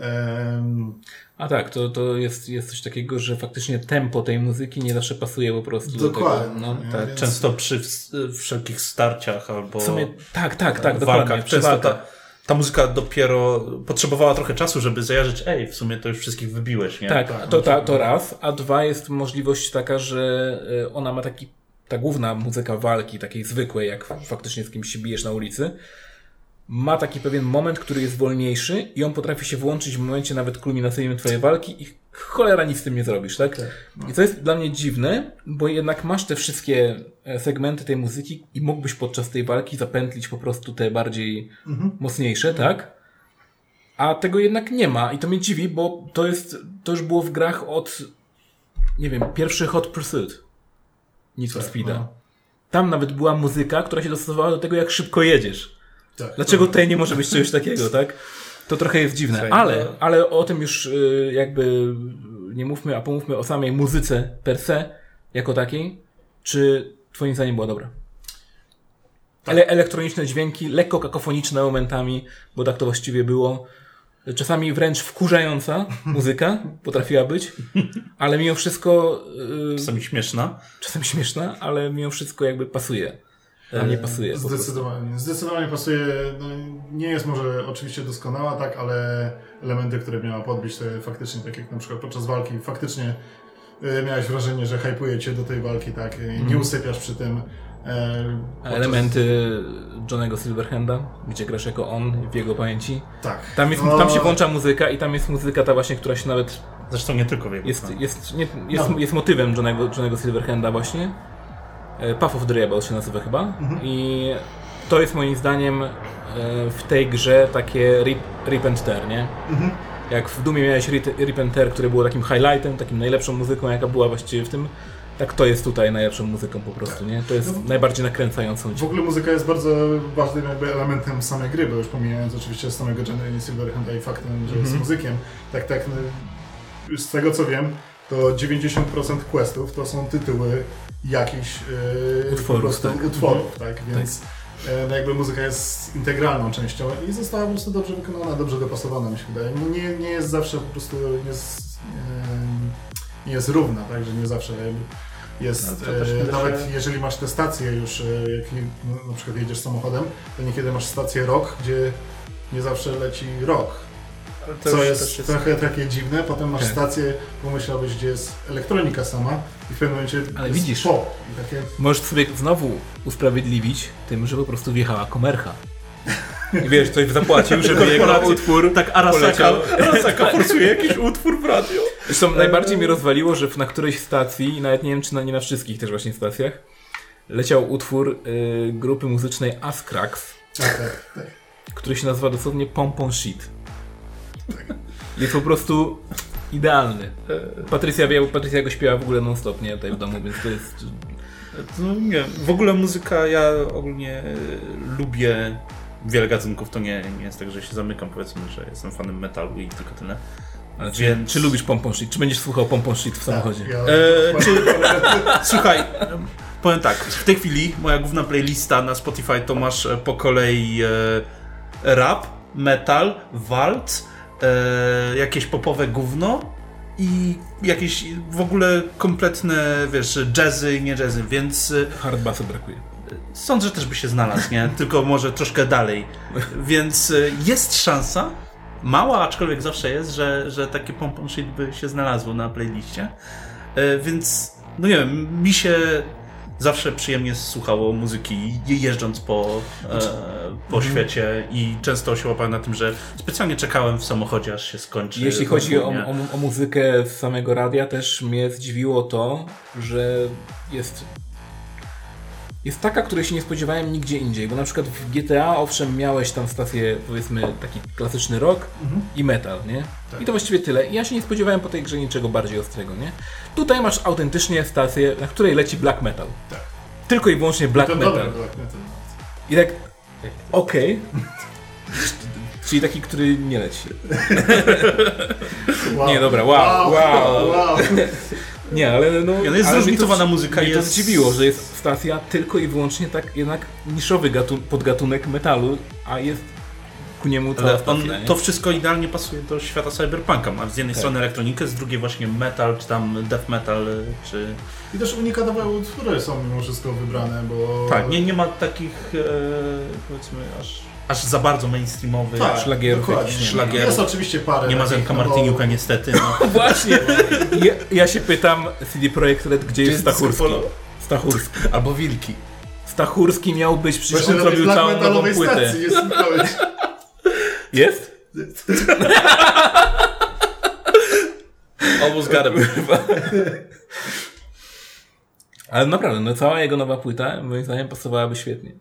A tak, to jest coś takiego, że faktycznie tempo tej muzyki nie zawsze pasuje po prostu dokładnie, do tego. No, tak, więc... Często przy wszelkich starciach albo tak, walkach. Często ta muzyka dopiero potrzebowała trochę czasu, żeby zajarzyć, w sumie to już wszystkich wybiłeś, nie? Tak, to raz, a dwa jest możliwość taka, że ona ma ta główna muzyka walki, takiej zwykłej, jak faktycznie z kimś się bijesz na ulicy, ma taki pewien moment, który jest wolniejszy i on potrafi się włączyć w momencie nawet kulminacyjnym twojej walki i cholera nic z tym nie zrobisz, tak? I to jest dla mnie dziwne, bo jednak masz te wszystkie segmenty tej muzyki i mógłbyś podczas tej walki zapętlić po prostu te bardziej mocniejsze, tak? A tego jednak nie ma i to mnie dziwi, bo to już było w grach od, nie wiem, pierwszy Hot Pursuit Need for Speeda. No. Tam nawet była muzyka, która się dostosowała do tego, jak szybko jedziesz. Tak, dlaczego tutaj nie może być czegoś takiego, tak? To trochę jest dziwne, ale o tym już jakby nie mówmy, a pomówmy o samej muzyce per se, jako takiej. Czy twoim zdaniem była dobra? Tak. Elektroniczne dźwięki, lekko kakofoniczne momentami, bo tak to właściwie było. Czasami wręcz wkurzająca muzyka potrafiła być, ale mimo wszystko... Czasami śmieszna, ale mimo wszystko jakby pasuje. Nie pasuje. Zdecydowanie pasuje. No, nie jest może oczywiście doskonała, tak, ale elementy, które miała podbić, to faktycznie, tak jak na przykład podczas walki, faktycznie miałeś wrażenie, że hypuje cię do tej walki, tak, nie usypiasz przy tym. Elementy Johnnego Silverhanda, gdzie grasz jako on w jego pamięci. Tak. Tam się włącza muzyka i tam jest muzyka ta właśnie, która się nawet... Zresztą nie tylko w jego jest motywem Johnnego Silverhanda właśnie. Path of the Rebel się nazywa chyba. I to jest moim zdaniem w tej grze takie rip and tear, nie? Jak w Doomie miałeś rip and tear, które było takim highlightem, takim najlepszą muzyką, jaka była właściwie w tym, tak to jest tutaj najlepszą muzyką po prostu, nie? To jest najbardziej nakręcającą. W ogóle muzyka jest bardzo ważnym jakby elementem samej gry, bo już pomijając oczywiście samego Johnny Silverhanda i faktem, że jest muzykiem, tak, z tego co wiem, to 90% questów to są tytuły jakichś utworów, tak? Więc jakby muzyka jest integralną częścią i została po prostu dobrze wykonana, dobrze dopasowana, mi się wydaje. Nie jest zawsze po prostu nie jest równa, tak? Że nie zawsze jest, nawet jeżeli masz te stacje już, jak na przykład jedziesz samochodem, to niekiedy masz stację rock, gdzie nie zawsze leci rock. Co jest trochę takie dziwne, potem masz stację, pomyślałbyś, gdzie jest elektronika sama i w pewnym momencie ale widzisz, pop. I takie... możesz sobie znowu usprawiedliwić tym, że po prostu wjechała komercha. I wiesz, ktoś zapłacił, żeby jego utwór tak Arasaka forsuje jakiś utwór w radio. Zresztą najbardziej mnie rozwaliło, że na którejś stacji, i nawet nie wiem, czy nie na wszystkich też właśnie stacjach, leciał utwór grupy muzycznej Askrax, który się nazywa dosłownie Pompon Shit. Jest po prostu idealny. Patrycja go śpiewa w ogóle non-stop, nie? Tutaj w domu, więc to jest... No nie, w ogóle muzyka, ja ogólnie lubię wiele gatunków, to nie jest tak, że się zamykam, powiedzmy, że jestem fanem metalu i tylko tyle. Ale czy lubisz Pompon Shit? Czy będziesz słuchał Pompon Shit w samochodzie? Słuchaj, powiem tak, w tej chwili moja główna playlista na Spotify to masz po kolei rap, metal, waltz, jakieś popowe gówno i jakieś w ogóle kompletne, wiesz, jazzy, nie jazzy, więc... Hard bassu brakuje. Sądzę, że też by się znalazł, nie? Tylko może troszkę dalej. Więc jest szansa, mała, aczkolwiek zawsze jest, że takie Pompon Shit by się znalazło na playliście. Więc, no nie wiem, mi się zawsze przyjemnie słuchało muzyki jeżdżąc po świecie i często się łapałem na tym, że specjalnie czekałem w samochodzie, aż się skończy. Jeśli chodzi o muzykę z samego radia, też mnie zdziwiło to, że jest taka, której się nie spodziewałem nigdzie indziej, bo na przykład w GTA owszem miałeś tam stację, powiedzmy, taki klasyczny rock i metal, nie? Tak. I to właściwie tyle. I ja się nie spodziewałem po tej grze niczego bardziej ostrego, nie? Tutaj masz autentycznie stację, na której leci black metal. Tak. Tylko i wyłącznie black metal. Black metal. I tak, okej. Czyli taki, który nie leci. Wow. Nie, dobra, wow. Nie, ale no... Jest zróżnicowana muzyka. Mnie to zdziwiło, że jest stacja tylko i wyłącznie tak jednak niszowy podgatunek metalu, a jest ku niemu cała stacja. To wszystko idealnie pasuje do świata cyberpunka. Ma z jednej strony elektronikę, z drugiej właśnie metal, czy tam death metal, czy... I też unikatowe utwory są mimo wszystko wybrane, bo... Tak, nie ma takich, powiedzmy, aż za bardzo mainstreamowych szlagierów. Jest oczywiście parę. Nie ma Zenka Martyniuka niestety. No. Właśnie, ja się pytam CD Projekt Red, gdzie jest Stachurski? Stachurski. Albo Wilki. Stachurski miał być, przecież on zrobił całą nową płytę. Jest? Almost got him. Ale naprawdę, no cała jego nowa płyta moim zdaniem pasowałaby świetnie.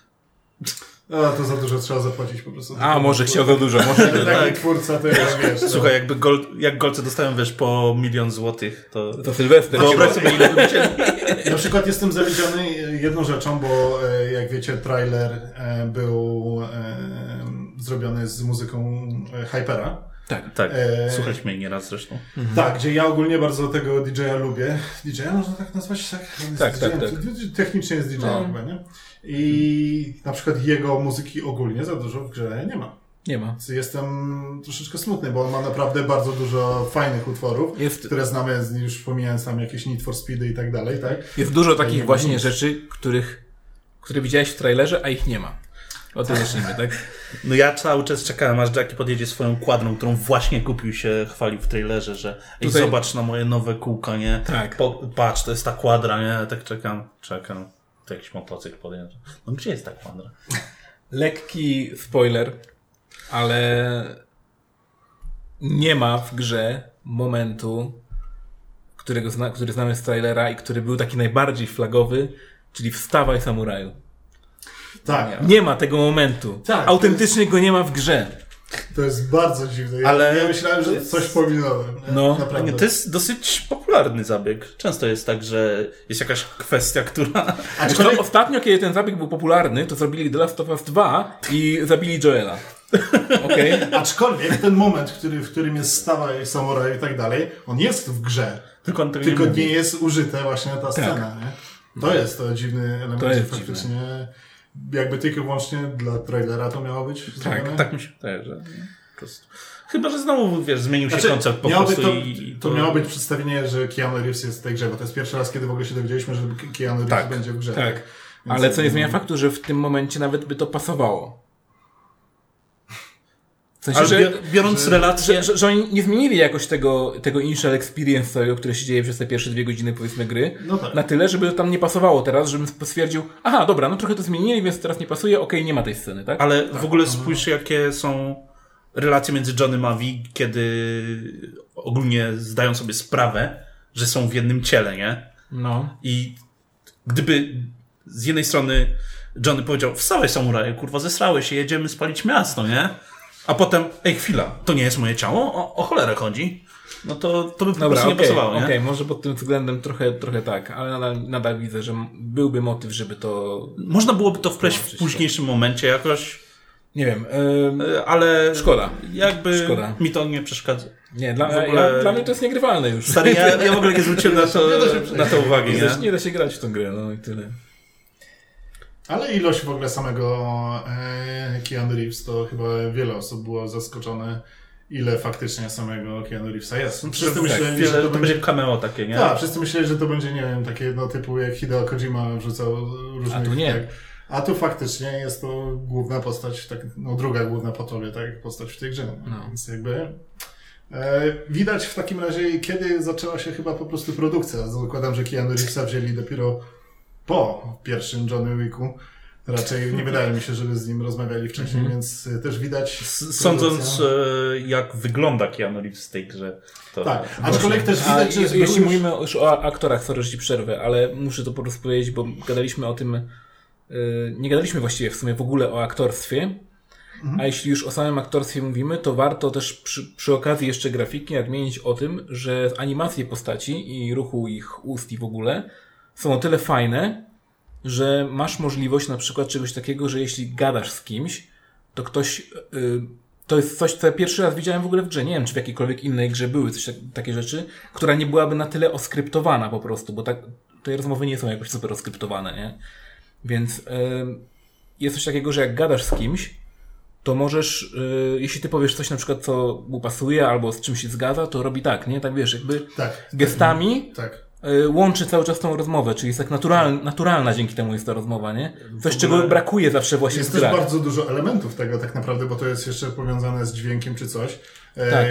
To za dużo trzeba zapłacić po prostu. Może chciał za dużo. Może taki twórca to wiesz. Słuchaj, jak golce dostają, wiesz, po 1 000 000 złotych, to Sylwester. Wyobraź sobie, ile by musieli. Na przykład jestem zawiedziony jedną rzeczą, bo jak wiecie, trailer był zrobiony z muzyką Hypera. Tak. Słuchaliśmy jej nieraz zresztą. Tak, gdzie ja ogólnie bardzo tego DJ-a lubię. DJ-a można tak nazwać? Tak. Technicznie jest DJ-a chyba, nie? I na przykład jego muzyki ogólnie za dużo w grze nie ma. Jestem troszeczkę smutny, bo on ma naprawdę bardzo dużo fajnych utworów, które znamy, już pomijając tam jakieś Need for Speedy i tak dalej, tak? Jest dużo takich właśnie rzeczy, które widziałeś w trailerze, a ich nie ma. O tym zacznijmy, tak? No ja cały czas czekałem, aż Jackie podjedzie swoją kwadrą, którą właśnie kupił, się chwalił w trailerze, że zobacz na moje nowe kółko, nie? Tak. Patrz, to jest ta kwadra, nie? Tak czekam. To jakiś motocykl podjedzie. No gdzie jest ta kwadra? Lekki spoiler, ale nie ma w grze momentu, który znamy z trailera i który był taki najbardziej flagowy, czyli wstawaj samuraju. Tak. Nie ma tego momentu. Tak, autentycznie go nie ma w grze. To jest bardzo dziwne. Ja myślałem, że coś pominąłem. Naprawdę. To jest dosyć popularny zabieg. Często jest tak, że jest jakaś kwestia, która... Ostatnio, kiedy ten zabieg był popularny, to zrobili The Last of Us 2 i zabili Joela. Okay? Aczkolwiek ten moment, w którym jest stawa i samuraj i tak dalej, on jest w grze. Tylko nie jest użyte właśnie ta scena. Nie? To jest to dziwny element, to jest faktycznie... Dziwne. Jakby tylko i wyłącznie dla trailera to miało być zrobione? Tak mi się wydaje, że po prostu. Chyba, że znowu, wiesz, zmienił się koncept po prostu to miało być przedstawienie, że Keanu Reeves jest w tej grze, bo to jest pierwszy raz, kiedy w ogóle się dowiedzieliśmy, że Keanu Reeves będzie w grze. Tak. Ale co nie zmienia faktu, że w tym momencie nawet by to pasowało. W sensie, że biorąc relację... Że oni nie zmienili jakoś tego initial experience całego, które się dzieje przez te pierwsze 2 godziny, powiedzmy, gry, na tyle, żeby tam nie pasowało teraz, żebym stwierdził, aha, dobra, no trochę to zmienili, więc teraz nie pasuje, okej, nie ma tej sceny, tak? Ale w ogóle spójrz, jakie są relacje między Johnem a Vi, kiedy ogólnie zdają sobie sprawę, że są w jednym ciele, nie? No. I gdyby z jednej strony Johnny powiedział, wstawaj samuraju, kurwa, zesrałeś się, jedziemy spalić miasto, nie? A potem, chwila, to nie jest moje ciało? O cholerę chodzi? No to by po prostu nie pasowało, nie? Okej, może pod tym względem trochę tak, ale nadal widzę, że byłby motyw, żeby to... Można byłoby to wpleść w późniejszym momencie jakoś. Nie wiem, ale szkoda. Szkoda. Mi to nie przeszkadza. Nie, dla mnie to jest niegrywalne już. Stary, ja w ogóle nie zwróciłem na to uwagi. Nie da się grać w tę grę, no i tyle. Ale ilość w ogóle samego Keanu Reeves, to chyba wiele osób było zaskoczone, ile faktycznie samego Keanu Reevesa jest. Wszyscy myśleli, że to będzie cameo takie, nie? Tak, wszyscy myśleli, że to będzie, nie wiem, takie typu jak Hideo Kojima wrzucał różnych... A tu nie. Tak. A tu faktycznie jest to główna postać, druga główna po tobie, tak, postać w tej grze. No. Więc jakby... widać w takim razie, kiedy zaczęła się chyba po prostu produkcja. Zakładam, że Keanu Reevesa wzięli dopiero po pierwszym Johnny Wicku. Raczej nie wydaje mi się, żeby z nim rozmawiali wcześniej, więc też widać... Sądząc, jak wygląda Keanu Reeves w tej grze. To tak, aczkolwiek też widać, że... Jeśli mówimy już o aktorach, sorry, że ci przerwę, ale muszę to po prostu powiedzieć, bo gadaliśmy o tym... nie gadaliśmy właściwie w sumie w ogóle o aktorstwie, a jeśli już o samym aktorstwie mówimy, to warto też przy okazji jeszcze grafiki nadmienić o tym, że animacje postaci i ruchu ich ust i w ogóle są o tyle fajne, że masz możliwość na przykład czegoś takiego, że jeśli gadasz z kimś, to ktoś... to jest coś, co ja pierwszy raz widziałem w ogóle w grze. Nie wiem, czy w jakiejkolwiek innej grze były takie rzeczy, która nie byłaby na tyle oskryptowana po prostu, bo te rozmowy nie są jakoś super oskryptowane, nie? Więc jest coś takiego, że jak gadasz z kimś, to możesz, jeśli ty powiesz coś na przykład, co mu pasuje, albo z czymś się zgadza, to robi tak, nie? Tak wiesz, jakby gestami łączy cały czas tą rozmowę, czyli jest tak naturalna dzięki temu jest ta rozmowa, nie? Coś, czego brakuje zawsze właśnie jest w grach. Jest też bardzo dużo elementów tego tak naprawdę, bo to jest jeszcze powiązane z dźwiękiem czy coś. Tak,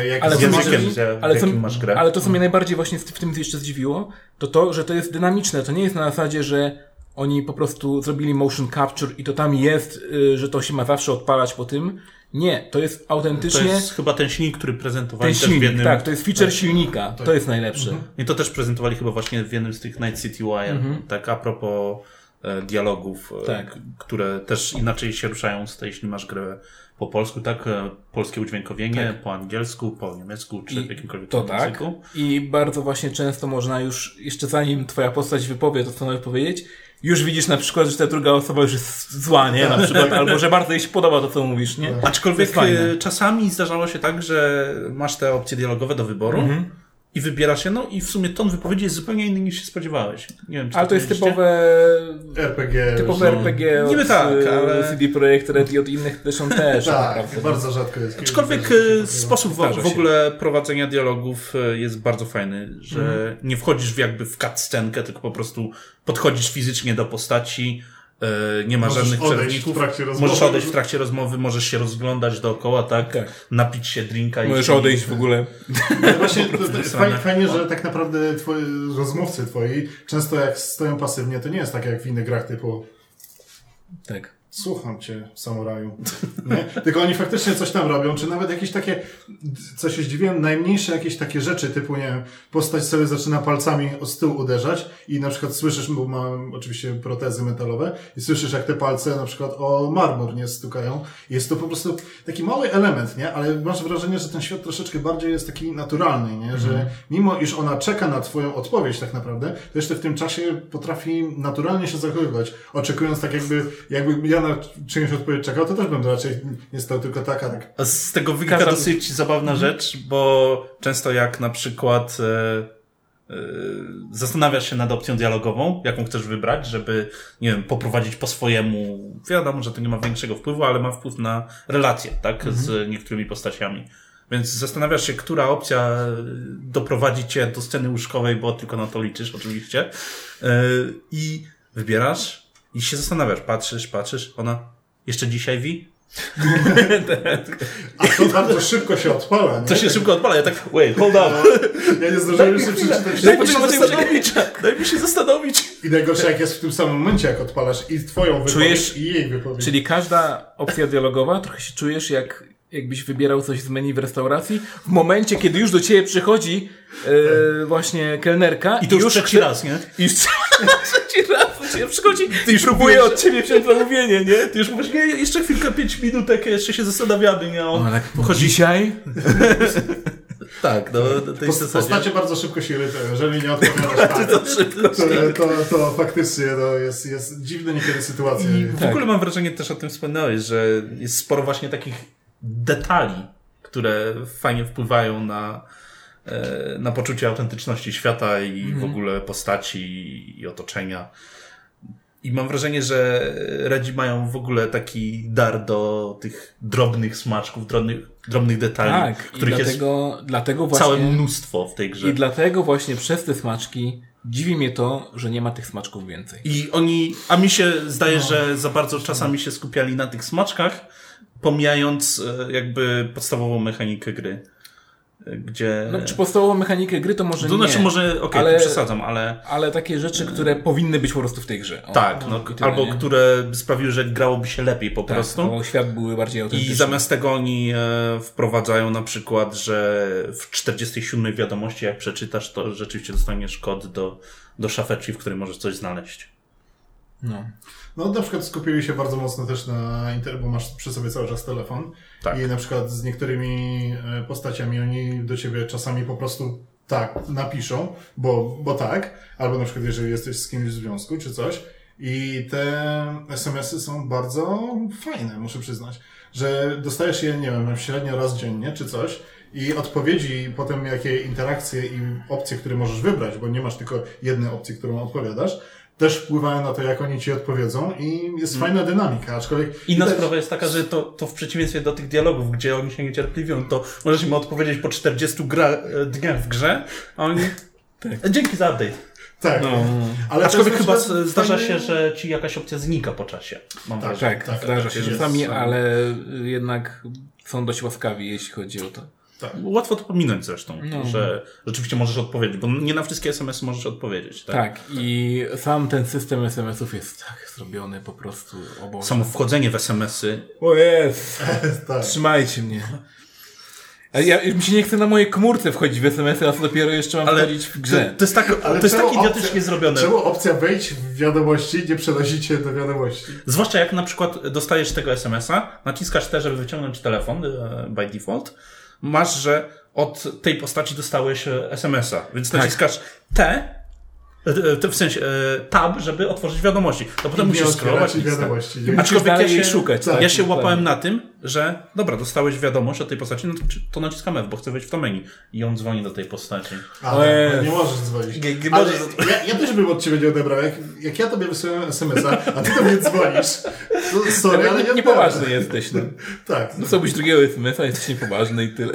ale to, co mnie najbardziej właśnie w tym jeszcze zdziwiło, to, że to jest dynamiczne. To nie jest na zasadzie, że oni po prostu zrobili motion capture i to tam jest, że to się ma zawsze odpalać po tym. Nie, to jest autentycznie... To jest chyba ten silnik, który prezentowali też w jednym... Tak, to jest feature silnika. To jest najlepsze. I to też prezentowali chyba właśnie w jednym z tych Night City Wire. Tak, a propos dialogów, które też inaczej się ruszają z tej, jeśli masz grę po polsku, tak? Polskie udźwiękowienie, po angielsku, po niemiecku, czy w jakimkolwiek języku. I bardzo właśnie często można już, jeszcze zanim twoja postać wypowie to, co ma powiedzieć, już widzisz na przykład, że ta druga osoba już jest zła, nie? Na przykład, albo że bardzo jej się podoba to, co mówisz, nie? Aczkolwiek czasami zdarzało się tak, że masz te opcje dialogowe do wyboru i wybierasz je, no i w sumie ton wypowiedzi jest zupełnie inny niż się spodziewałeś. Nie wiem, czy ale to jest typowe RPG. Typowe RPG niby tak, ale CD Projekt Red i od innych zresztą też. Tak, bardzo rzadko jest. Aczkolwiek sposób w ogóle prowadzenia dialogów jest bardzo fajny, że nie wchodzisz jakby w cutscenkę, tylko po prostu podchodzisz fizycznie do postaci, nie ma żadnych przerwników. Możesz odejść w trakcie rozmowy, możesz się rozglądać dookoła, tak? Napić się drinka. Możesz odejść w ogóle. Właśnie fajnie, że tak naprawdę rozmówcy twoi często jak stoją pasywnie, to nie jest tak jak w innych grach typu słucham cię, samuraju. Nie? Tylko oni faktycznie coś tam robią, czy nawet jakieś takie, co się zdziwiłem, najmniejsze jakieś takie rzeczy, typu, nie wiem, postać sobie zaczyna palcami z tyłu uderzać i na przykład słyszysz, bo mam oczywiście protezy metalowe i słyszysz, jak te palce na przykład o marmur nie stukają. Jest to po prostu taki mały element, nie? Ale masz wrażenie, że ten świat troszeczkę bardziej jest taki naturalny, nie? Że mimo iż ona czeka na twoją odpowiedź tak naprawdę, to jeszcze w tym czasie potrafi naturalnie się zachowywać, oczekując tak jakby ja na czyjąś odpowiedź czekał, to też bym raczej nie stał tylko tak. A z tego wynika dosyć zabawna rzecz, bo często jak na przykład zastanawiasz się nad opcją dialogową, jaką chcesz wybrać, żeby, nie wiem, poprowadzić po swojemu, wiadomo, że to nie ma większego wpływu, ale ma wpływ na relacje, tak, z niektórymi postaciami. Więc zastanawiasz się, która opcja doprowadzi cię do sceny łóżkowej, bo tylko na to liczysz oczywiście. I wybierasz i się zastanawiasz, patrzysz, ona jeszcze dzisiaj wi? A to bardzo szybko się odpala, nie? To się szybko odpala, ja tak, wait, hold up. Ja nie zdążyłem jeszcze przeczytać. Daj mi się zastanowić. I najgorsze jak jest w tym samym momencie, jak odpalasz i twoją wypowiedź i jej wypowiedź. Czyli każda opcja dialogowa, trochę się czujesz jakbyś wybierał coś z meni w restauracji, w momencie, kiedy już do ciebie przychodzi właśnie kelnerka i to już trzeci raz, nie? I już trzeci raz do ciebie przychodzi i próbuje od ciebie wziąć zamówienie, nie? Ty już mówisz, nie, jeszcze chwilkę, 5 minutek, jeszcze się zastanawiamy, nie? Tak, chodzi dzisiaj? Tak, postacie bardzo szybko się irytują. Jeżeli nie odpowiadasz tak, to faktycznie jest dziwne niekiedy sytuacja. I w ogóle mam wrażenie, też o tym wspomniałeś, że jest sporo właśnie takich detali, które fajnie wpływają na poczucie autentyczności świata i w ogóle postaci i otoczenia. I mam wrażenie, że Redzi mają w ogóle taki dar do tych drobnych smaczków, drobnych detali, których dlatego jest całe mnóstwo w tej grze. I dlatego właśnie przez te smaczki dziwi mnie to, że nie ma tych smaczków więcej. A mi się zdaje, że za bardzo czasami się skupiali na tych smaczkach, pomijając jakby podstawową mechanikę gry. Gdzie... No, czy podstawową mechanikę gry to może nie. Znaczy może, przesadzam, ale... Ale takie rzeczy, które powinny być po prostu w tej grze. Albo które sprawiły, że grałoby się lepiej po prostu. Bo świat były bardziej autentyczny. I zamiast tego oni wprowadzają na przykład, że w 47 wiadomości, jak przeczytasz, to rzeczywiście dostaniesz kod do szafeczki, w której możesz coś znaleźć. No na przykład skupili się bardzo mocno też na bo masz przy sobie cały czas telefon i na przykład z niektórymi postaciami oni do ciebie czasami po prostu tak napiszą, bo tak, albo na przykład jeżeli jesteś z kimś w związku czy coś i te SMS-y są bardzo fajne, muszę przyznać, że dostajesz je, nie wiem, średnio raz dziennie czy coś i odpowiedzi, potem jakie interakcje i opcje, które możesz wybrać, bo nie masz tylko jednej opcji, którą odpowiadasz, też wpływają na to, jak oni ci odpowiedzą i jest fajna dynamika, aczkolwiek... Inna sprawa jest taka, że to w przeciwieństwie do tych dialogów, gdzie oni się niecierpliwią, to możesz im odpowiedzieć po 40 dniach w grze, a oni... Dzięki za update. Tak. Ale aczkolwiek chyba zdarza się, że ci jakaś opcja znika po czasie. Tak, zdarza się czasami, ale jednak są dość łaskawi, jeśli chodzi o to. Tak. Łatwo to pominąć zresztą, że rzeczywiście możesz odpowiedzieć, bo nie na wszystkie SMS-y możesz odpowiedzieć. Tak, i sam ten system SMS-ów jest tak zrobiony po prostu. Samo wchodzenie w SMS-y. O jest! Trzymajcie mnie. Mi się nie chce na mojej komórce wchodzić w SMS-y, a co dopiero jeszcze mam wchodzić w grze. To jest tak idiotycznie zrobione. Czemu opcja wejdź w wiadomości nie przenosicie do wiadomości? Zwłaszcza jak na przykład dostajesz tego SMS-a, naciskasz T, żeby wyciągnąć telefon by default, masz, że od tej postaci dostałeś SMS-a, więc naciskasz T, w sensie tab, żeby otworzyć wiadomości. To potem musisz scrollować wiadomości. Aczkolwiek szukać. Ja się łapałem na tym, że dobra, dostałeś wiadomość od tej postaci, no to naciskam F, bo chcę wejść w to meni. I on dzwoni do tej postaci. Nie możesz dzwonić. Ja też bym od ciebie nie odebrał. Jak ja tobie wysyłam SMS-a, a ty do mnie dzwonisz, to sorry, ale ja niepoważny jesteś. No. Tak. No co byś drugiego SMS-a, jesteś niepoważny i tyle.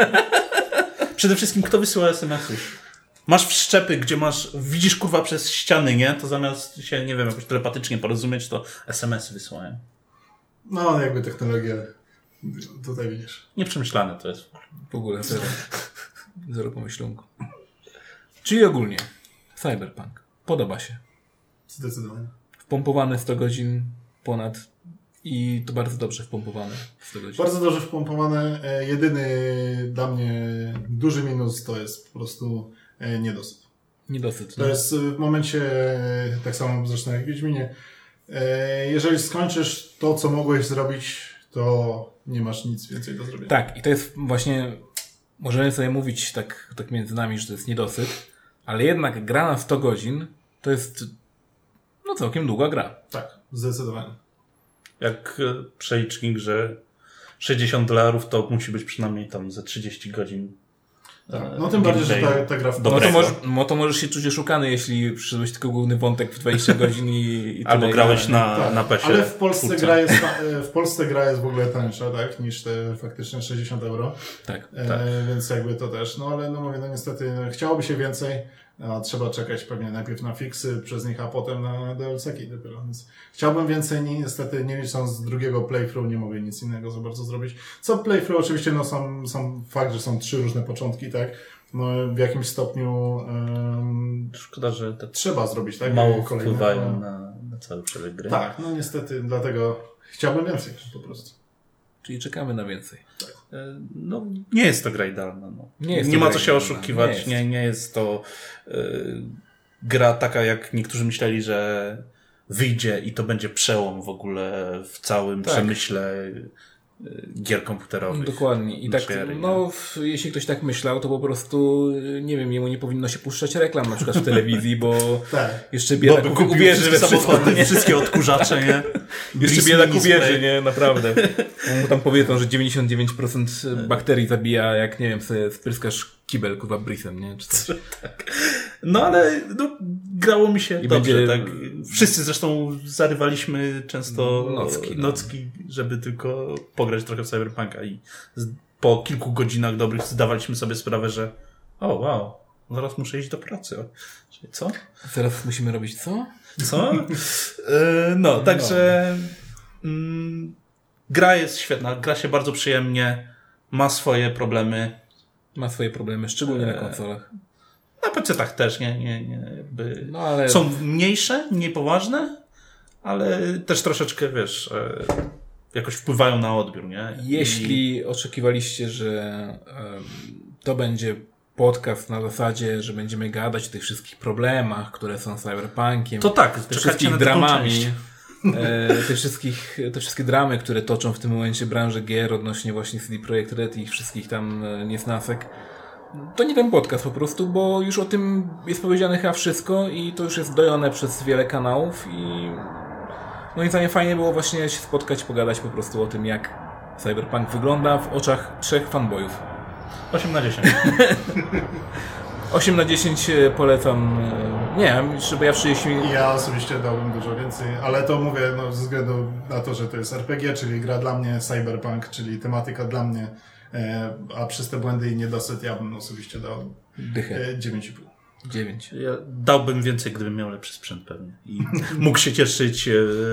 Przede wszystkim, kto wysyła SMS-y? Masz wszczepy, gdzie widzisz kurwa przez ściany, nie? To zamiast się, nie wiem, jakoś telepatycznie porozumieć, to SMS-y wysyłają. No, jakby technologia tutaj widzisz. Nieprzemyślane to jest. W ogóle zero pomyślunku. Czyli ogólnie Cyberpunk podoba się. Zdecydowanie. Wpompowane 100 godzin ponad i to bardzo dobrze wpompowane 100 godzin. Bardzo dobrze wpompowane. Jedyny dla mnie duży minus to jest po prostu niedosyt. To jest w momencie, tak samo zresztą jak w Wiedźminie, jeżeli skończysz to, co mogłeś zrobić, to nie masz nic więcej do zrobienia. Tak, i to jest właśnie, możemy sobie mówić tak między nami, że to jest niedosyt, ale jednak gra na 100 godzin to jest całkiem długa gra. Tak, zdecydowanie. Jak przelicznik, że $60 to musi być przynajmniej tam ze 30 godzin. Tak. No tym bardziej, że ta gra to możesz się czuć oszukany, jeśli przyszedłeś tylko główny wątek w 20 godzin i albo grałeś na PC. Ale w Polsce gra jest w ogóle tańsza, tak? Niż te faktyczne €60. Tak. Więc jakby to też. No ale mówię, niestety chciałoby się więcej. Trzeba czekać pewnie najpierw na fixy przez nich, a potem na DLC-ki dopiero. Więc chciałbym więcej, niestety nie licząc drugiego playthrough, nie mogę nic innego za bardzo zrobić. Co playthrough oczywiście, sam fakt, że są 3 różne początki, tak? No w jakimś stopniu szkoda, że te trzeba zrobić, tak? Mało wpływają na cały przebieg gry. Tak, niestety, dlatego chciałbym więcej po prostu. Czyli czekamy na więcej. Tak. No, nie jest to gra idealna. No. Nie ma co się oszukiwać. Nie jest to gra taka, jak niektórzy myśleli, że wyjdzie i to będzie przełom w ogóle w całym przemyśle gier komputerowych. Dokładnie. I tak, jeśli ktoś tak myślał, to po prostu, nie wiem, jemu nie powinno się puszczać reklam na przykład w telewizji, bo jeszcze biedak uwierzy we wszystkie odkurzacze, nie? Jeszcze biedak uwierzy, nie? Naprawdę. Mu tam powiedzą, że 99% bakterii zabija, jak, nie wiem, sobie spryskasz kibel, kurwa, brisem, nie? Czy coś. Tak. No ale grało mi się dobrze, tak. Wszyscy zresztą zarywaliśmy często nocki, żeby tylko pograć trochę w Cyberpunka i po kilku godzinach dobrych zdawaliśmy sobie sprawę, że wow, zaraz muszę iść do pracy. Czyli co? Zaraz musimy robić co? Co? Także gra jest świetna, gra się bardzo przyjemnie, ma swoje problemy. Szczególnie na konsolach. Na PC-tach też, ale... Są mniejsze, mniej poważne, ale też troszeczkę, jakoś wpływają na odbiór, nie? Jeśli oczekiwaliście, że to będzie podcast na zasadzie, że będziemy gadać o tych wszystkich problemach, które są z Cyberpunkiem, to tak, te wszystkich dramami, te wszystkie dramy, które toczą w tym momencie branżę gier odnośnie właśnie CD Projekt Red i ich wszystkich tam niesnasek, to nie ten podcast po prostu, bo już o tym jest powiedziane chyba wszystko i to już jest dojone przez wiele kanałów i moim zdaniem fajnie było właśnie się spotkać, pogadać po prostu o tym, jak Cyberpunk wygląda w oczach 3 fanboyów. 8/10. 8/10 polecam. Nie, żeby ja 30 minut... Ja osobiście dałbym dużo więcej, ale to mówię ze względu na to, że to jest RPG, czyli gra dla mnie, Cyberpunk, czyli tematyka dla mnie, a przez te błędy i niedosyt ja bym osobiście dał 9,5. 9. Ja dałbym więcej, gdybym miał lepszy sprzęt pewnie. I mógł się cieszyć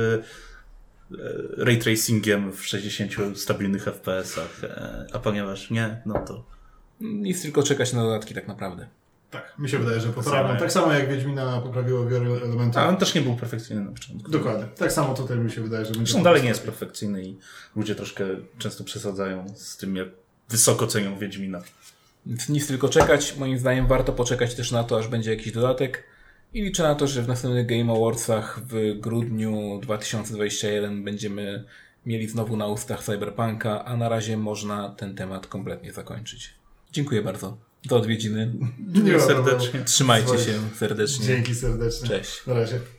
ray tracingiem w 60 stabilnych FPS-ach, a ponieważ nie, to... Nic, tylko czekać na dodatki tak naprawdę. Tak, mi się wydaje, że poprawią. Tak samo jak Wiedźmina poprawiło wiele elementów. A on też nie był perfekcyjny na początku. Dokładnie. Tak samo tutaj mi się wydaje, że będzie... Zresztą dalej nie jest perfekcyjny i ludzie troszkę często przesadzają z tym, jak wysoko cenią Wiedźmina. Nic, tylko czekać. Moim zdaniem warto poczekać też na to, aż będzie jakiś dodatek. I liczę na to, że w następnych Game Awardsach w grudniu 2021 będziemy mieli znowu na ustach Cyberpunka, a na razie można ten temat kompletnie zakończyć. Dziękuję bardzo. Do odwiedziny. Dziękuję serdecznie. Trzymajcie się serdecznie. Dzięki serdecznie. Cześć. Na razie.